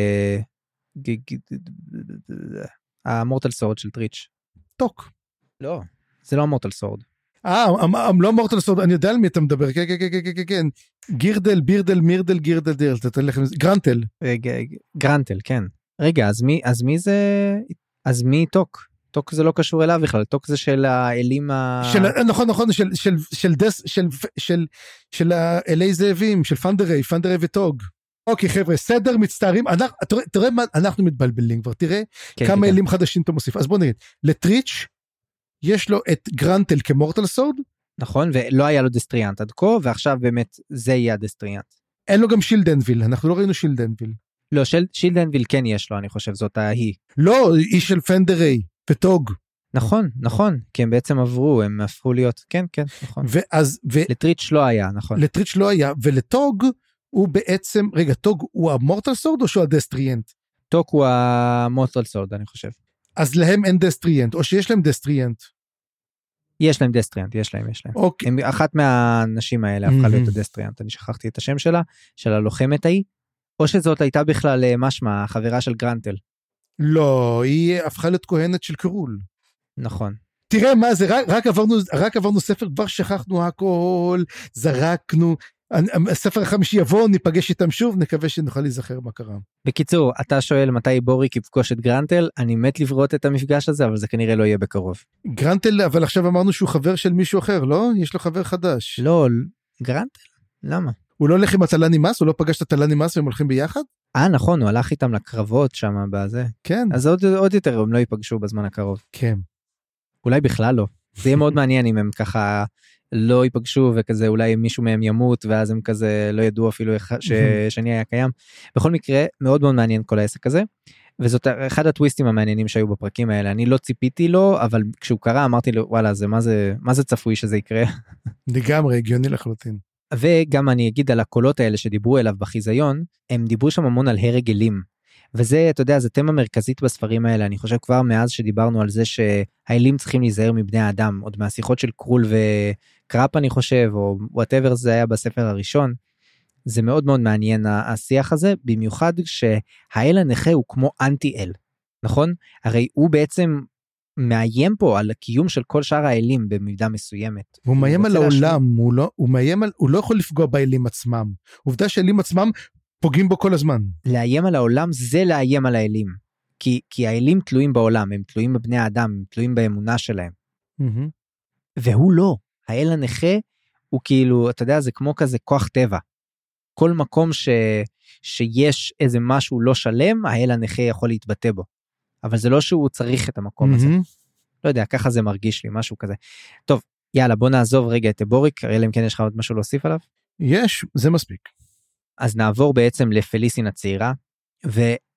[SPEAKER 3] המורטל סורד של טריץ'.
[SPEAKER 2] טוק.
[SPEAKER 3] לא. זה לא המורטל סורד.
[SPEAKER 2] לא מורטל סורד, אני יודע על מי אתה מדבר, כן, גירדל, בירדל, מירדל, גירדל, גרנטל.
[SPEAKER 3] גרנטל, כן. רגע, אז מי טוק? טוק זה לא קשור אליו בכלל, טוק זה של האלים
[SPEAKER 2] נכון, של האלי זאבים, של פנדרי וטוג. אוקיי חבר'ה, סדר מצטערים, תראה מה אנחנו מתבלבלים כבר, תראה כמה אלים חדשים אתה מוסיף, אז בוא נגיד, לטריץ' יש לו את גרנטל כמורטל סורד.
[SPEAKER 3] נכון, ולא היה לו דסטריאנט עד כה, ועכשיו באמת זה יהיה הדסטריאנט.
[SPEAKER 2] אין לו גם שילדנביל, אנחנו לא ראינו שילדנביל.
[SPEAKER 3] לא, שילדנביל כן יש לו, אני חושב, זאת ההיא.
[SPEAKER 2] לא, היא של פנדרי, וטוג.
[SPEAKER 3] נכון, כי הם בעצם עברו, הם הפכו להיות, כן, נכון. לטריץ' לא היה, נכון.
[SPEAKER 2] לטריץ' לא היה, ולטוג הוא בעצם, רגע, טוג הוא המורטל סורד או שהוא הדסטריאנט?
[SPEAKER 3] טוג הוא המורטל סורד, אני חושב.
[SPEAKER 2] אז להם אין דסטריאנט, או שיש להם דסטריאנט?
[SPEAKER 3] יש להם דסטריאנט, יש להם.
[SPEAKER 2] אוקיי.
[SPEAKER 3] אחת מהאנשים האלה הפכה להיות הדסטריאנט, אני שכחתי את השם שלה, של הלוחמת ההיא, או שזאת הייתה בכלל משמע, חברה של גרנטל.
[SPEAKER 2] לא, היא הפכה להיות כהנת של קרול.
[SPEAKER 3] נכון.
[SPEAKER 2] תראה מה זה, רק עברנו ספר, כבר שכחנו הכל, זרקנו, הספר החמישי יבוא, ניפגש איתם שוב, נקווה שנוכל להיזכר מה קרה.
[SPEAKER 3] בקיצור, אתה שואל מתי בוריק יפגוש את גרנטל, אני מת לראות את המפגש הזה, אבל זה כנראה לא יהיה בקרוב.
[SPEAKER 2] גרנטל, אבל עכשיו אמרנו שהוא חבר של מישהו אחר, לא? יש לו חבר חדש.
[SPEAKER 3] לא, גרנטל? למה?
[SPEAKER 2] הוא לא הולך עם הטלנימאס? הוא לא פגש את הטלנימאס והם הולכים ביחד?
[SPEAKER 3] נכון, הוא הלך איתם לקרבות שם בזה.
[SPEAKER 2] כן.
[SPEAKER 3] אז עוד יותר הם לא ייפגשו בזמן הקרוב.
[SPEAKER 2] כן.
[SPEAKER 3] אולי בכלל לא. זה יהיה מאוד מעניין אם הם ככה לא ייפגשו וכזה אולי מישהו מהם ימות ואז הם כזה לא ידעו אפילו ששני היה קיים. בכל מקרה מאוד מאוד מעניין כל העסק הזה. וזאת אחד הטוויסטים המעניינים שהיו בפרקים האלה. אני לא ציפיתי לו, אבל כשהוא קרא אמרתי לו וואלה מה זה צפוי שזה יקרה.
[SPEAKER 2] לגמרי הגיוני לחלוטין.
[SPEAKER 3] וגם אני אגיד על הקולות האלה שדיברו אליו בחיזיון, הם דיברו שם המון על הרג אלים, וזה, אתה יודע, זה תמה מרכזית בספרים האלה, אני חושב כבר מאז שדיברנו על זה שהאלים צריכים להיזהר מבני האדם, עוד מהשיחות של קרול וקראפ אני חושב, או whatever זה היה בספר הראשון, זה מאוד מאוד מעניין השיח הזה, במיוחד שהאל הנכה הוא כמו אנטי-אל, נכון? הרי הוא בעצם מאיים פה על הקיום של כל שאר האלים במידה מסוימת.
[SPEAKER 2] הוא מאיים על העולם, הוא לא יכול לפגוע באלים עצמם. עובדה שהאלים עצמם פוגעים בו כל הזמן.
[SPEAKER 3] לאיים על העולם זה לאיים על האלים. כי האלים תלויים בעולם, הם תלויים בבני האדם, הם תלויים באמונה שלהם. והוא לא. האל הנכה הוא כאילו, אתה יודע, זה כמו כזה כוח טבע. כל מקום שיש איזה משהו לא שלם, האל הנכה יכול להתבטא בו. אבל זה לא שהוא צריך את המקום הזה. לא יודע, ככה זה מרגיש לי, משהו כזה. טוב, יאללה, בוא נעזוב רגע את בוריק, אלא אם כן יש לך עוד משהו להוסיף עליו?
[SPEAKER 2] יש, זה מספיק.
[SPEAKER 3] אז נעבור בעצם לפליסין הצעירה, ותראו,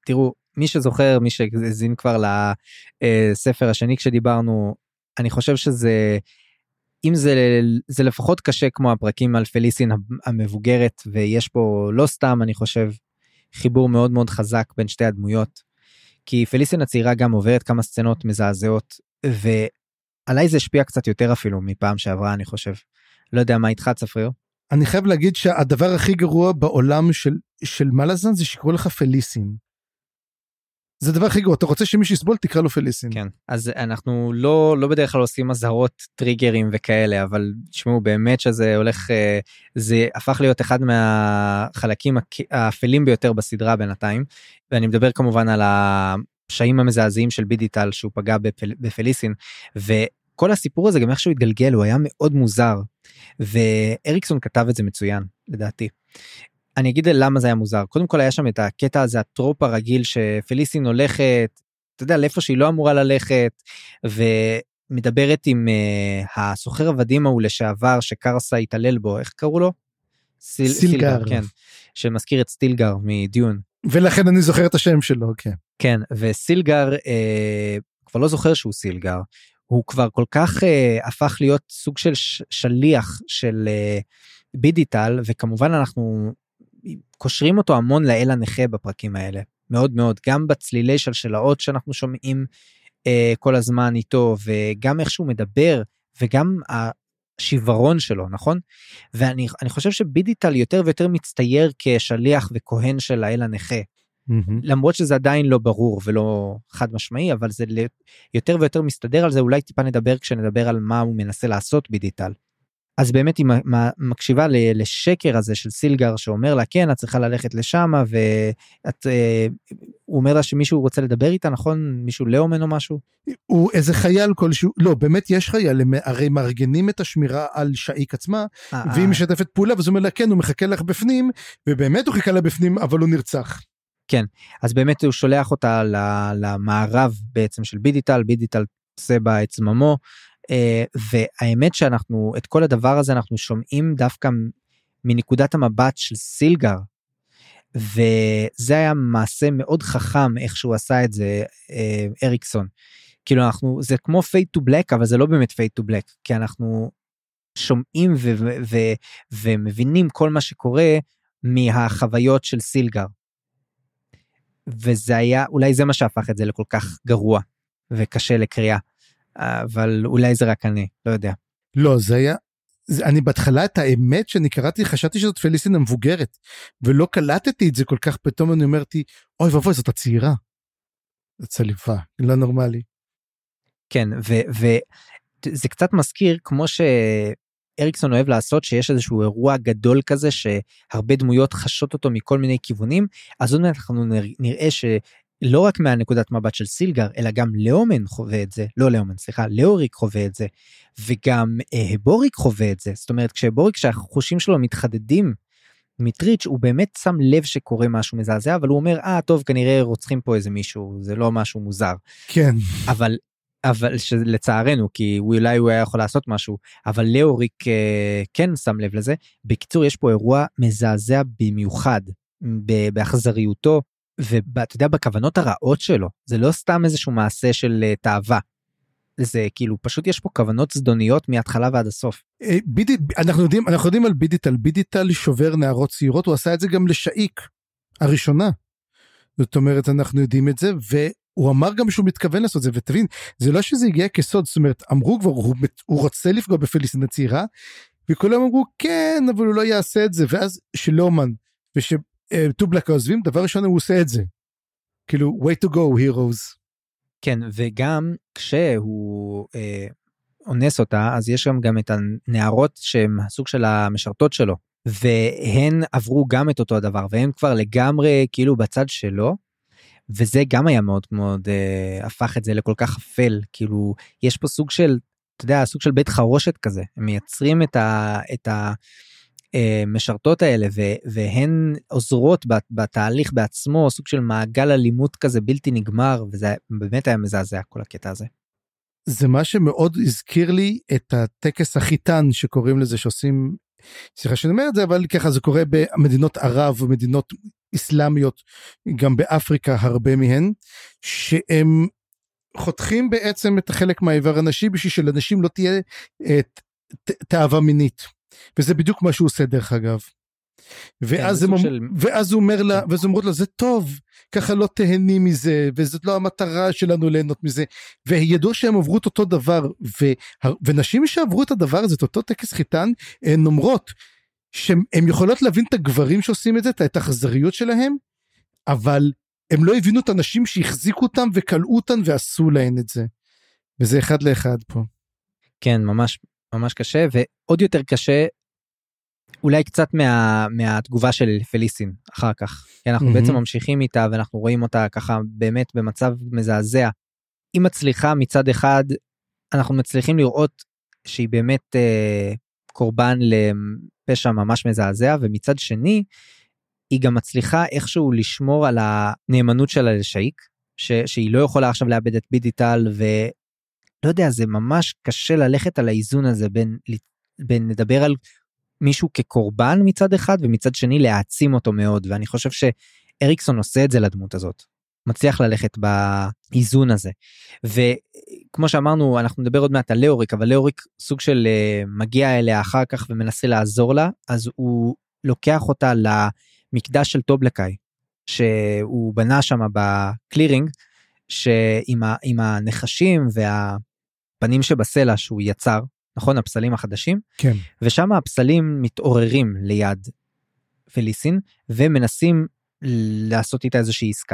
[SPEAKER 3] מי שזוכר, מי שהזין כבר לספר השני כשדיברנו, אני חושב שזה, אם זה לפחות קשה כמו הפרקים על פליסין המבוגרת, ויש פה לא סתם, אני חושב, חיבור מאוד מאוד חזק בין שתי הדמויות, כי פליסין הצעירה גם עוברת כמה סצנות מזעזעות, ועליי זה השפיע קצת יותר אפילו מפעם שעברה, אני חושב. לא יודע מה איתך, צפריר?
[SPEAKER 2] אני חייב להגיד שהדבר הכי גרוע בעולם של מלאזן זה שקורא לך פליסין. זה דבר הכי גרוע, אתה רוצה שמישהו יסבול, תקרא לו פליסין.
[SPEAKER 3] כן, אז אנחנו לא בדרך כלל עושים הזהרות, טריגרים וכאלה, אבל תשמעו, באמת שזה הולך, זה הפך להיות אחד מהחלקים האפלים ביותר בסדרה בינתיים, ואני מדבר כמובן על הפשעים המזעזעים של בידיטל, שהוא פגע בפליסין, וכל הסיפור הזה גם איכשהו התגלגל, הוא היה מאוד מוזר, ואריקסון כתב את זה מצוין, לדעתי. אני אגיד למה זה היה מוזר. קודם כל היה שם את הקטע הזה, הטרופ הרגיל שפליסין הולכת, אתה יודע, לאיפה שהיא לא אמורה ללכת, ומדברת עם הסוחר עבדים ההוא לשעבר, שקרסה התעלל בו, איך קראו לו?
[SPEAKER 2] סילגר.
[SPEAKER 3] כן, שמזכיר את סטילגר מדיון.
[SPEAKER 2] ולכן אני זוכר את השם שלו, כן.
[SPEAKER 3] כן, וסילגר, כבר לא זוכר שהוא סילגר, הוא כבר כל כך הפך להיות סוג של שליח של בידיטל, וכמובן אנחנו קושרים אותו המון לאל הנכה בפרקים האלה, מאוד מאוד, גם בצלילי שלשלאות שאנחנו שומעים כל הזמן איתו, וגם איך שהוא מדבר, וגם השיוורון שלו, נכון? ואני חושב שבידיטל יותר ויותר מצטייר כשליח וכהן של האל הנכה, למרות שזה עדיין לא ברור ולא חד משמעי, אבל זה יותר ויותר מסתדר על זה, אולי טיפה נדבר כשנדבר על מה הוא מנסה לעשות בידיטל. אז באמת היא מקשיבה לשקר הזה של סילגר, שאומר לה, כן, את צריכה ללכת לשם, הוא אומר לה שמישהו רוצה לדבר איתה, נכון? מישהו לאומן או משהו?
[SPEAKER 2] הוא איזה חייל כלשהו, לא, באמת יש חייל, הרי מארגנים את השמירה על שאיק עצמה, והיא משתפת פעולה, וזה אומר לה, כן, הוא מחכה לך בפנים, ובאמת הוא חיכה לה בפנים, אבל הוא נרצח.
[SPEAKER 3] כן, אז באמת הוא שולח אותה למערב בעצם של בידיטל, בידיטל עושה בה את זממו, והאמת שאנחנו, את כל הדבר הזה אנחנו שומעים דווקא מנקודת המבט של סילגר, וזה היה מעשה מאוד חכם איך שהוא עשה את זה, אריקסון. כאילו זה כמו fade to black, אבל זה לא באמת fade to black, כי אנחנו שומעים ומבינים כל מה שקורה מהחוויות של סילגר. וזה היה, אולי זה מה שהפך את זה לכל כך גרוע וקשה לקריאה. אבל אולי זה רק אני, לא יודע.
[SPEAKER 2] לא, זה היה, אני בהתחלה את האמת שאני קראתי, חשבתי שזאת פליסין המבוגרת, ולא קלטתי את זה כל כך, פתאום אני אומרתי, אוי ואבוי, זאת הצעירה. זאת צליפה, לא נורמלי.
[SPEAKER 3] כן, וזה קצת מזכיר, כמו שאריקסון אוהב לעשות, שיש איזשהו אירוע גדול כזה, שהרבה דמויות חשות אותו מכל מיני כיוונים, אז עוד מעט אנחנו נראה ש... לא רק מהנקודת מבט של סילגר, אלא גם לאומן חווה את זה, לא לאומן, סליחה, לאוריק חווה את זה, וגם הבוריק חווה את זה, זאת אומרת, כשהבוריק, כשהחושים שלו מתחדדים מטריץ', הוא באמת שם לב שקורה משהו מזעזע, אבל הוא אומר, טוב, כנראה רוצחים פה איזה מישהו, זה לא משהו מוזר.
[SPEAKER 2] כן.
[SPEAKER 3] אבל לצערנו, כי אולי הוא היה יכול לעשות משהו, אבל לאוריק כן שם לב לזה. בקיצור, יש פה אירוע מזעזע במיוחד, באכזריותו, ואתה יודע, בכוונות הרעות שלו, זה לא סתם איזשהו מעשה של תאווה, זה כאילו, פשוט יש פה כוונות זדוניות מההתחלה ועד הסוף.
[SPEAKER 2] אנחנו יודעים על בידיטל, בידיטל שובר נערות צעירות, הוא עשה את זה גם לשאיק, הראשונה. זאת אומרת, אנחנו יודעים את זה, והוא אמר גם שהוא מתכוון לעשות את זה, ותבין, זה לא שזה הגיע כסוד, זאת אומרת, אמרו כבר, הוא רוצה לפגוע בפליסין הצעירה, וכולם אמרו, כן, אבל הוא לא יעשה את זה, ואז שלאומן, טובלק עוזבים, דבר ראשון הוא עושה את זה. כאילו, way to go, heroes.
[SPEAKER 3] כן, וגם כשהוא אונס אותה, אז יש גם את הנערות שהן הסוג של המשרתות שלו, והן עברו גם את אותו הדבר, והן כבר לגמרי כאילו בצד שלו, וזה גם היה מאוד מאוד, הפך את זה לכל כך אפל, כאילו, יש פה סוג של, אתה יודע, סוג של בית חרושת כזה, הם מייצרים את המשרתות האלה, והן עוזרות בתהליך בעצמו, סוג של מעגל אלימות כזה בלתי נגמר, וזה באמת היה מזעזע כל הקטע הזה.
[SPEAKER 2] זה מה שמאוד הזכיר לי את הטקס החיתן שקוראים לזה, שעושים, סליחה שאני אומר את זה, אבל ככה זה קורה במדינות ערב, ומדינות איסלאמיות, גם באפריקה הרבה מהן, שהם חותכים בעצם את החלק מהאיבר הנשי, בשביל שלאנשים לא תהיה תאווה מינית, וזה בדיוק מה שהוא עושה דרך אגב. ואז הוא אומר לה, ואז אומרות לה, זה טוב, ככה לא תהני מזה, וזאת לא המטרה שלנו ליהנות מזה, וידעו שהם עברו את אותו דבר, ונשים שעברו את הדבר הזה, את אותו טקס חיתן, הן אומרות, שהן יכולות להבין את הגברים שעושים את זה, את האכזריות שלהם, אבל הם לא הבינו את הנשים שהחזיקו אותם, וקלעו אותם ועשו להן את זה, וזה אחד לאחד פה.
[SPEAKER 3] כן, ממש, ממש קשה, ועוד יותר קשה, אולי קצת מהתגובה של פליסין אחר כך, כי אנחנו בעצם ממשיכים איתה, ואנחנו רואים אותה ככה באמת במצב מזעזע. היא מצליחה מצד אחד, אנחנו מצליחים לראות שהיא באמת קורבן לפשע ממש מזעזע, ומצד שני, היא גם מצליחה איכשהו לשמור על הנאמנות שלה לשייק, שהיא לא יכולה עכשיו לאבד את בידיטל, ולא יודע, זה ממש קשה ללכת על האיזון הזה, בין לדבר על מישהו כקורבן מצד אחד, ומצד שני להעצים אותו מאוד, ואני חושב שאריקסון עושה את זה לדמות הזאת, מצליח ללכת באיזון הזה, וכמו שאמרנו, אנחנו נדבר עוד מעט על לאוריק, אבל לאוריק סוג של מגיע אליה אחר כך, ומנסה לעזור לה, אז הוא לוקח אותה למקדש של טובלקאי, שהוא בנה שם בקלירינג, שעם הנחשים והפנים שבסלע שהוא יצר, נכון, הפסלים החדשים,
[SPEAKER 2] כן.
[SPEAKER 3] ושם הפסלים מתעוררים ליד פליסין, ומנסים לעשות איתה איזושהי עסקה.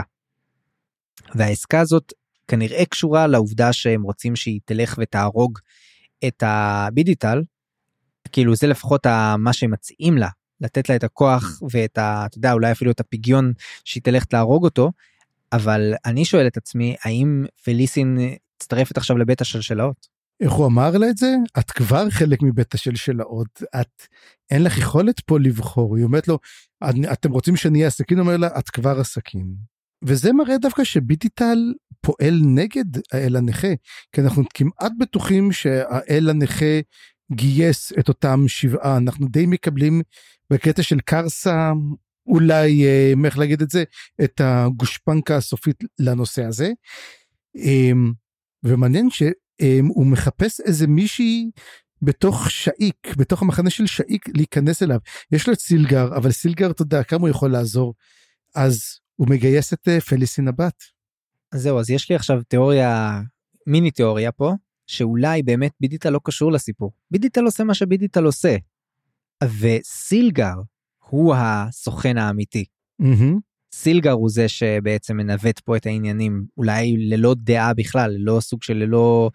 [SPEAKER 3] והעסקה הזאת כנראה קשורה לעובדה שהם רוצים שהיא תלך ותהרוג את הבידיטל, כאילו זה לפחות מה שהם מציעים לה, לתת לה את הכוח ואת אתה יודע, אולי אפילו את הפיגיון שהיא תלך להרוג אותו, אבל אני שואל את עצמי, האם פליסין תצטרפת עכשיו לבית השלשלאות?
[SPEAKER 2] איך הוא אמר לה את זה? את כבר חלק מבית השלשלאות, אין לך יכולת פה לבחור, היא אומרת לו, אתם רוצים שאני אהיה הסכין? הוא אומר לה, את כבר הסכין. וזה מראה דווקא שבידיטל פועל נגד האל הנכה, כי אנחנו כמעט בטוחים שהאל הנכה גייס את אותם 7, אנחנו די מקבלים בקטע של קרסה, אולי, איך להגיד את זה, את הגושפנקה הסופית לנושא הזה, ומעניין שהוא מחפש איזה מישהי בתוך שאיק, בתוך המחנה של שאיק להיכנס אליו, יש לו את סילגר, אבל סילגר אתה יודע כמה הוא יכול לעזור, אז הוא מגייס את פליסין הבת.
[SPEAKER 3] אז זהו, אז יש לי עכשיו תיאוריה, מיני תיאוריה פה, שאולי באמת בידיטל לא קשור לסיפור, בידיטל עושה מה שבידיטל עושה, וסילגר הוא הסוכן האמיתי, סילגר הוא זה שבעצם מנווט פה את העניינים, אולי ללא דעה בכלל, ללא סוג של ללא,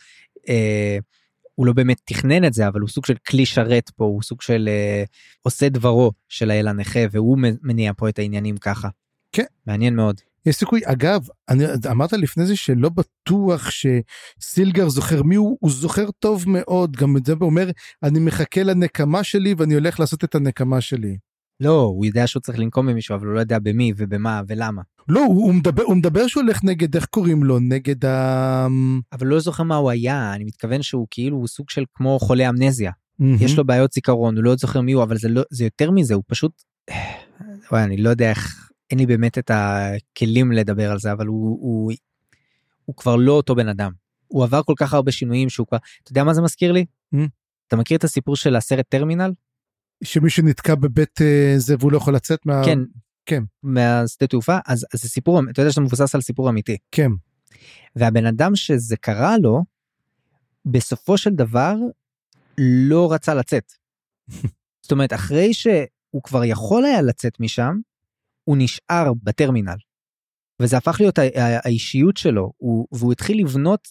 [SPEAKER 3] הוא לא באמת תכנן את זה, אבל הוא סוג של כלי שרת פה, הוא סוג של עושה דברו של האל הנכה, והוא מניע פה את העניינים ככה.
[SPEAKER 2] כן.
[SPEAKER 3] מעניין מאוד.
[SPEAKER 2] יש סיכוי, אגב, אמרת לפני זה שלא בטוח שסילגר זוכר מי הוא זוכר טוב מאוד, גם את זה אומר, אני מחכה לנקמה שלי, ואני הולך לעשות את הנקמה שלי.
[SPEAKER 3] לא, הוא יודע שהוא צריך לנקום במישהו, אבל הוא לא יודע במי ובמה ולמה.
[SPEAKER 2] לא, הוא מדבר שהוא הולך נגד, איך קוראים לו, נגד
[SPEAKER 3] אבל לא זוכר מה הוא היה, אני מתכוון שהוא כאילו הוא סוג של כמו חולה אמנזיה. יש לו בעיות זיכרון, הוא לא זוכר מי הוא, אבל זה יותר מזה, הוא פשוט, אני לא יודע איך, אין לי באמת את הכלים לדבר על זה, אבל הוא כבר לא אותו בן אדם. הוא עבר כל כך הרבה שינויים שהוא כבר, אתה יודע מה זה מזכיר לי? אתה מכיר את הסיפור של הסרט טרמינל?
[SPEAKER 2] שמישהו נתקע בבית זה והוא לא יכול לצאת
[SPEAKER 3] כן, מהשדה תעופה, אז זה סיפור, אתה יודע שזה מבוסס על סיפור אמיתי.
[SPEAKER 2] כן.
[SPEAKER 3] והבן אדם שזה קרה לו, בסופו של דבר, לא רצה לצאת. זאת אומרת, אחרי שהוא כבר יכול היה לצאת משם, הוא נשאר בטרמינל. וזה הפך להיות האישיות שלו, והוא התחיל לבנות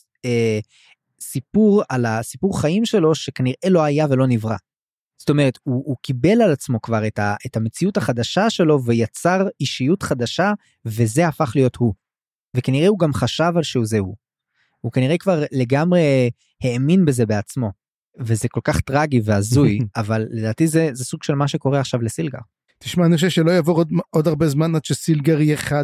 [SPEAKER 3] סיפור על הסיפור חיים שלו, שכנראה לא היה ולא נברא. זאת אומרת, הוא קיבל על עצמו כבר את המציאות החדשה שלו, ויצר אישיות חדשה, וזה הפך להיות הוא. וכנראה הוא גם חשב על שהוא זהו. הוא כנראה כבר לגמרי האמין בזה בעצמו. וזה כל כך טרגי והזוי, אבל לדעתי זה סוג של מה שקורה עכשיו לסילגר.
[SPEAKER 2] תשמע, אני חושב שלא יעבור עוד הרבה זמן, עד שסילגר יהיה אחד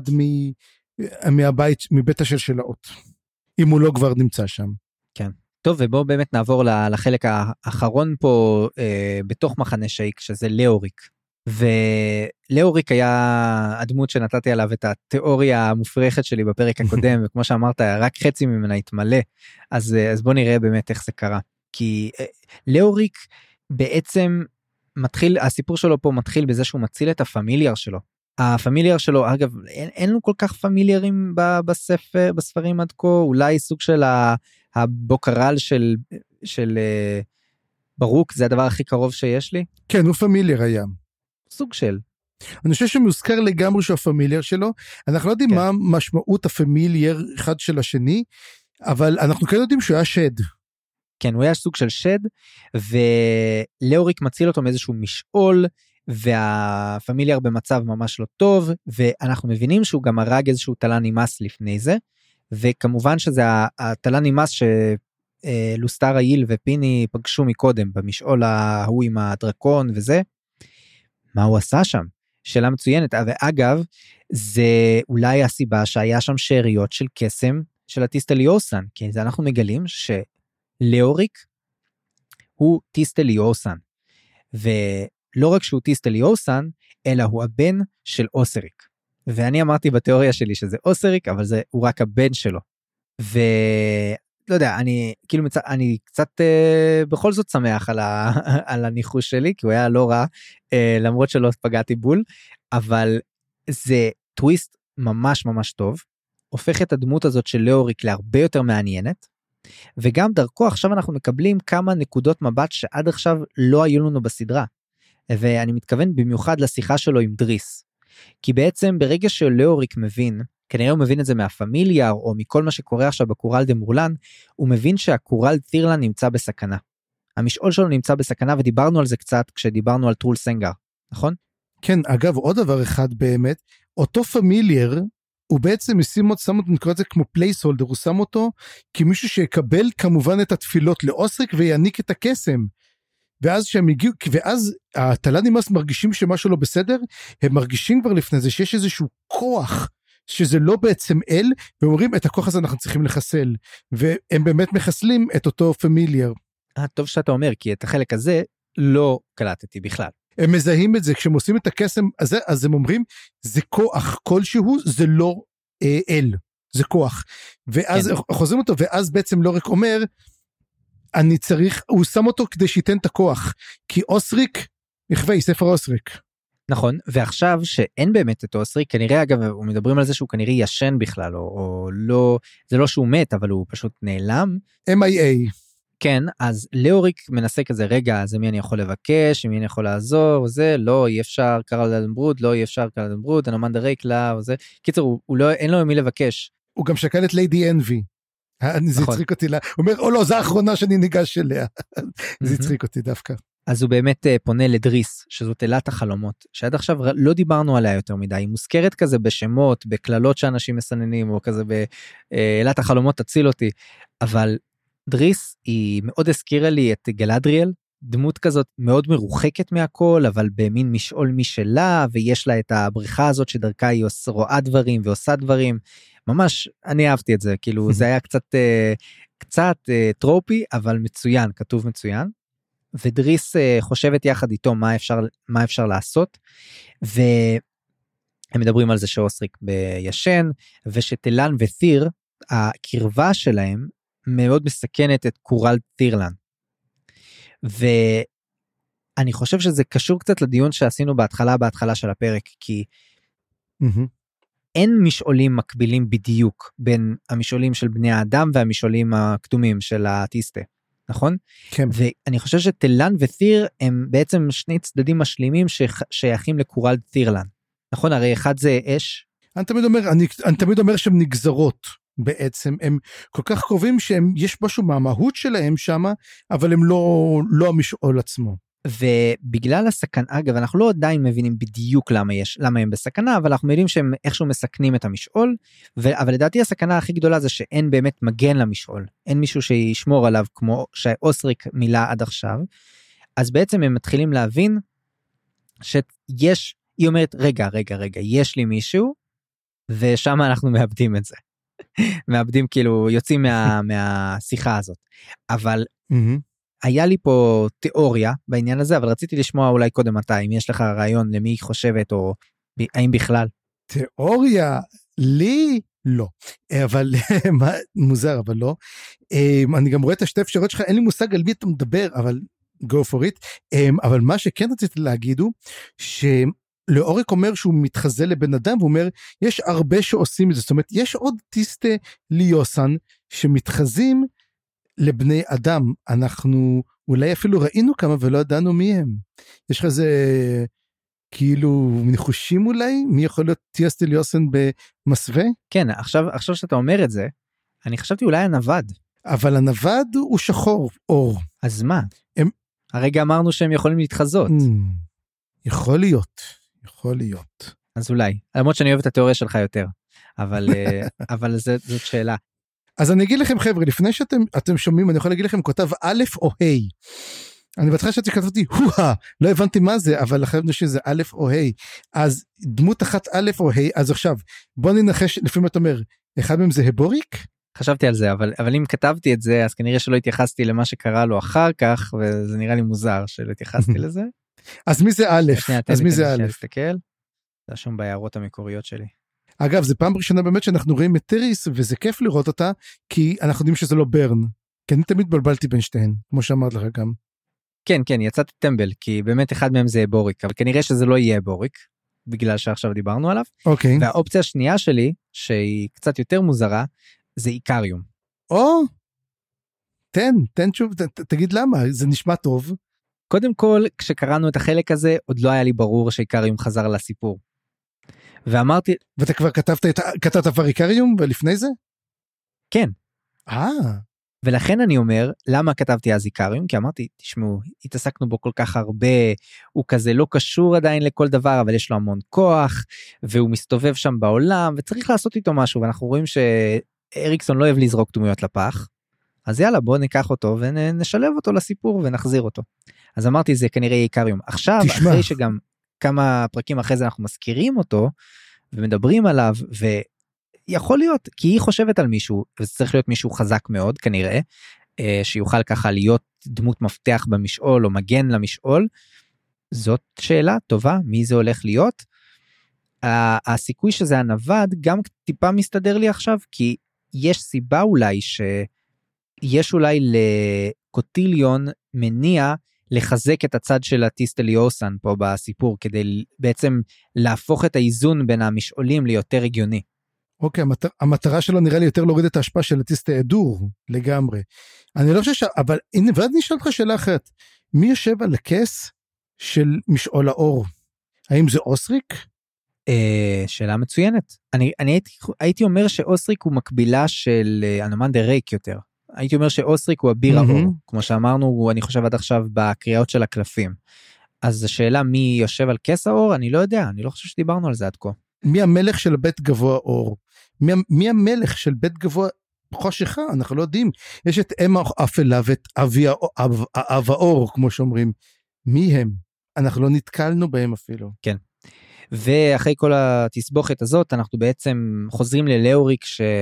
[SPEAKER 2] מהבית, מבית השלשלאות. אם הוא לא כבר נמצא שם.
[SPEAKER 3] כן. טוב, ובואו באמת נעבור לחלק האחרון פה, בתוך מחנה שייק, שזה לאוריק. ולאוריק היה הדמות שנתתי עליו את התיאוריה המופרכת שלי בפרק הקודם, וכמו שאמרת, רק חצי ממנה התמלא, אז בוא נראה באמת איך זה קרה. כי לאוריק בעצם מתחיל, הסיפור שלו פה מתחיל בזה שהוא מציל את הפמיליאר שלו. הפמיליאר שלו, אגב, אין לו כל כך פמיליארים בספרים עד כה, אולי סוג של הבוקרל של ברוק, זה הדבר הכי קרוב שיש לי.
[SPEAKER 2] כן, הוא פמיליאר היה.
[SPEAKER 3] סוג של.
[SPEAKER 2] אני חושב שמוזכר לגמרי שהוא הפמיליאר שלו, אנחנו לא יודעים מה משמעות הפמיליאר אחד של השני, אבל אנחנו כן יודעים שהוא היה שד.
[SPEAKER 3] כן, הוא היה סוג של שד, ולאוריק מציל אותו מאיזשהו משעול, והפמיליאר במצב ממש לא טוב, ואנחנו מבינים שהוא גם הרג איזשהו תלה נימס לפני זה, וכמובן שזה התלה נימס שלוסטר איל ופיני פגשו מקודם, במשעול ההוא עם הדרקון וזה, מה הוא עשה שם? שאלה מצוינת, ואגב, זה אולי הסיבה שהיה שם שאריות של קסם של הטיסטליוסן, כי זה אנחנו מגלים שלאוריק הוא טיסטליוסן, ולא רק שהוא טיסטליוסן, אלא הוא הבן של אוסריק, ואני אמרתי בתיאוריה שלי שזה אוסריק, אבל הוא רק הבן שלו, ולא יודע, אני קצת בכל זאת שמח על הניחוש שלי, כי הוא היה לא רע, למרות שלא פגעתי בול, אבל זה טוויסט ממש ממש טוב, הופך את הדמות הזאת של לאוריק להרבה יותר מעניינת, וגם דרכו עכשיו אנחנו מקבלים כמה נקודות מבט שעד עכשיו לא היו לנו בסדרה, ואני מתכוון במיוחד לשיחה שלו עם דריס, כי בעצם ברגע שלאוריק מבין, כנראה הוא מבין את זה מהפמיליאר, או מכל מה שקורה עכשיו בקורל דה מורלן, הוא מבין שהקורל תירלן נמצא בסכנה. המשעול שלו נמצא בסכנה, ודיברנו על זה קצת כשדיברנו על טרול סנגר, נכון?
[SPEAKER 2] כן, אגב, עוד דבר אחד באמת, אותו פמיליאר, הוא בעצם שם אותו, נקרא את זה כמו פלייסהולדר, הוא שם אותו כמישהו שיקבל כמובן את התפילות לאוסריק, ויעניק את הקסם. ואז שהם הגיעו, ואז התלה נימס מרגישים שמשהו לא בסדר, הם מרגישים כבר לפני זה שיש איזשהו כוח, שזה לא בעצם אל, ואומרים את הכוח הזה אנחנו צריכים לחסל, והם באמת מחסלים את אותו פמיליאר.
[SPEAKER 3] טוב שאתה אומר, כי את החלק הזה לא קלטתי בכלל.
[SPEAKER 2] הם מזהים את זה, כשהם עושים את הקסם הזה, אז הם אומרים, זה כוח כלשהו, זה לא אל, זה כוח. ואז כן. חוזרים אותו, ואז בעצם לא רק אומר, אני צריך, הוא שם אותו כדי שייתן את הכוח, כי אוסריק, נכווי, ספר אוסריק.
[SPEAKER 3] נכון, ועכשיו שאין באמת את אוסריק, כנראה אגב, הוא מדברים על זה שהוא כנראה ישן בכלל, או לא, זה לא שהוא מת, אבל הוא פשוט נעלם.
[SPEAKER 2] MIA.
[SPEAKER 3] כן, אז לאוריק מנסה כזה, רגע, אז מי אני יכול לבקש, מי אני יכול לעזור, זה, לא, אי אפשר, קרל דנברוד, לא, אי אפשר, קרל דנברוד, אנומנדה רייקלה, וזה, קיצור, הוא לא, אין לו מי לבקש.
[SPEAKER 2] הוא גם שקל את ליידי אנבי. זה הצחיק אותי לה, הוא אומר, או לא, זה האחרונה שאני ניגש אליה. זה הצחיק אותי דווקא. אז
[SPEAKER 3] הוא באמת פונה לדריס, שזאת אלת החלומות, שעד עכשיו לא דיברנו עליה יותר מדי, היא מוזכרת כזה בשמות, בכללות שאנשים מסננים, או כזה באלת החלומות תציל אותי, אבל דריס היא מאוד הזכירה לי את גלדריאל, דמות כזאת מאוד מרוחקת מהכל, אבל במין משעול משלה, ויש לה את הבריכה הזאת שדרכה היא רואה דברים ועושה דברים, ממש אני אהבתי את זה, כאילו זה היה קצת טרופי, אבל מצוין, כתוב מצוין, ודריס חושבת יחד איתו מה אפשר לעשות, והם מדברים על זה שאוסריק בישן, ושתלן ותיר, הקרבה שלהם מאוד מסכנת את קורל תירלן, ואני חושב שזה קשור קצת לדיון שעשינו בהתחלה של הפרק, כי אין משעולים מקבילים בדיוק, בין המשעולים של בני האדם, והמשעולים הקדומים של הטיסטה, נכון?
[SPEAKER 2] כן.
[SPEAKER 3] ואני חושב שתלן ותיר, הם בעצם שני צדדים משלימים, ששייכים לקורל תירלן, נכון? הרי אחד זה אש.
[SPEAKER 2] אני תמיד אומר שהם נגזרות, בעצם הם כל כך קרובים שיש משהו מהמהות שלהם שם, אבל הם לא המשעול עצמו.
[SPEAKER 3] ובגלל הסכנה, אגב, אנחנו לא עדיין מבינים בדיוק למה הם בסכנה, אבל אנחנו יודעים שהם איכשהו מסכנים את המשעול, אבל לדעתי הסכנה הכי גדולה זה שאין באמת מגן למשעול, אין מישהו שישמור עליו כמו שאוסריק מילא עד עכשיו, אז בעצם הם מתחילים להבין שיש, היא אומרת, רגע, יש לי מישהו, ושם אנחנו מאבדים את זה. מאבדים כאילו, יוצאים מהשיחה הזאת. אבל היה לי פה תיאוריה בעניין הזה, אבל רציתי לשמוע אולי קודם אתה, אם יש לך רעיון למי היא חושבת, או האם בכלל.
[SPEAKER 2] תיאוריה, לי לא. אבל, מוזר, אבל לא. אני גם רואה את השתי אפשרויות שלך, אין לי מושג על מי אתה מדבר, אבל go for it. אבל מה שכן רציתי להגיד הוא, לאוריק אומר שהוא מתחזה לבן אדם, והוא אומר, יש הרבה שעושים את זה, זאת אומרת, יש עוד טיסטה ליוסן, שמתחזים לבני אדם, אנחנו אולי אפילו ראינו כמה, ולא ידענו מי הם. יש לך איזה, כאילו, נחושים אולי, מי יכול להיות טיסטה ליוסן במסווה?
[SPEAKER 3] כן, עכשיו שאתה אומר את זה, אני חשבתי אולי הנווד.
[SPEAKER 2] אבל הנווד הוא שחור, אור.
[SPEAKER 3] אז מה? הרגע אמרנו שהם יכולים להתחזות.
[SPEAKER 2] יכול להיות.
[SPEAKER 3] אז אולי, למרות שאני אוהב את התיאוריה שלך יותר, אבל זאת שאלה.
[SPEAKER 2] אז אני אגיד לכם חבר'ה, לפני שאתם שומעים, אני יכול להגיד לכם, כותב א' או ה'. אני בהתחלה שכתבתי, לא הבנתי מה זה, אבל חשבנו שזה א' או ה'. אז דמות אחת א' או ה', אז עכשיו, בוא ננחש, לפעמים אתה אומר, אחד מהם זה הבוריק?
[SPEAKER 3] חשבתי על זה, אבל אם כתבתי את זה, אז כנראה שלא התייחסתי למה שקרה לו אחר כך, וזה נראה לי מוזר שלא התייחסתי לזה.
[SPEAKER 2] אז מי זה א'? אז מי זה א'?
[SPEAKER 3] זה שום בהערות המקוריות שלי.
[SPEAKER 2] אגב, זה פעם ראשונה באמת שאנחנו רואים את טריס, וזה כיף לראות אותה, כי אנחנו יודעים שזה לא ברן. כי אני תמיד בלבלתי בין שתיהן, כמו שאמרת לך גם.
[SPEAKER 3] כן, יצאתי טמבל, כי באמת אחד מהם זה בוריק, אבל כנראה שזה לא יהיה בוריק, בגלל שעכשיו דיברנו עליו.
[SPEAKER 2] אוקיי.
[SPEAKER 3] והאופציה השנייה שלי, שהיא קצת יותר מוזרה, זה איקריום.
[SPEAKER 2] תן שוב, תגיד למה, זה נשמע טוב.
[SPEAKER 3] קודם כל, כשקראנו את החלק הזה, עוד לא היה לי ברור שאיקריום חזר לסיפור. ואמרתי...
[SPEAKER 2] ואתה כבר כתבת כבר איקריום ולפני זה?
[SPEAKER 3] כן. ולכן אני אומר, למה כתבתי אז איקריום? כי אמרתי, תשמעו, התעסקנו בו כל כך הרבה, הוא כזה לא קשור עדיין לכל דבר, אבל יש לו המון כוח, והוא מסתובב שם בעולם, וצריך לעשות איתו משהו, ואנחנו רואים שאריקסון לא אוהב לזרוק דמויות לפח, אז יאללה, בואו ניקח אותו, ונשלב אותו לסיפור, ונחזיר אותו. אז אמרתי, זה כנראה איקריום. עכשיו, אחרי שגם כמה פרקים אחרי זה אנחנו מזכירים אותו, ומדברים עליו, ויכול להיות, כי היא חושבת על מישהו, וזה צריך להיות מישהו חזק מאוד, כנראה, שיוכל ככה להיות דמות מפתח במשעול, או מגן למשעול, זאת שאלה טובה, מי זה הולך להיות? הסיכוי שזה הנווד, גם טיפה מסתדר לי עכשיו, כי יש סיבה אולי, שיש אולי לקוטיליון מניע, לחזק את הצד של הטיסטליוסן פה בסיפור, כדי בעצם להפוך את האיזון בין המשעולים ליותר הגיוני.
[SPEAKER 2] אוקיי, המטרה שלו נראה לי יותר להוריד את ההשפעה של הטיסטאדור, לגמרי. אני לא חושב אבל הנה, ועד נשאל לך שאלה אחרת, מי יושב על הכס של משעול האור? האם זה אוסריק?
[SPEAKER 3] שאלה מצוינת. אני הייתי אומר שאוסריק הוא מקבילה של אנומנדר ריק יותר. הייתי אומר שאוסריק הוא אביר האור, כמו שאמרנו, אני חושב עד עכשיו בקריאות של הקלפים. אז השאלה מי יושב על כס האור, אני לא יודע, אני לא חושב שדיברנו על זה עד כה.
[SPEAKER 2] מי המלך של בית גבוה אור? מי המלך של בית גבוה חושכה? אנחנו לא יודעים. יש את אם האפלה ואת אב האור, כמו שאומרים. מי הם? אנחנו לא נתקלנו בהם אפילו.
[SPEAKER 3] כן. ואחרי כל התסבוכת הזאת, אנחנו בעצם חוזרים ללאוריק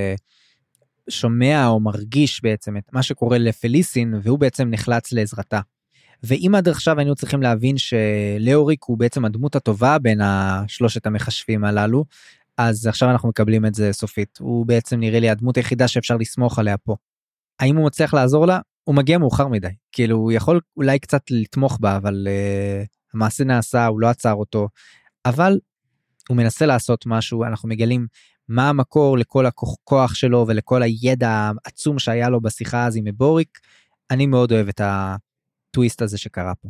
[SPEAKER 3] ששומע או מרגיש בעצם את מה שקורה לפליסין, והוא בעצם נחלץ לעזרתה. ואם עד עכשיו היינו צריכים להבין שלאוריק הוא בעצם הדמות הטובה בין השלושת המחשבים הללו, אז עכשיו אנחנו מקבלים את זה סופית. הוא בעצם נראה לי הדמות היחידה שאפשר לסמוך עליה פה. האם הוא מצליח לעזור לה? הוא מגיע מאוחר מדי. כאילו הוא יכול אולי קצת לתמוך בה, אבל המעשה נעשה, הוא לא עצר אותו. אבל הוא מנסה לעשות משהו, אנחנו מגלים מה המקור לכל הכוח שלו, ולכל הידע העצום שהיה לו בשיחה הזו עם מבוריק. אני מאוד אוהב את הטוויסט הזה שקרה פה.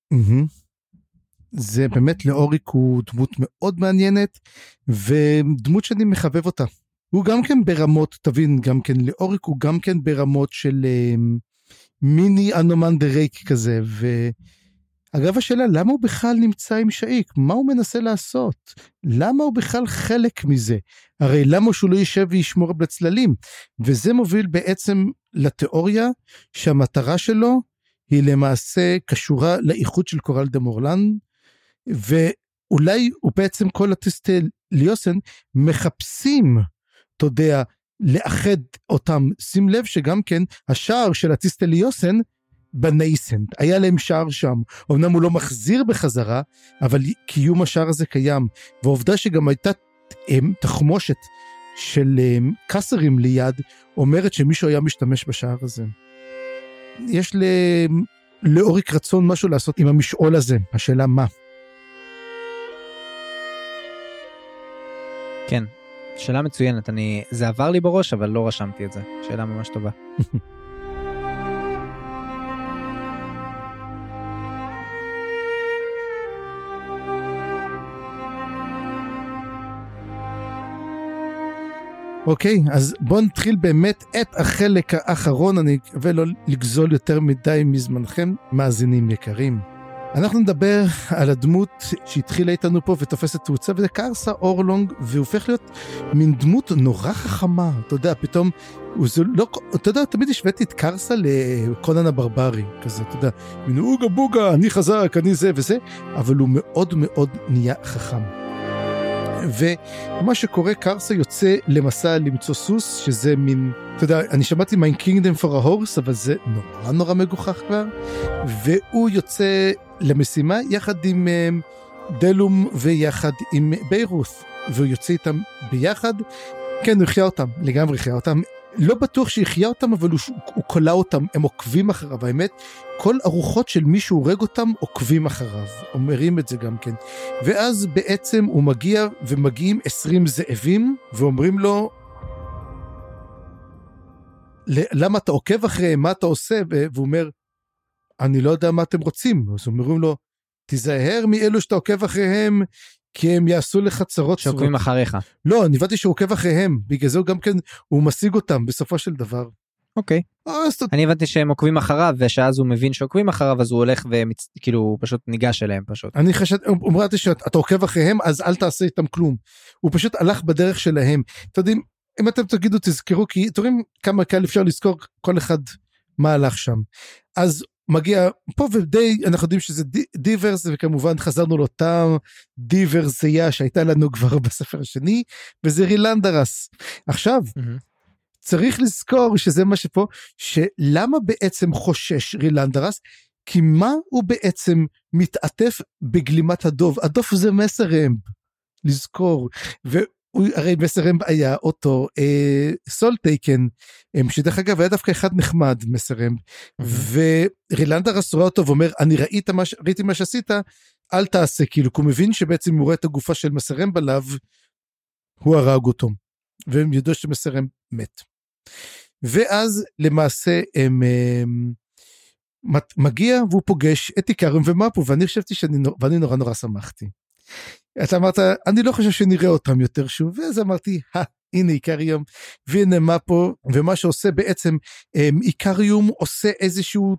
[SPEAKER 2] זה באמת לאוריק הוא דמות מאוד מעניינת, ודמות שאני מחבב אותה. הוא גם כן ברמות, תבין, גם כן לאוריק הוא גם כן ברמות של מיני אנומנדר ריק כזה, אגב השאלה, למה הוא בכלל נמצא עם שאיק? מה הוא מנסה לעשות? למה הוא בכלל חלק מזה? הרי למה שהוא לא יישב וישמור בצללים? וזה מוביל בעצם לתיאוריה שהמטרה שלו היא למעשה קשורה לאיחוד של קורל דה מורלן, ואולי הוא בעצם כל הטיסטליוסן מחפשים, אתה יודע, לאחד אותם. שים לב שגם כן השער של הטיסטליוסן בנייסנט, היה להם שער שם, אמנם הוא לא מחזיר בחזרה, אבל קיום השער הזה קיים, והעובדה שגם הייתה תחמושת של קסרים ליד, אומרת שמישהו היה משתמש בשער הזה. יש לאוריק רצון משהו לעשות עם המשעול הזה, השאלה מה?
[SPEAKER 3] כן, שאלה מצוינת, זה עבר לי בראש, אבל לא רשמתי את זה, שאלה ממש טובה.
[SPEAKER 2] אוקיי, אז בואו נתחיל באמת את החלק האחרון, אני מקווה לא לגזול יותר מדי מזמנכם, מאזינים יקרים. אנחנו נדבר על הדמות שהתחילה איתנו פה ותופסת תאוצה, וזה קרסה אורלונג, והוא הופך להיות מין דמות נורא חכמה, אתה יודע, פתאום, אתה יודע, תמיד השוויתי את קרסה לקונן הברברי, כזה, אתה יודע, מין אוגה בוגה, אני חזק, אני זה וזה, אבל הוא מאוד מאוד נהיה חכם. ומה שקורה, קרסה יוצא למסע למצוא סוס, שזה מין, אתה יודע, אני שמעתי My Kingdom for a Horse, אבל זה נורא נורא מגוחך כבר, והוא יוצא למשימה יחד עם דלום ויחד עם ביירוס, והוא יוצא איתם ביחד, כן, הוא יחיה אותם, לגמרי יחיה אותם, לא בטוח שיחיה אותם, אבל הוא קולה אותם, הם עוקבים אחריו, האמת, כל ארוחות של מי שהורג אותם עוקבים אחריו, אומרים את זה גם כן, ואז בעצם הוא מגיע, ומגיעים 20 זאבים, ואומרים לו, למה אתה עוקב אחריהם, מה אתה עושה, והוא אומר, אני לא יודע מה אתם רוצים, אז אומרים לו, תיזהר מאלו שאתה עוקב אחריהם, כי הם יעשו לך צרות.
[SPEAKER 3] שעוקבים אחריך.
[SPEAKER 2] לא, אני הבנתי שהוא עוקב אחריהם, בגלל זה גם כן, הוא משיג אותם בסופו של דבר.
[SPEAKER 3] אוקיי. אני הבנתי שהם עוקבים אחריו, ושאז הוא מבין שעוקבים אחריו, אז הוא הולך וכאילו, הוא פשוט ניגש אליהם פשוט. אני
[SPEAKER 2] אמרתי שאתה עוקב אחריהם, אז אל תעשה איתם כלום. הוא פשוט הלך בדרך שלהם. אתם יודעים, אם אתם תגידו, תזכרו, כי תראים כמה קל אפשר לזכור כל אחד מה הלך שם. אז מגיע פה ודי, אנחנו יודעים שזה דיברס, וכמובן חזרנו לאותם דיברסיה שהייתה לנו כבר בספר השני, וזה רילנדרס. עכשיו, צריך לזכור שזה מה שפה, שלמה בעצם חושש רילנדרס, כי מה הוא בעצם מתעטף בגלימת הדוב? הדוב זה מסרמב, לזכור, הרי מסרמב היה אותו סולטייקן, שדרך אגב היה דווקא אחד נחמד מסרמב, ורילנדרס רואה אותו ואומר, אני ראיתי מה שעשית, אל תעשה, כאילו, כי הוא מבין שבעצם הוא רואה את הגופה של מסרמב עליו, הוא הרג אותו, והם ידעו שמסרמב מת. ואז למעשה הם מגיע והוא פוגש את איקריום ומפו, ואני חשבתי ואני נורא נורא שמחתי. אתה אמרת, אני לא חושב שנראה אותם יותר שוב, ואז אמרתי, הנה איקריום, והנה מפו, ומה שעושה בעצם, איקריום עושה איזשהו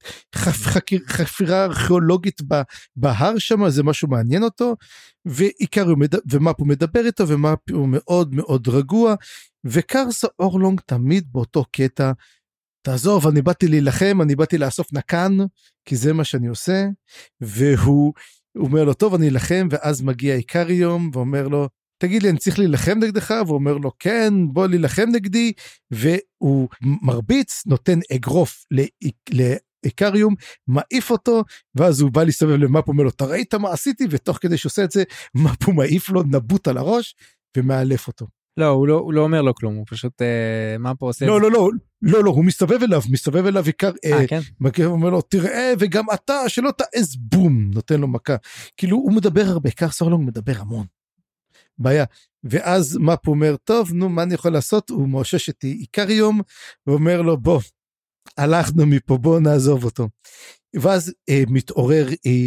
[SPEAKER 2] חפירה ארכיאולוגית בהר שם, זה משהו מעניין אותו, ואיקריום ומפו מדבר איתו, ומפו מאוד מאוד רגוע, וקרסה אורלונג תמיד באותו קטע, תעזוב, אני באתי להילחם, אני באתי לאסוף נקן, כי זה מה שאני עושה, והוא אומר לו, טוב, אני אלחם, ואז מגיע איקריום, ואומר לו, תגיד לי, אני צריך להילחם נגדך? והוא אומר לו, כן, בוא להילחם נגדי, והוא מרביץ, נותן אגרוף לאיקריום, מעיף אותו, ואז הוא בא להסתובב למפו, אומר לו, אתה ראית מה עשיתי? ותוך כדי שעושה את זה, מפו מעיף לו נבוט על הראש, ומאלף אותו.
[SPEAKER 3] לא, הוא לא אומר לו כלום, הוא פשוט, מפו עושה את זה.
[SPEAKER 2] לא, הוא מסתובב אליו,
[SPEAKER 3] כן.
[SPEAKER 2] מגיע ואומר לו, תראה, וגם אתה, שלא תעז, בום, נותן לו מכה. כאילו, הוא מדבר הרבה, קרסה אורלונג מדבר המון. בעיה. ואז מפו אומר, טוב, נו, מה אני יכול לעשות? הוא מאושש את איקריום, ואומר לו, בוא, הלכנו מפה, בוא נעזוב אותו. ואז מתעורר,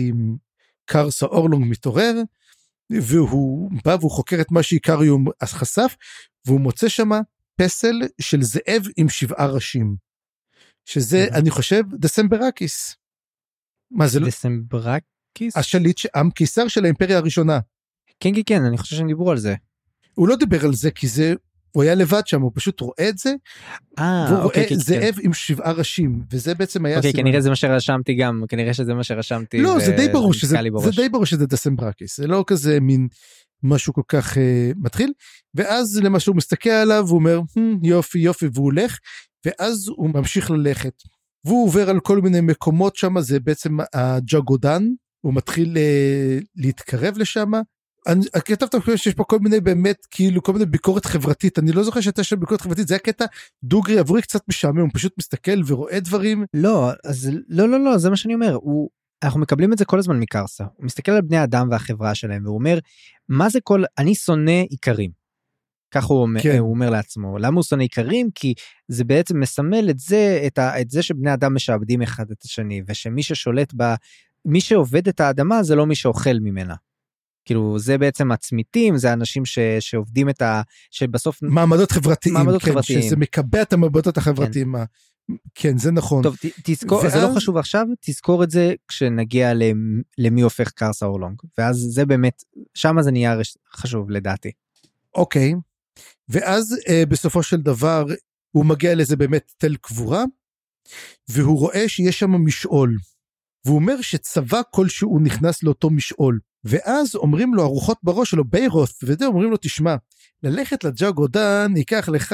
[SPEAKER 2] קרסה אורלונג מתעורר, והוא בא והוא חוקר את מה שאיקריום חשף, והוא מוצא שמה פסל של זאב עם 7 ראשים, שזה אני חושב דסמברקיס. מה זה?
[SPEAKER 3] דסמברקיס?
[SPEAKER 2] השליט, הקיסר של האימפריה הראשונה.
[SPEAKER 3] כן, אני חושב שהם דיברו על זה.
[SPEAKER 2] הוא לא דיבר על זה, כי זה, הוא היה לבד שם, הוא פשוט רואה את זה, והוא רואה זאב עם 7 ראשים, וזה בעצם היה...
[SPEAKER 3] אוקיי, כנראה זה מה שרשמתי גם, כנראה שזה מה שרשמתי.
[SPEAKER 2] לא, זה די ברור שזה דסמברקיס, זה לא כזה מין משהו כל כך מתחיל, ואז למשהו הוא מסתכל עליו, הוא אומר, יופי, והוא הולך, ואז הוא ממשיך ללכת, והוא עובר על כל מיני מקומות שם, זה בעצם הג'אגודן, הוא מתחיל להתקרב לשם, כתבת שיש פה כל מיני באמת, כאילו כל מיני ביקורת חברתית, אני לא זוכר שהייתה שם ביקורת חברתית, זה היה קטע דוגרי עבורי קצת משעמם, הוא פשוט מסתכל ורואה דברים.
[SPEAKER 3] לא, אז לא, זה מה שאני אומר, אנחנו מקבלים את זה כל הזמן מקרסה, הוא מסתכל על בני האדם והחברה שלהם, והוא אומר, מה זה אני שונא עיקרים, כך הוא אומר לעצמו, למה הוא שונא עיקרים? כי זה בעצם מסמל את זה שבני אדם משעבדים אחד את השני, ושמי ששולט מי שעובד את האדמה זה לא מי שאוכל ממנה. כאילו זה בעצם הצמיתים, זה אנשים שעובדים שבסוף...
[SPEAKER 2] מעמדות חברתיים, כן, שזה מקבע את המעמדות החברתיים. כן, זה נכון.
[SPEAKER 3] טוב, תזכור, זה לא חשוב עכשיו, תזכור את זה כשנגיע למי הופך קרסה אורלונג, ואז זה באמת, שם זה נהיה חשוב לדעתי.
[SPEAKER 2] אוקיי, ואז בסופו של דבר, הוא מגיע לזה באמת תל קבורה, והוא רואה שיש שם משעול, והוא אומר שצבא כלשהו נכנס לאותו משעול, ואז אומרים לו הרוחות בראש שלו, ביירות, וזה אומרים לו, תשמע, ללכת לג'אגודן, ייקח לך,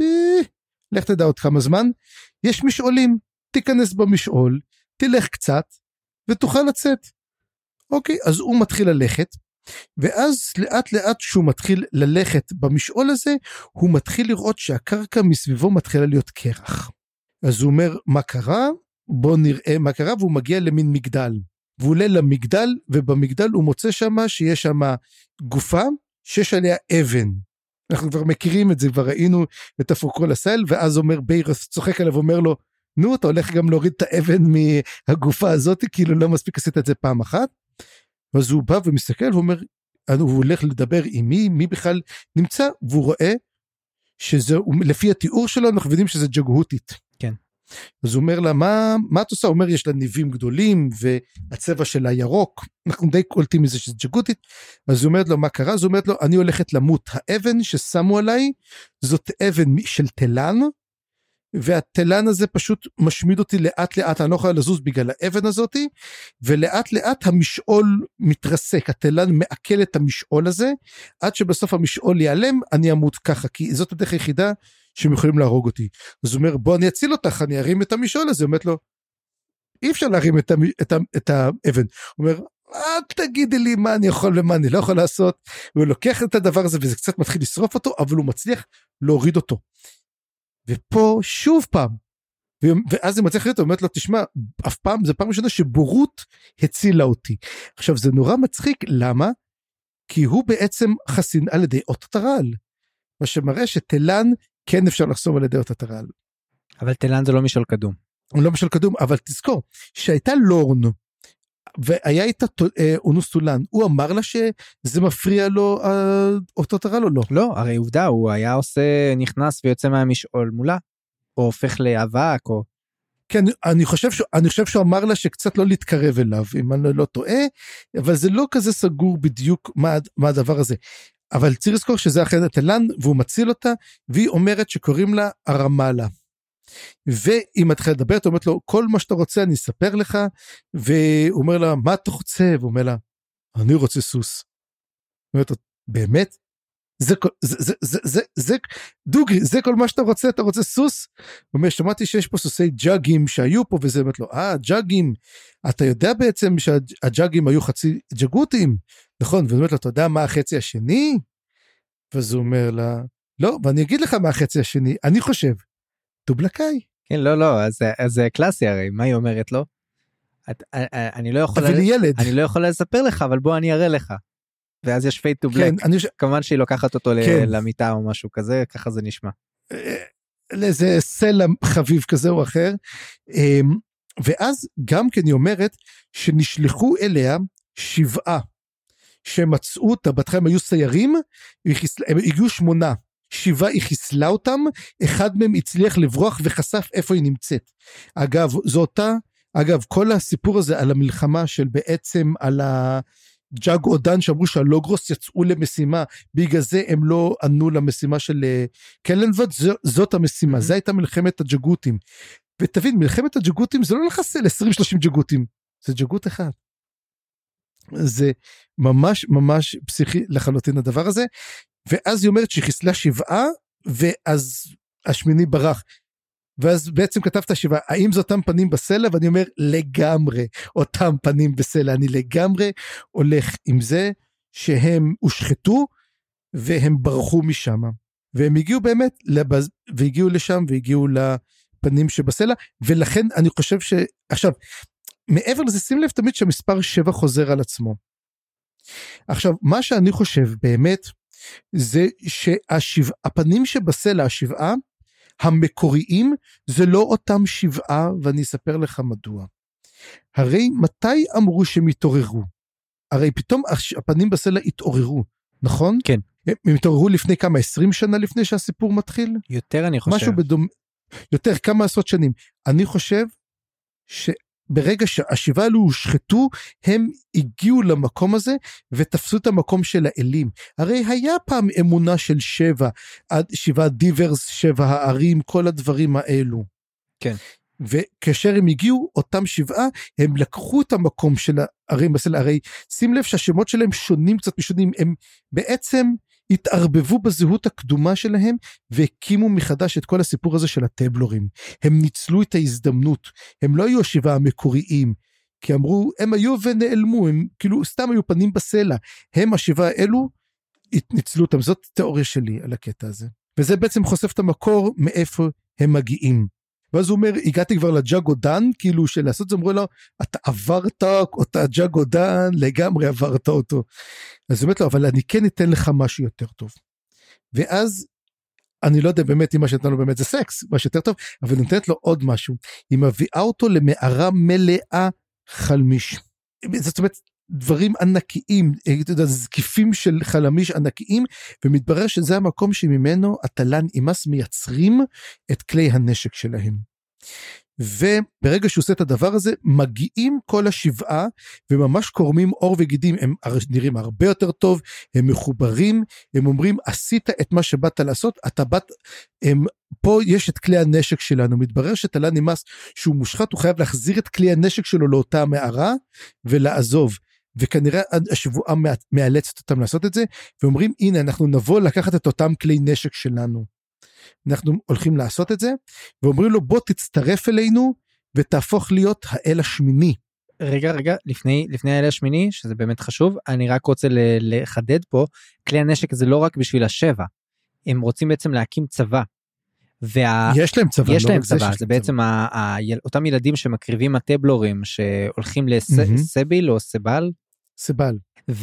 [SPEAKER 2] לך תדע עוד כמה זמן, יש משעולים, תיכנס במשעול, תלך קצת, ותוכל לצאת. אוקיי, אז הוא מתחיל ללכת, ואז לאט לאט שהוא מתחיל ללכת במשעול הזה, הוא מתחיל לראות שהקרקע מסביבו מתחילה להיות קרח. אז הוא אומר, מה קרה? בוא נראה מה קרה, והוא מגיע למין מגדל. והוא עולה למגדל, ובמגדל הוא מוצא שם שיש שם גופה, שיש עליה אבן. אנחנו כבר מכירים את זה, כבר ראינו את הפורקול הסייל, ואז אומר ביירס, צוחק עליו, אומר לו, נו, אתה הולך גם להוריד את האבן מהגופה הזאת, כאילו לא מספיק עשית את זה פעם אחת. ואז הוא בא ומסתכל, ואומר, הוא הולך לדבר עם מי בכלל נמצא, והוא רואה שזה, לפי התיאור שלו, אנחנו יודעים שזה ג'גהותית.
[SPEAKER 3] כן.
[SPEAKER 2] אז הוא אומר לה, מה את עושה? הוא אומר, יש לה ניבים גדולים, והצבע שלה ירוק, אנחנו די קולטים מזה שזה ג'גהותית, אז הוא אומר לו, מה קרה? אז הוא אומר לו, אני הולכת למות, האבן ששמו עליי, זאת אבן של תלן, והתלן הזה פשוט משמיד אותי לאט לאט, אני לא יכולה לזוז בגלל האבן הזאת, ולאט לאט המשעול מתרסק, התלן מעכל את המשעול הזה, עד שבסוף המשעול ייעלם, אני אמות ככה, כי זאת הדרך היחידה שהם יכולים להרוג אותי. אז הוא אומר, בוא אני אציל אותך, אני ארים את המשעול הזה, הוא אומר לו, אי אפשר להרים את האבן, הוא אומר, אל תגידי לי מה אני יכול ומה אני לא יכול לעשות, והוא לוקח את הדבר הזה, וזה קצת מתחיל לשרוף אותו, אבל הוא מצליח להוריד אותו. ופה שוב פעם, ואז זה מצליח להיות, הוא אומר לו, תשמע, אף פעם, זה פעם ראשונה שבורות הצילה אותי. עכשיו זה נורא מצחיק, למה? כי הוא בעצם חסין על ידי אותות הרעל, מה שמראה שתלן כן אפשר לחסום על ידי אותות הרעל.
[SPEAKER 3] אבל תלן זה לא משל קדום.
[SPEAKER 2] הוא לא משל קדום, אבל תזכור, שהייתה לורן, והיה איתה אונוס טולן, הוא אמר לה שזה מפריע לו אותות הרעל או לא?
[SPEAKER 3] לא, הרי עובדה, הוא היה עושה, נכנס ויוצא מהמשעול מולה, או הופך לאבק, או...
[SPEAKER 2] כן, אני חושב שהוא אמר לה שקצת לא להתקרב אליו, אם אני לא טועה, אבל זה לא כזה סגור בדיוק מה הדבר הזה. אבל צריך לזכור שזה אחרי תלן, והוא מציל אותה, והיא אומרת שקוראים לה הרמלה. והיא מתחילה לדבר, היא אומרת לו, כל מה שאתה רוצה אני אספר לך, והוא אומר לה, מה אתה רוצה? והוא אומר לה, אני רוצה סוס. היא אומרת לו, באמת? זה דוגרי, זה כל מה שאתה רוצה, אתה רוצה סוס? הוא אומר, שמעתי שיש פה סוסי ג'אגים שהיו פה, וזה אומרת לו, ג'אגים, אתה יודע בעצם שהג'אגים היו חצי ג'גותים, נכון? והוא אומר לו, אתה יודע מה החצי השני? ואז הוא אומר לה, לא, ואני אגיד לך מה החצי השני, אני חושב, דובלקאי.
[SPEAKER 3] כן, לא, אז זה קלאסי הרי, מה היא אומרת לו? אני לא יכול לספר לך, אבל בוא אני אראה לך. ואז יש פייט טו בלק, כמובן שהיא לוקחת אותו למיטה או משהו כזה, ככה זה נשמע.
[SPEAKER 2] לאיזה סלע חביב כזה או אחר, ואז גם כן היא אומרת, שנשלחו אליה 7, שמצאו אותה, בתחילה הם היו סיירים, הם הגיעו 8, 7 היא חיסלה אותם, אחד מהם הצליח לברוח וחשף איפה היא נמצאת. אגב, כל הסיפור הזה על המלחמה של בעצם על ג'אגודן שאמרו שהלוגרוס יצאו למשימה, בגלל זה הם לא ענו למשימה של קלנבד, זאת המשימה, זה הייתה מלחמת הג'גותים. ותבין, מלחמת הג'גותים זה לא לחסל 20-30 ג'גותים, זה ג'גות אחד. זה ממש ממש פסיכי לחלוטין הדבר הזה, ואז היא אומרת שהיא חיסלה 7, ואז השמיני ברח. ואז בעצם כתבת שבעה, האם זה אותם פנים בסלע? ואני אומר, לגמרי, אותם פנים בסלע, אני לגמרי הולך עם זה, שהם הושחתו, והם ברחו משם, והם הגיעו באמת, והגיעו לשם, והגיעו לפנים שבסלע, ולכן אני חושב עכשיו, מעבר לזה, שים לב תמיד שהמספר 7 חוזר על עצמו. עכשיו, מה שאני חושב באמת, זה שהפנים שבסלע, השבעה, המקוריים, זה לא אותם 7, ואני אספר לך מדוע. הרי מתי אמרו שהם התעוררו? הרי פתאום הפנים בסלע התעוררו, נכון?
[SPEAKER 3] כן.
[SPEAKER 2] הם התעוררו לפני כמה, 20 שנה לפני שהסיפור מתחיל?
[SPEAKER 3] יותר אני חושב.
[SPEAKER 2] משהו יותר, כמה עשרות שנים. אני חושב שברגע שהשבעה האלו הושחתו, הם הגיעו למקום הזה, ותפסו את המקום של האלים. הרי היה פעם אמונה של 7 דיברס, 7 הערים, כל הדברים האלו.
[SPEAKER 3] כן.
[SPEAKER 2] וכאשר הם הגיעו, אותם 7, הם לקחו את המקום של הערים בסלע, הרי שים לב שהשמות שלהם שונים קצת משונים, הם בעצם התערבבו בזהות הקדומה שלהם, והקימו מחדש את כל הסיפור הזה של הטבלורים. הם ניצלו את ההזדמנות, הם לא היו 7 המקוריים, כי אמרו, הם היו ונעלמו, הם כאילו סתם היו פנים בסלע, הם 7 האלו, ניצלו אותם, זאת תיאוריה שלי על הקטע הזה. וזה בעצם חושף את המקור מאיפה הם מגיעים. ואז הוא אומר, הגעתי כבר לג'אגודן, כאילו שלעשות זה אמרו לו, אתה עברת אותה ג'אגודן, לגמרי עברת אותו. אז הוא אומר לו, אבל אני כן אתן לך משהו יותר טוב. ואז, אני לא יודע באמת אם מה שנתנו באמת זה סקס, משהו יותר טוב, אבל נותנת לו עוד משהו. היא מביאה אותו למערה מלאה חלמיש. זאת אומרת, דברים ענקיים, זקיפים של חלמיש ענקיים, ומתברר שזה המקום שממנו התלן אימס מייצרים את כלי הנשק שלהם. וברגע שהוא עושה את הדבר הזה, מגיעים כל 7, וממש קורמים אור וגידים, הם נראים הרבה יותר טוב, הם מחוברים, הם אומרים, עשית את מה שבאת לעשות, אתה באת, פה יש את כלי הנשק שלנו, מתברר שתלן אימס, שהוא מושחת, הוא חייב להחזיר את כלי הנשק שלו לאותה מערה, ולעזוב. וכנראה השבועה מאלצת אותם לעשות את זה, ואומרים, הנה, אנחנו נבוא לקחת את אותם כלי נשק שלנו. אנחנו הולכים לעשות את זה, ואומרים לו, בוא תצטרף אלינו, ותהפוך להיות האל השמיני.
[SPEAKER 3] רגע, לפני האל השמיני, שזה באמת חשוב, אני רק רוצה לחדד פה, כלי הנשק זה לא רק בשביל 7, הם רוצים בעצם להקים צבא.
[SPEAKER 2] יש להם צבא,
[SPEAKER 3] יש להם צבא, זה בעצם אותם ילדים שמקריבים הטבלורים שהולכים לסביל או סבל,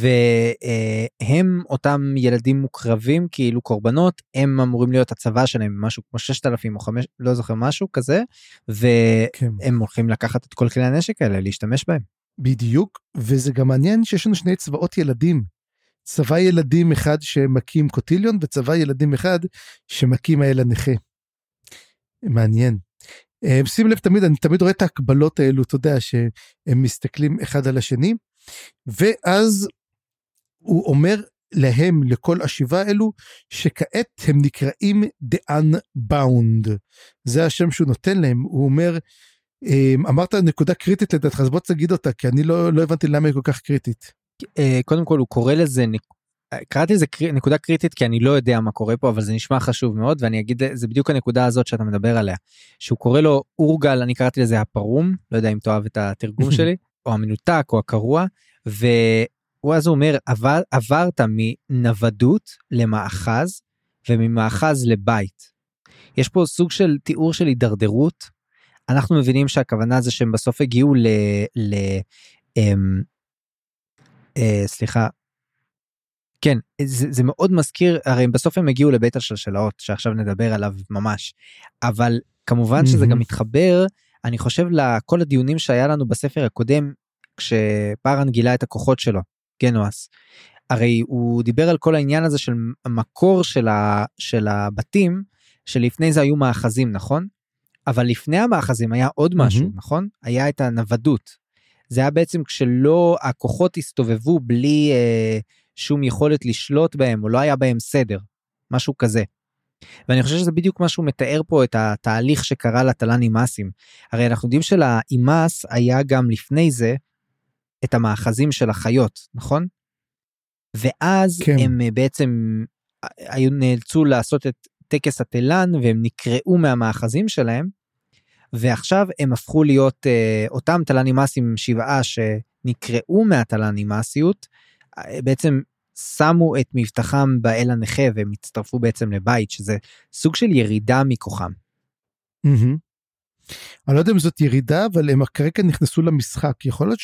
[SPEAKER 3] והם אותם ילדים מוקרבים כאילו קורבנות, הם אמורים להיות הצבא שלהם משהו כמו 6,000 או 5, לא זוכר משהו כזה, והם הולכים לקחת את כל כלי הנשק האלה, להשתמש בהם.
[SPEAKER 2] בדיוק, וזה גם מעניין שיש לנו 2 צבאות ילדים, צבא ילדים אחד שמקים קוטיליון, וצבא ילדים אחד שמקים האל הנכה. מעניין. שים לב תמיד, אני תמיד רואה את ההקבלות האלו, אתה יודע, שהם מסתכלים אחד על השני, ואז הוא אומר להם, לכל 7 האלו, שכעת הם נקראים The Unbound. זה השם שהוא נותן להם, הוא אומר, אמרת נקודה קריטית לדעתך, אז בוא תגיד אותה, כי אני לא הבנתי למה היא כל כך קריטית.
[SPEAKER 3] קודם כל הוא קורא לזה קראתי לזה נקודה קריטית כי אני לא יודע מה קורה פה, אבל זה נשמע חשוב מאוד, ואני אגיד, זה בדיוק הנקודה הזאת שאתה מדבר עליה, שהוא קורא לו אורגל, אני קראתי לזה הפרום, לא יודע אם תאהב את התרגום שלי, או המנותק או הקרוע, והוא אז אומר, עברת מנוודות למאחז, וממאחז לבית. יש פה סוג של תיאור של הידרדרות, אנחנו מבינים שהכוונה זה שהם בסוף הגיעו סליחה, כן, זה מאוד מזכיר, הרי בסוף הם הגיעו לבית השלשלאות, שעכשיו נדבר עליו ממש, אבל כמובן שזה גם מתחבר, אני חושב לכל הדיונים שהיה לנו בספר הקודם, כשפארן גילה את הכוחות שלו, גנואס, הרי הוא דיבר על כל העניין הזה של המקור של הבתים, שלפני זה היו מאחזים, נכון? אבל לפני המאחזים היה עוד משהו, נכון? היה את הנוודות, זה היה בעצם כשלא הכוחות הסתובבו בלי שום יכולת לשלוט בהם, או לא היה בהם סדר, משהו כזה. ואני חושב שזה בדיוק מה שהוא מתאר פה, את התהליך שקרה לתלן אימאסים. הרי אנחנו יודעים שלאימאס היה גם לפני זה, את המאחזים של החיות, נכון? ואז כן. הם בעצם נאלצו לעשות את טקס התלן, והם נקראו מהמאחזים שלהם, ועכשיו הם הפכו להיות אותם תלנימסים 7 שנקראו מהתלנימסיות, בעצם שמו את מבטחם באל הנכה, והם הצטרפו בעצם לבית, שזה סוג של ירידה מכוחם.
[SPEAKER 2] אני לא יודע אם זאת ירידה, אבל הם כרגע נכנסו למשחק. יכול להיות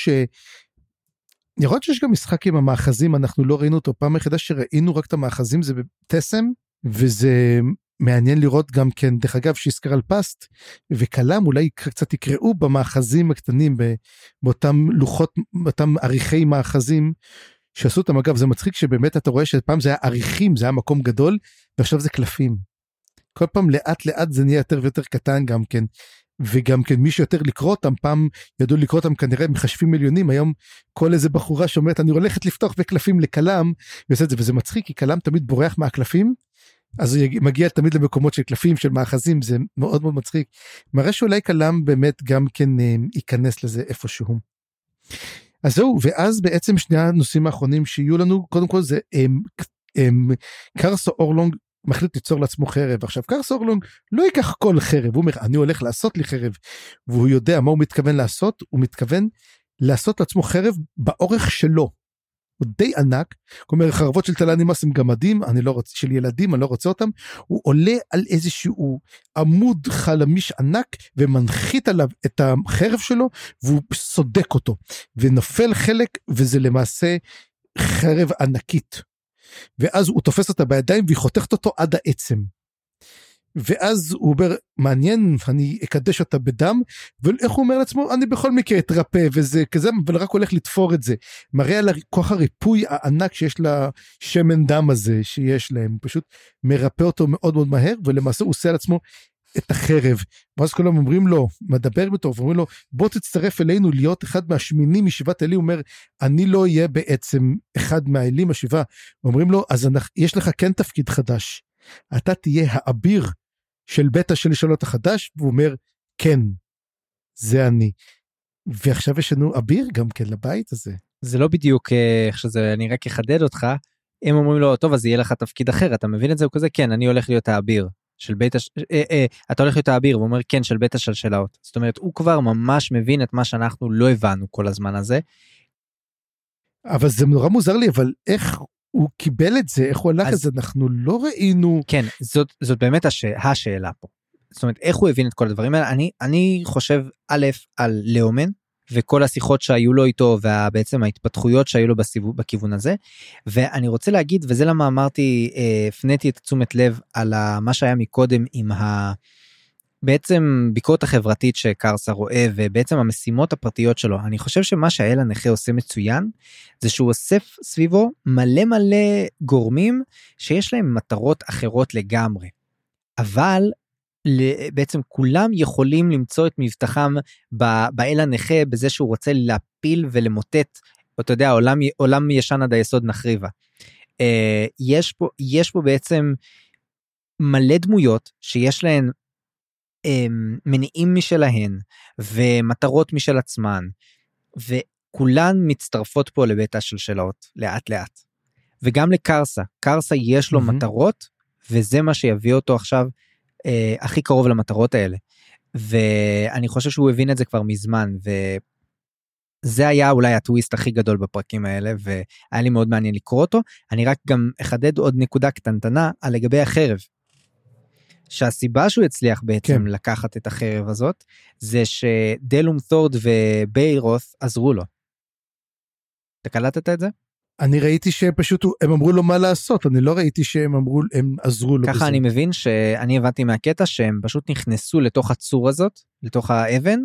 [SPEAKER 2] שיש גם משחק עם המאחזים, אנחנו לא ראינו אותו. פעם היחידה שראינו רק את המאחזים זה בטסם, וזה מעניין לראות גם כן, דרך אגב, שיזכר על פסט, וקלם אולי קצת יקראו במאחזים הקטנים, באותם לוחות, באותם עריכי מאחזים, שעשו אותם. אגב, זה מצחיק שבאמת אתה רואה שפעם זה היה עריכים, זה היה מקום גדול, ועכשיו זה קלפים. כל פעם לאט לאט זה נהיה יותר ויותר קטן גם כן, וגם כן מי שיותר לקרוא אותם, פעם ידעו לקרוא אותם כנראה מחשבים מיליונים, היום כל איזה בחורה שאומרת, אני הולכת לפתוח בקלפים לקלם, ועושה את זה, וזה מצחיק, כי קלם תמיד בורח מהקלפים, אז הוא מגיע תמיד למקומות של קלפים, של מאחזים, זה מאוד מאוד מצחיק, מראה שאולי קלם באמת גם כן ייכנס לזה איפשהו. אז זהו, ואז בעצם שני הנושאים האחרונים שיהיו לנו, קודם כל זה, קרסו אורלונג, מחליט ליצור לעצמו חרב. עכשיו קרסו אורלונג לא ייקח כל חרב, הוא אומר אני הולך לעשות לי חרב, והוא יודע מה הוא מתכוון לעשות, הוא מתכוון לעשות לעצמו חרב באורך שלו, הוא די ענק, הוא אומר חרבות של תלנימס הם גמדים, אני לא רוצה, של ילדים, אני לא רוצה אותם, הוא עולה על איזשהו עמוד חלמיש ענק, ומנחית עליו את החרב שלו, והוא סודק אותו, ונופל חלק, וזה למעשה חרב ענקית, ואז הוא תופס אותה בידיים, והיא חותכת אותו עד העצם, ואז הוא אומר, מעניין, אני אקדש אותה בדם, ואיך הוא אומר לעצמו, אני בכל מקרה אתרפא, וזה כזה, אבל רק הולך לתפור את זה, מראה על כוח הריפוי הענק שיש לשמן דם הזה, שיש להם, הוא פשוט מרפא אותו מאוד מאוד מהר, ולמעשה הוא עושה על עצמו את החרב, ואז כולם אומרים לו, מדבר איתו, ואומרים לו, בוא תצטרף אלינו, להיות אחד מהשמינים משבעת אלי, הוא אומר, אני לא אהיה בעצם אחד מהאלים השבעה, אומרים לו, אז יש לך כן תפקיד חדש, אתה תהיה האביר של בית השלשלות החדש, והוא אומר, כן, זה אני. ועכשיו יש לנו אביר גם כן לבית הזה.
[SPEAKER 3] זה לא בדיוק איך שזה, אני רק אחדד אותך, הם אומרים לו, טוב, אז יהיה לך תפקיד אחר, אתה מבין את זה? הוא כזה, כן, אני הולך להיות האביר של בית אתה הולך להיות האביר, הוא אומר, כן, של בית השלשלות. זאת אומרת, הוא כבר ממש מבין את מה שאנחנו לא הבנו כל הזמן הזה.
[SPEAKER 2] אבל זה נורא מוזר לי, אבל איך הוא קיבל את זה, איך הוא הלך את זה, אנחנו לא ראינו.
[SPEAKER 3] כן, זאת באמת השאלה פה. זאת אומרת, איך הוא הבין את כל הדברים האלה? אני חושב א' על לאומן, וכל השיחות שהיו לו איתו, ובעצם ההתפתחויות שהיו לו בכיוון הזה, ואני רוצה להגיד, וזה למה אמרתי, הפניתי את תשומת לב על מה שהיה מקודם עם בעצם ביקורת החברתית שקרסה רואה, ובעצם המשימות הפרטיות שלו. אני חושב שמה שהאל הנכה עושה מצוין, זה שהוא אוסף סביבו מלא גורמים, שיש להם מטרות אחרות לגמרי. אבל בעצם כולם יכולים למצוא את מבטחם באל הנכה, בזה שהוא רוצה להפיל ולמוטט, אתה יודע, עולם ישן עד היסוד נחריבה. יש פה בעצם מלא דמויות, שיש להן מניעים משלהן, ומטרות משל עצמן, וכולן מצטרפות פה לבית השלשלות, לאט לאט. וגם לקרסה, קרסה יש לו מטרות, וזה מה שיביא אותו עכשיו, הכי קרוב למטרות האלה. ואני חושב שהוא הבין את זה כבר מזמן, וזה היה אולי הטוויסט הכי גדול בפרקים האלה, והיה לי מאוד מעניין לקרוא אותו. אני רק גם אחדד עוד נקודה קטנטנה, על לגבי החרב. שהסיבה שהוא הצליח בעצם לקחת את החרב הזאת, זה שדלום תורד וביירות עזרו לו. אתה קלטת את זה?
[SPEAKER 2] אני ראיתי שפשוט הם אמרו לו מה לעשות, אני לא ראיתי שהם עזרו לו.
[SPEAKER 3] ככה אני מבין שאני הבנתי מהקטע שהם פשוט נכנסו לתוך הצור הזאת, לתוך האבן,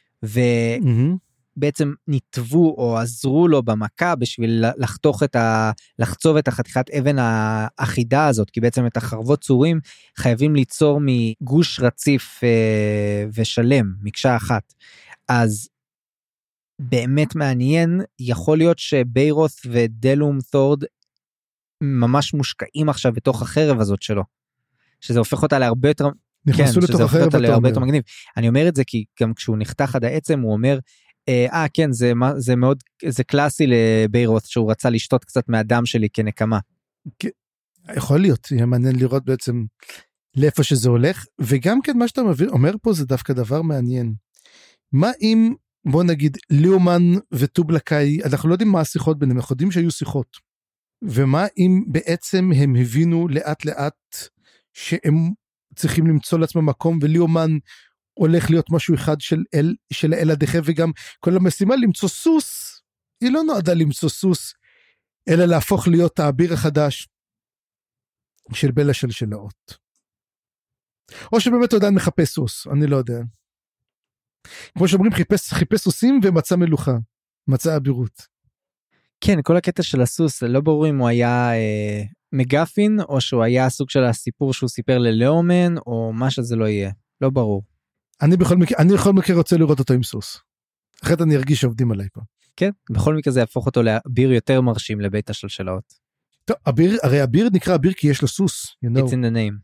[SPEAKER 3] ובעצם נתבו או עזרו לו במכה בשביל לחצוב את החתיכת אבן האחידה הזאת, כי בעצם את החרבות צורים חייבים ליצור מגוש רציף ושלם, מקשה אחת. אז באמת מעניין, יכול להיות שביירות ודלום תורד ממש מושקעים עכשיו בתוך החרב הזאת שלו, שזה הופך אותה להרבה יותר,
[SPEAKER 2] נכנסו לתוך החרב
[SPEAKER 3] להרבה יותר מגניב. אני אומר את זה כי גם כשהוא נחתך עד העצם, הוא אומר, כן, זה מאוד, זה קלאסי לביירות, שהוא רצה לשתות קצת מהדם שלי כנקמה.
[SPEAKER 2] יכול להיות, יהיה מעניין לראות בעצם לאיפה שזה הולך, וגם כן מה שאתה אומר פה זה דווקא דבר מעניין. מה אם, בוא נגיד, ליאומן וטובלקאי, אנחנו לא יודעים מה השיחות ביניהם, אנחנו יודעים שהיו שיחות. ומה אם בעצם הם הבינו לאט לאט שהם צריכים למצוא לעצמם מקום, וליאומן הולך להיות משהו אחד של אל הדחה, וגם כל המשימה למצוא סוס, היא לא נועדה למצוא סוס, אלא להפוך להיות האביר החדש של בל השלשלאות. או שבאמת עדיין מחפש סוס, אני לא יודע. כמו שאומרים, חיפש סוסים ומצא מלוכה, מצא אבירות.
[SPEAKER 3] כן, כל הקטע של הסוס, לא ברור אם הוא היה מגפין, או שהוא היה סוג של הסיפור שהוא סיפר ללאומן, או מה שזה לא יהיה, לא ברור.
[SPEAKER 2] אני בכל מקרה רוצה לראות אותו עם סוס. אחרת אני ארגיש שעובדים עליי פה. כן,
[SPEAKER 3] בכל מקרה זה יהפוך אותו לאביר יותר מרשים לבית השלשלאות.
[SPEAKER 2] טוב, הרי אביר נקרא אביר כי יש לו סוס.
[SPEAKER 3] It's in the name.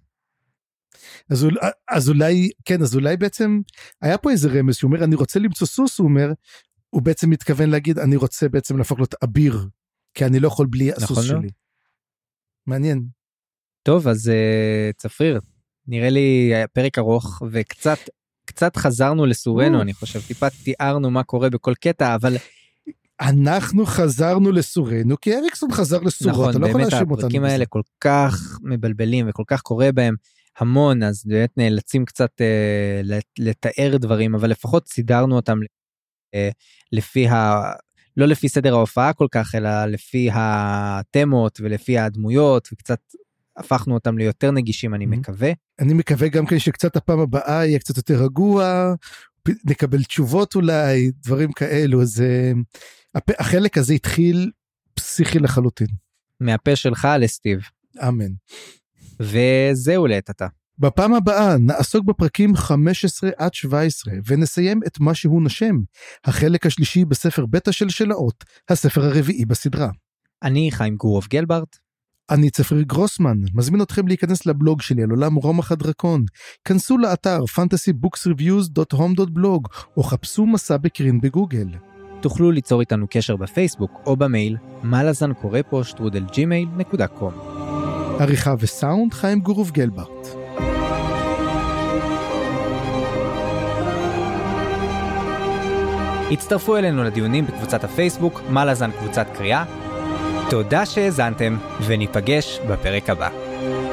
[SPEAKER 2] אז אולי בעצם, היה פה איזה רמז שהוא אומר, אני רוצה למצוא סוס, הוא בעצם מתכוון להגיד, אני רוצה בעצם להפוך לו את אביר, כי אני לא יכול בלי הסוס שלי. מעניין.
[SPEAKER 3] טוב, אז צפריר, נראה לי פרק ארוך, וקצת חזרנו לסורנו, אני חושב, טיפה תיארנו מה קורה בכל קטע, אבל...
[SPEAKER 2] אנחנו חזרנו לסורנו, כי אריקסון חזר לסורו,
[SPEAKER 3] נכון,
[SPEAKER 2] אתה לא יכול להאשים אותנו.
[SPEAKER 3] באמת הפרקים האלה כל כך מבלבלים, וכל כך קורה בהם המון, אז באמת נאלצים קצת לתאר דברים, אבל לפחות סידרנו אותם לפי לא לפי סדר ההופעה כל כך, אלא לפי התמות ולפי הדמויות, וקצת הפכנו אותם ליותר נגישים, אני מקווה.
[SPEAKER 2] אני מקווה גם כן שקצת הפעם הבאה יהיה קצת יותר רגוע, נקבל תשובות אולי, דברים כאלו, אז החלק הזה התחיל פסיכי לחלוטין.
[SPEAKER 3] מהפה שלך לסטיב.
[SPEAKER 2] אמן.
[SPEAKER 3] וזהו לעת עתה.
[SPEAKER 2] בפעם הבאה נעסוק בפרקים 15 עד 17, ונסיים את מה שהוא נשם, החלק השלישי בספר בית השלשלאות, הספר הרביעי בסדרה.
[SPEAKER 3] אני חיים גורוב גלברט.
[SPEAKER 2] אני צפריר גרוסמן, מזמין אתכם להיכנס לבלוג שלי על עולם רומח הדרקון. כנסו לאתר fantasybooksreviews.home.blog, או חפשו מסע בקרין בגוגל.
[SPEAKER 3] תוכלו ליצור איתנו קשר בפייסבוק או במייל malazankorepo@gmail.com.
[SPEAKER 2] עריכה וסאונד חיים גורוב גלברט.
[SPEAKER 1] הצטרפו אלינו לדיונים בקבוצת הפייסבוק מלאזן קבוצת קריאה. תודה שהאזנתם, וניפגש בפרק הבא.